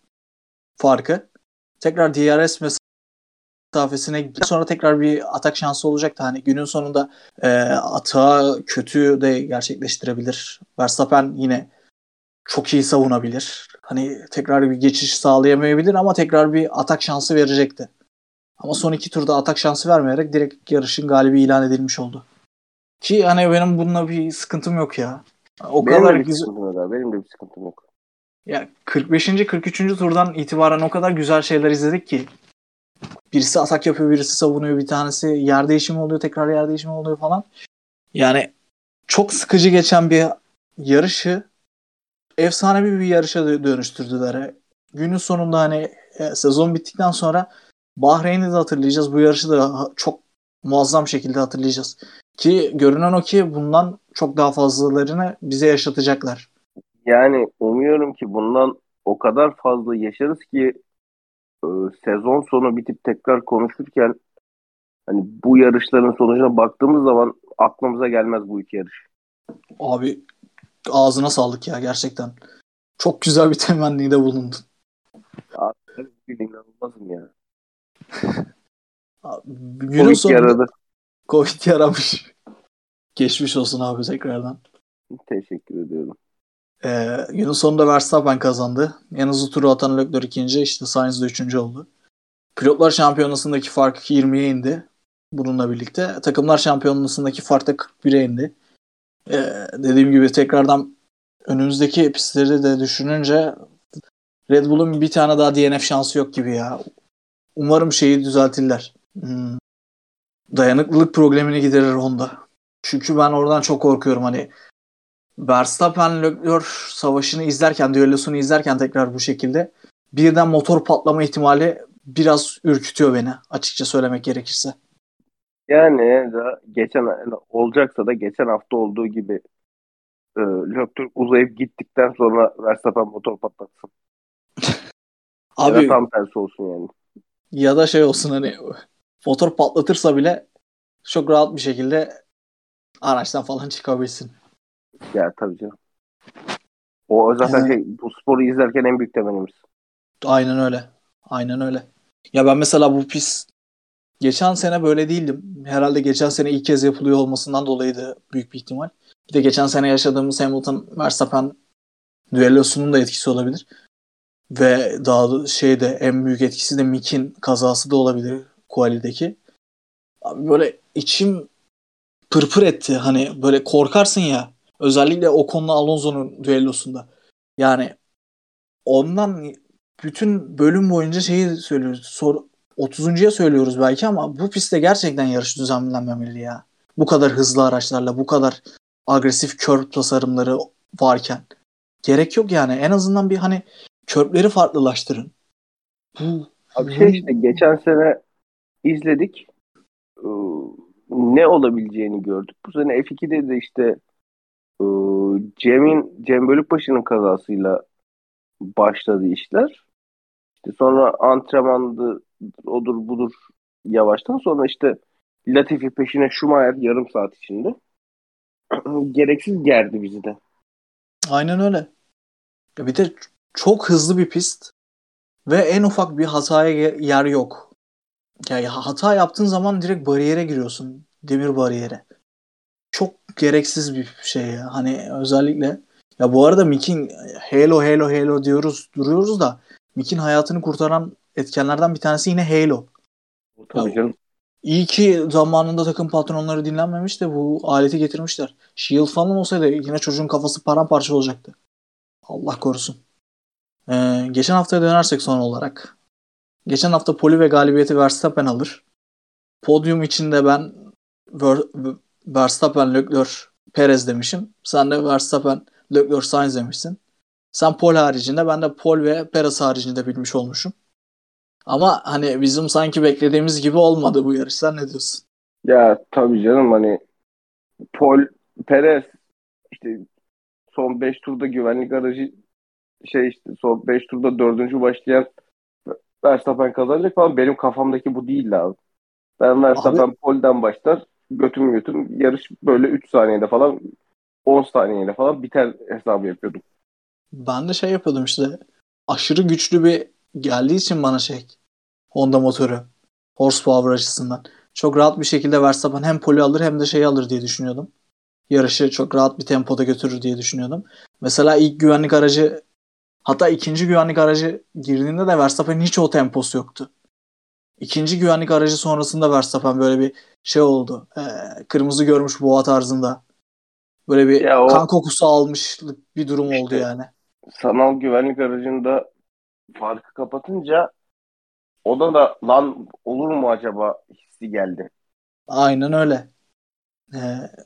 farkı. Tekrar DRS mesafesine gitti. Sonra tekrar bir atak şansı olacaktı. Hani günün sonunda atağı kötü de gerçekleştirebilir. Verstappen yine çok iyi savunabilir. Hani tekrar bir geçiş sağlayamayabilir ama tekrar bir atak şansı verecekti. Ama son iki turda atak şansı vermeyerek direkt yarışın galibi ilan edilmiş oldu. Ki hani benim bununla bir sıkıntım yok ya. O Benim kadar de bir güzel. sıkıntım yok abi. Benim de bir sıkıntım yok. Ya 45. 43. turdan itibaren o kadar güzel şeyler izledik ki. Birisi atak yapıyor, birisi savunuyor, bir tanesi yer değişimi oluyor, tekrar yer değişimi oluyor falan. Yani çok sıkıcı geçen bir yarışı efsanevi bir yarışa dönüştürdüler. Günün sonunda hani sezon bittikten sonra Bahreyn'i de hatırlayacağız. Bu yarışı da çok muazzam şekilde hatırlayacağız. Ki görünen o ki bundan çok daha fazlalarını bize yaşatacaklar. Yani umuyorum ki bundan o kadar fazla yaşarız ki e, sezon sonu bitip tekrar konuşurken hani bu yarışların sonucuna baktığımız zaman aklımıza gelmez bu iki yarış. Abi ağzına sağlık ya gerçekten. Çok güzel bir temennide bulundun. Abi, bugün inanılmazım ya. Günün Covid sonunda yaradı. Covid yaramış. Geçmiş olsun abi tekrardan. Teşekkür ediyorum. Günün sonunda Verstappen kazandı. En hızlı turu atan Leclerc ikinci, işte Sainz de üçüncü oldu. Pilotlar şampiyonasındaki fark 20'ye indi. Bununla birlikte takımlar şampiyonasındaki fark da 41'e indi. Dediğim gibi tekrardan önümüzdeki pistleri de düşününce Red Bull'un bir tane daha DNF şansı yok gibi ya. Umarım şeyi düzeltirler. Dayanıklılık problemini giderir Honda. Çünkü ben oradan çok korkuyorum. Hani Verstappen Leclerc savaşını izlerken, düellosunu izlerken tekrar bu şekilde birden motor patlama ihtimali biraz ürkütüyor beni, açıkça söylemek gerekirse. Yani yani olacaksa da geçen hafta olduğu gibi Leclerc uzayıp gittikten sonra Verstappen motor patlatsın. Ya da Abi tam tersi olsun yani. ya da şey olsun, hani motor patlatırsa bile çok rahat bir şekilde araçtan falan çıkabilsin. Ya tabii canım. O zaten Ee, bu sporu izlerken en büyük temelimiz. aynen öyle. Aynen öyle. Ya ben mesela bu pist geçen sene böyle değildim. Herhalde geçen sene ilk kez yapılıyor olmasından dolayıydı büyük bir ihtimal. Bir de geçen sene yaşadığımız Hamilton Verstappen düellosunun da etkisi olabilir. Ve daha da en büyük etkisi de Mick'in kazası da olabilir quali'deki. Abi böyle içim pırpır etti. Hani böyle korkarsın ya. Özellikle Ocon'la Alonso'nun düellosunda. Yani ondan bütün bölüm boyunca şeyi söylüyoruz. 30'uncuya söylüyoruz belki ama bu pistte gerçekten yarış düzenlenmemeli ya. Bu kadar hızlı araçlarla, bu kadar agresif curb tasarımları varken. Gerek yok yani. En azından bir hani curb'leri farklılaştırın. Bu, Abi bu işte geçen sene izledik. Ee, Ne olabileceğini gördük. Bu sene F2'de de işte e, Cem Bölükbaşı'nın kazasıyla başladı işler. İşte sonra antrenmandı, odur budur yavaştan sonra işte Latifi peşine Schumacher yarım saat içinde. Gereksiz gerdi bizi de. aynen öyle. Ya bir de çok hızlı bir pist ve en ufak bir hataya yer yok. Yani hata yaptığın zaman direkt bariyere giriyorsun. Demir bariyere. Çok gereksiz bir şey ya. Hani özellikle ya bu arada Mick'in Halo Halo Halo duruyoruz da Mick'in hayatını kurtaran etkenlerden bir tanesi yine Halo. Ya Tabii canım. iyi ki zamanında takım patronları dinlenmemiş de bu aleti getirmişler. Shield falan olsaydı yine çocuğun kafası paramparça olacaktı. Allah korusun. Geçen haftaya dönersek son olarak. Geçen hafta pole ve galibiyeti Verstappen alır. Podyum içinde ben Verstappen, Leclerc, Perez demişim. Sen de Verstappen, Leclerc, Sainz demişsin. Sen pole haricinde, ben de pole ve Perez haricinde bilmiş olmuşum. Ama hani bizim sanki beklediğimiz gibi olmadı bu yarışlar. Ne diyorsun? Ya tabii canım hani Paul Perez işte son 5 turda güvenlik aracı işte son 5 turda dördüncü başlayan Verstappen kazanacak falan benim kafamdaki bu değildi abi. Ben Abi Verstappen pole'den başlar götüm yarış böyle 3 saniyede falan 10 saniyede falan biter hesabı yapıyordum. ben de şey yapıyordum işte. Aşırı güçlü bir geldiği için bana Honda motoru. Horsepower açısından. Çok rahat bir şekilde Verstappen hem pole alır hem de alır diye düşünüyordum. Yarışı çok rahat bir tempoda götürür diye düşünüyordum. Mesela ilk güvenlik aracı, hatta ikinci güvenlik aracı girdiğinde de Verstappen'in hiç o temposu yoktu. İkinci güvenlik aracı sonrasında Verstappen böyle bir oldu. Kırmızı görmüş boğa tarzında. Böyle bir Ya kan o kokusu almışlık bir durum oldu işte yani. sanal güvenlik aracında farkı kapatınca da lan olur mu acaba hissi geldi. Aynen öyle. Ee,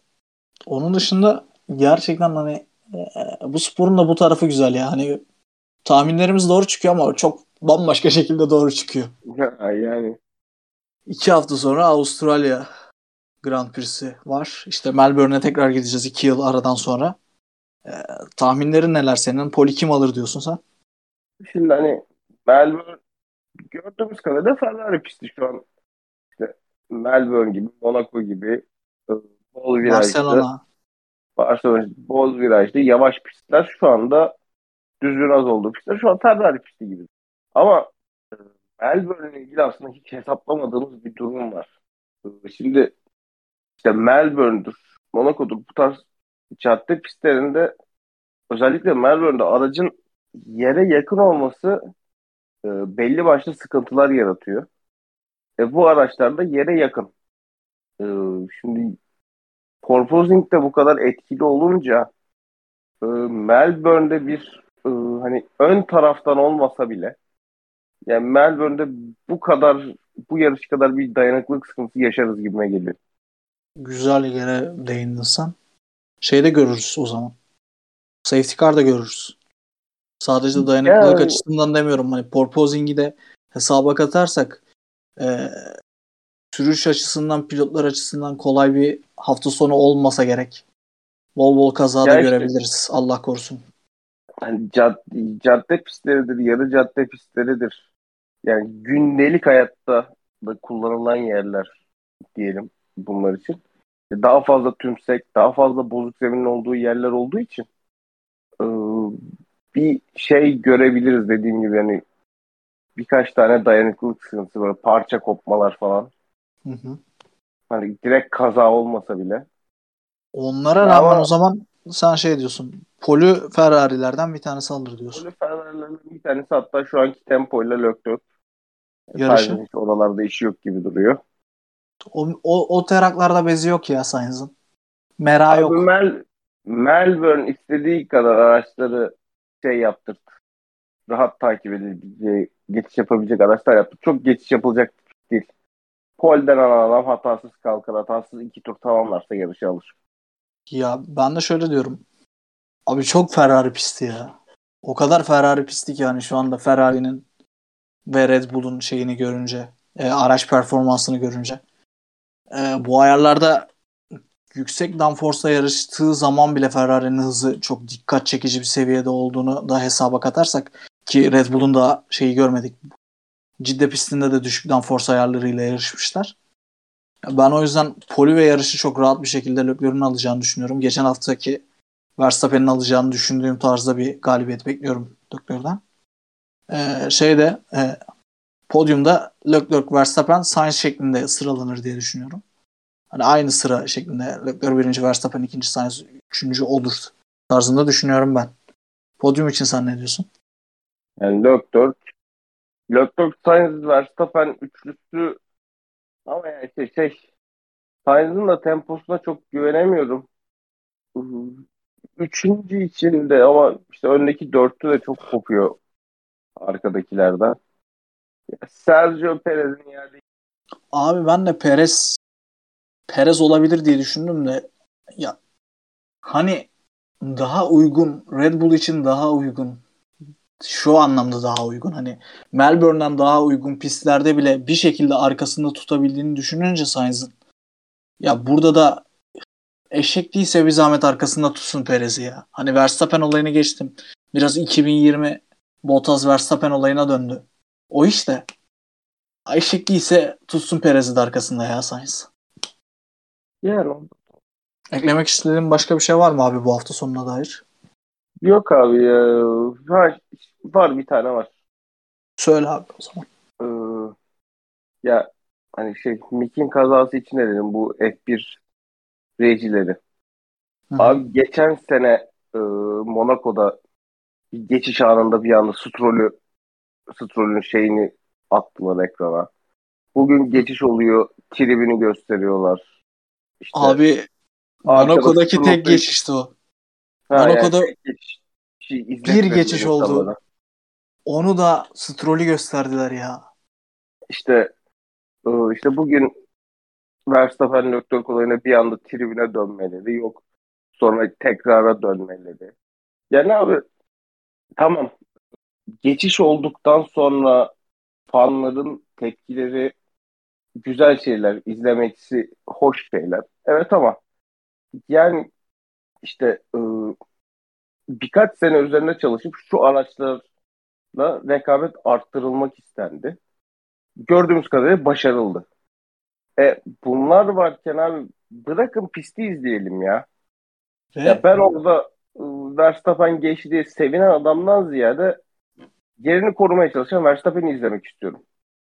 Onun dışında gerçekten hani bu sporun da bu tarafı güzel ya. Hani tahminlerimiz doğru çıkıyor ama çok bambaşka şekilde doğru çıkıyor. Ya, yani 2 hafta sonra Avustralya Grand Prix'si var. İşte Melbourne'e tekrar gideceğiz 2 yıl aradan sonra. Ee, Tahminlerin neler senin? Poli kim alır diyorsun sen? şimdi hani Melbourne gördüğümüz kadarıyla Ferrari pisti şu an işte Melbourne gibi, Monaco gibi e, bol virajlı, Barcelona. Barcelona bol virajlı, yavaş pistler şu anda düzgün az olduğu pistler şu an Ferrari pisti gibi. Ama e, Melbourne ile ilgili aslında hiç hesaplamadığımız bir durum var. Şimdi işte Melbourne'dur, Monaco'dur bu tarz cadde pistlerinde özellikle Melbourne'de aracın yere yakın olması belli başlı sıkıntılar yaratıyor. Bu araçlar da yere yakın. E, Şimdi porpoising de bu kadar etkili olunca Melbourne'de hani ön taraftan olmasa bile yani Melbourne'de bu kadar bu yarış kadar bir dayanıklılık sıkıntısı yaşarız gibime geliyor. Güzel yere değindin sen. Şeyde görürüz o zaman. Safety car'da görürüz. Sadece dayanıklılık Yani açısından demiyorum. Hani porpoising'i de hesaba katarsak e, sürüş açısından, pilotlar açısından kolay bir hafta sonu olmasa gerek. Bol bol kaza da ya işte görebiliriz. Allah korusun. hani cadde pistleridir, yarı cadde pistleridir. Yani gündelik hayatta da kullanılan yerler diyelim bunlar için. Daha fazla tümsek, daha fazla bozuk zeminin olduğu yerler olduğu için e, bir şey görebiliriz dediğim gibi yani birkaç tane dayanıklılık sıkıntısı böyle parça kopmalar falan. Hı hı. Hani direkt kaza olmasa bile. Onlara rağmen o Ama zaman sen diyorsun. Poli Ferrari'lerden bir tanesi alır diyorsun. böyle Ferrari'lerin bir tanesi hatta şu anki tempo ile Leclerc. Yarışı. Sainz'in hiç oralarda işi yok gibi duruyor. O teraklarda bezi yok ya Sainz'ın. Mera Abi yok. Melbourne istediği kadar araçları yaptı. Rahat takip edebileceği, geçiş yapabilecek araçlar yaptı. Çok geçiş yapılacak değil. Pole denen adam hatasız kalkar. Hatasız 2 tur tamamlarsa yarışı alır. Ya ben de şöyle diyorum. Abi çok Ferrari pisti ya. O kadar Ferrari pisti ki yani şu anda Ferrari'nin ve Red Bull'un şeyini görünce, araç performansını görünce. Bu ayarlarda yüksek downforce'la yarıştığı zaman bile Ferrari'nin hızı çok dikkat çekici bir seviyede olduğunu da hesaba katarsak ki Red Bull'un da şeyi görmedik. Cidde pistinde de düşük downforce ayarlarıyla yarışmışlar. Ben o yüzden pole ve yarışı çok rahat bir şekilde Leclerc'in alacağını düşünüyorum. Geçen haftaki Verstappen'in alacağını düşündüğüm tarzda bir galibiyet bekliyorum Leclerc'den. Podyumda Leclerc, Verstappen, Sainz şeklinde sıralanır diye düşünüyorum. Hani aynı sıra şeklinde Leclerc birinci, Verstappen ikinci, Sainz üçüncü olur tarzında düşünüyorum ben. Podyum için sen ne diyorsun? Yani Leclerc, Sainz, Verstappen üçlüsü ama yani Sainz'ın da temposuna çok güvenemiyorum. Üçüncü için de ama işte öndeki dörtlü de çok kopuyor arkadakilerden. Sergio Perez'in yerde Abi ben de Perez olabilir diye düşündüm de ya hani daha uygun, Red Bull için daha uygun, şu anlamda daha uygun, hani Melbourne'den daha uygun pistlerde bile bir şekilde arkasında tutabildiğini düşününce Sainz'ın, ya burada da eşek değilse bir zahmet arkasında tutsun Perez'i ya. Hani Verstappen olayını geçtim. Biraz 2020 Bottas Verstappen olayına döndü. O işte. Eşek değilse tutsun Perez'i de arkasında ya Sainz. yani Eklemek istediğin başka bir şey var mı abi bu hafta sonuna dair? yok abi ya. Var bir tane var. Söyle abi o zaman. Ee, ya hani Mick'in kazası için dedim bu F1 recileri. Hı hı. Abi geçen sene Monaco'da bir geçiş anında bir anda Stroll'ün şeyini attılar ekrana. Bugün geçiş oluyor, tribünü gösteriyorlar. İşte Abi arkada Monaco'daki tek Stroll'ü geçişti o. yani Monaco'da tek geçiş bir izletmediler geçiş oldu. insanlara. Onu da Stroll'ü gösterdiler ya. İşte işte bugün Verstappen Leclerc olayına bir anda tribüne dönmeleri yok. Sonra tekrara dönmeleri. Yani abi tamam geçiş olduktan sonra fanların tepkileri güzel şeyler, izlemesi hoş şeyler. Evet ama yani işte birkaç sene üzerine çalışıp şu araçlarla rekabet arttırılmak istendi. Gördüğümüz kadarıyla başarıldı. Bunlar varken abi bırakın pisti izleyelim ya. Ya Ve ben orada Verstappen geçti diye sevinen adamdan ziyade yerini korumaya çalışan Verstappen'i izlemek istiyorum.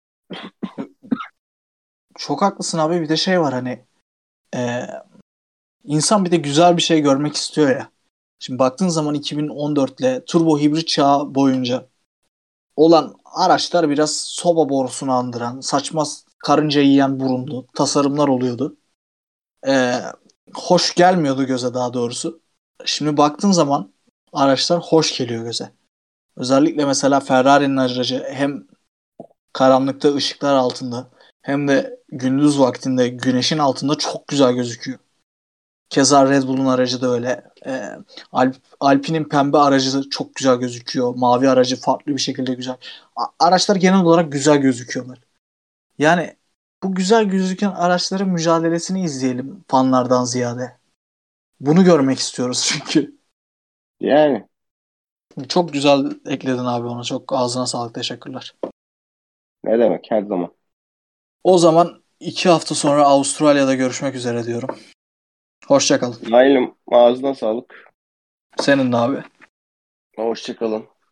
çok haklısın abi, bir de şey var hani e, insan bir de güzel bir şey görmek istiyor ya. Şimdi baktığın zaman 2014 ile turbo hibrit çağı boyunca olan araçlar biraz soba borusunu andıran, saçma karınca yiyen burunlu tasarımlar oluyordu. Ee, Hoş gelmiyordu göze daha doğrusu. Şimdi baktığın zaman araçlar hoş geliyor göze. Özellikle mesela Ferrari'nin aracı hem karanlıkta ışıklar altında hem de gündüz vaktinde güneşin altında çok güzel gözüküyor. Keza Red Bull'un aracı da öyle. Alpine'in pembe aracı çok güzel gözüküyor. Mavi aracı farklı bir şekilde güzel. Araçlar genel olarak güzel gözüküyorlar. Yani bu güzel gözüken araçların mücadelesini izleyelim fanlardan ziyade. Bunu görmek istiyoruz çünkü. Yani Çok güzel ekledin abi ona. Çok ağzına sağlık. Teşekkürler. ne demek her zaman. O zaman 2 hafta sonra Avustralya'da görüşmek üzere diyorum. Hoşça kalın. Nail'im ağzına sağlık. Senin de abi. Hoşçakalın.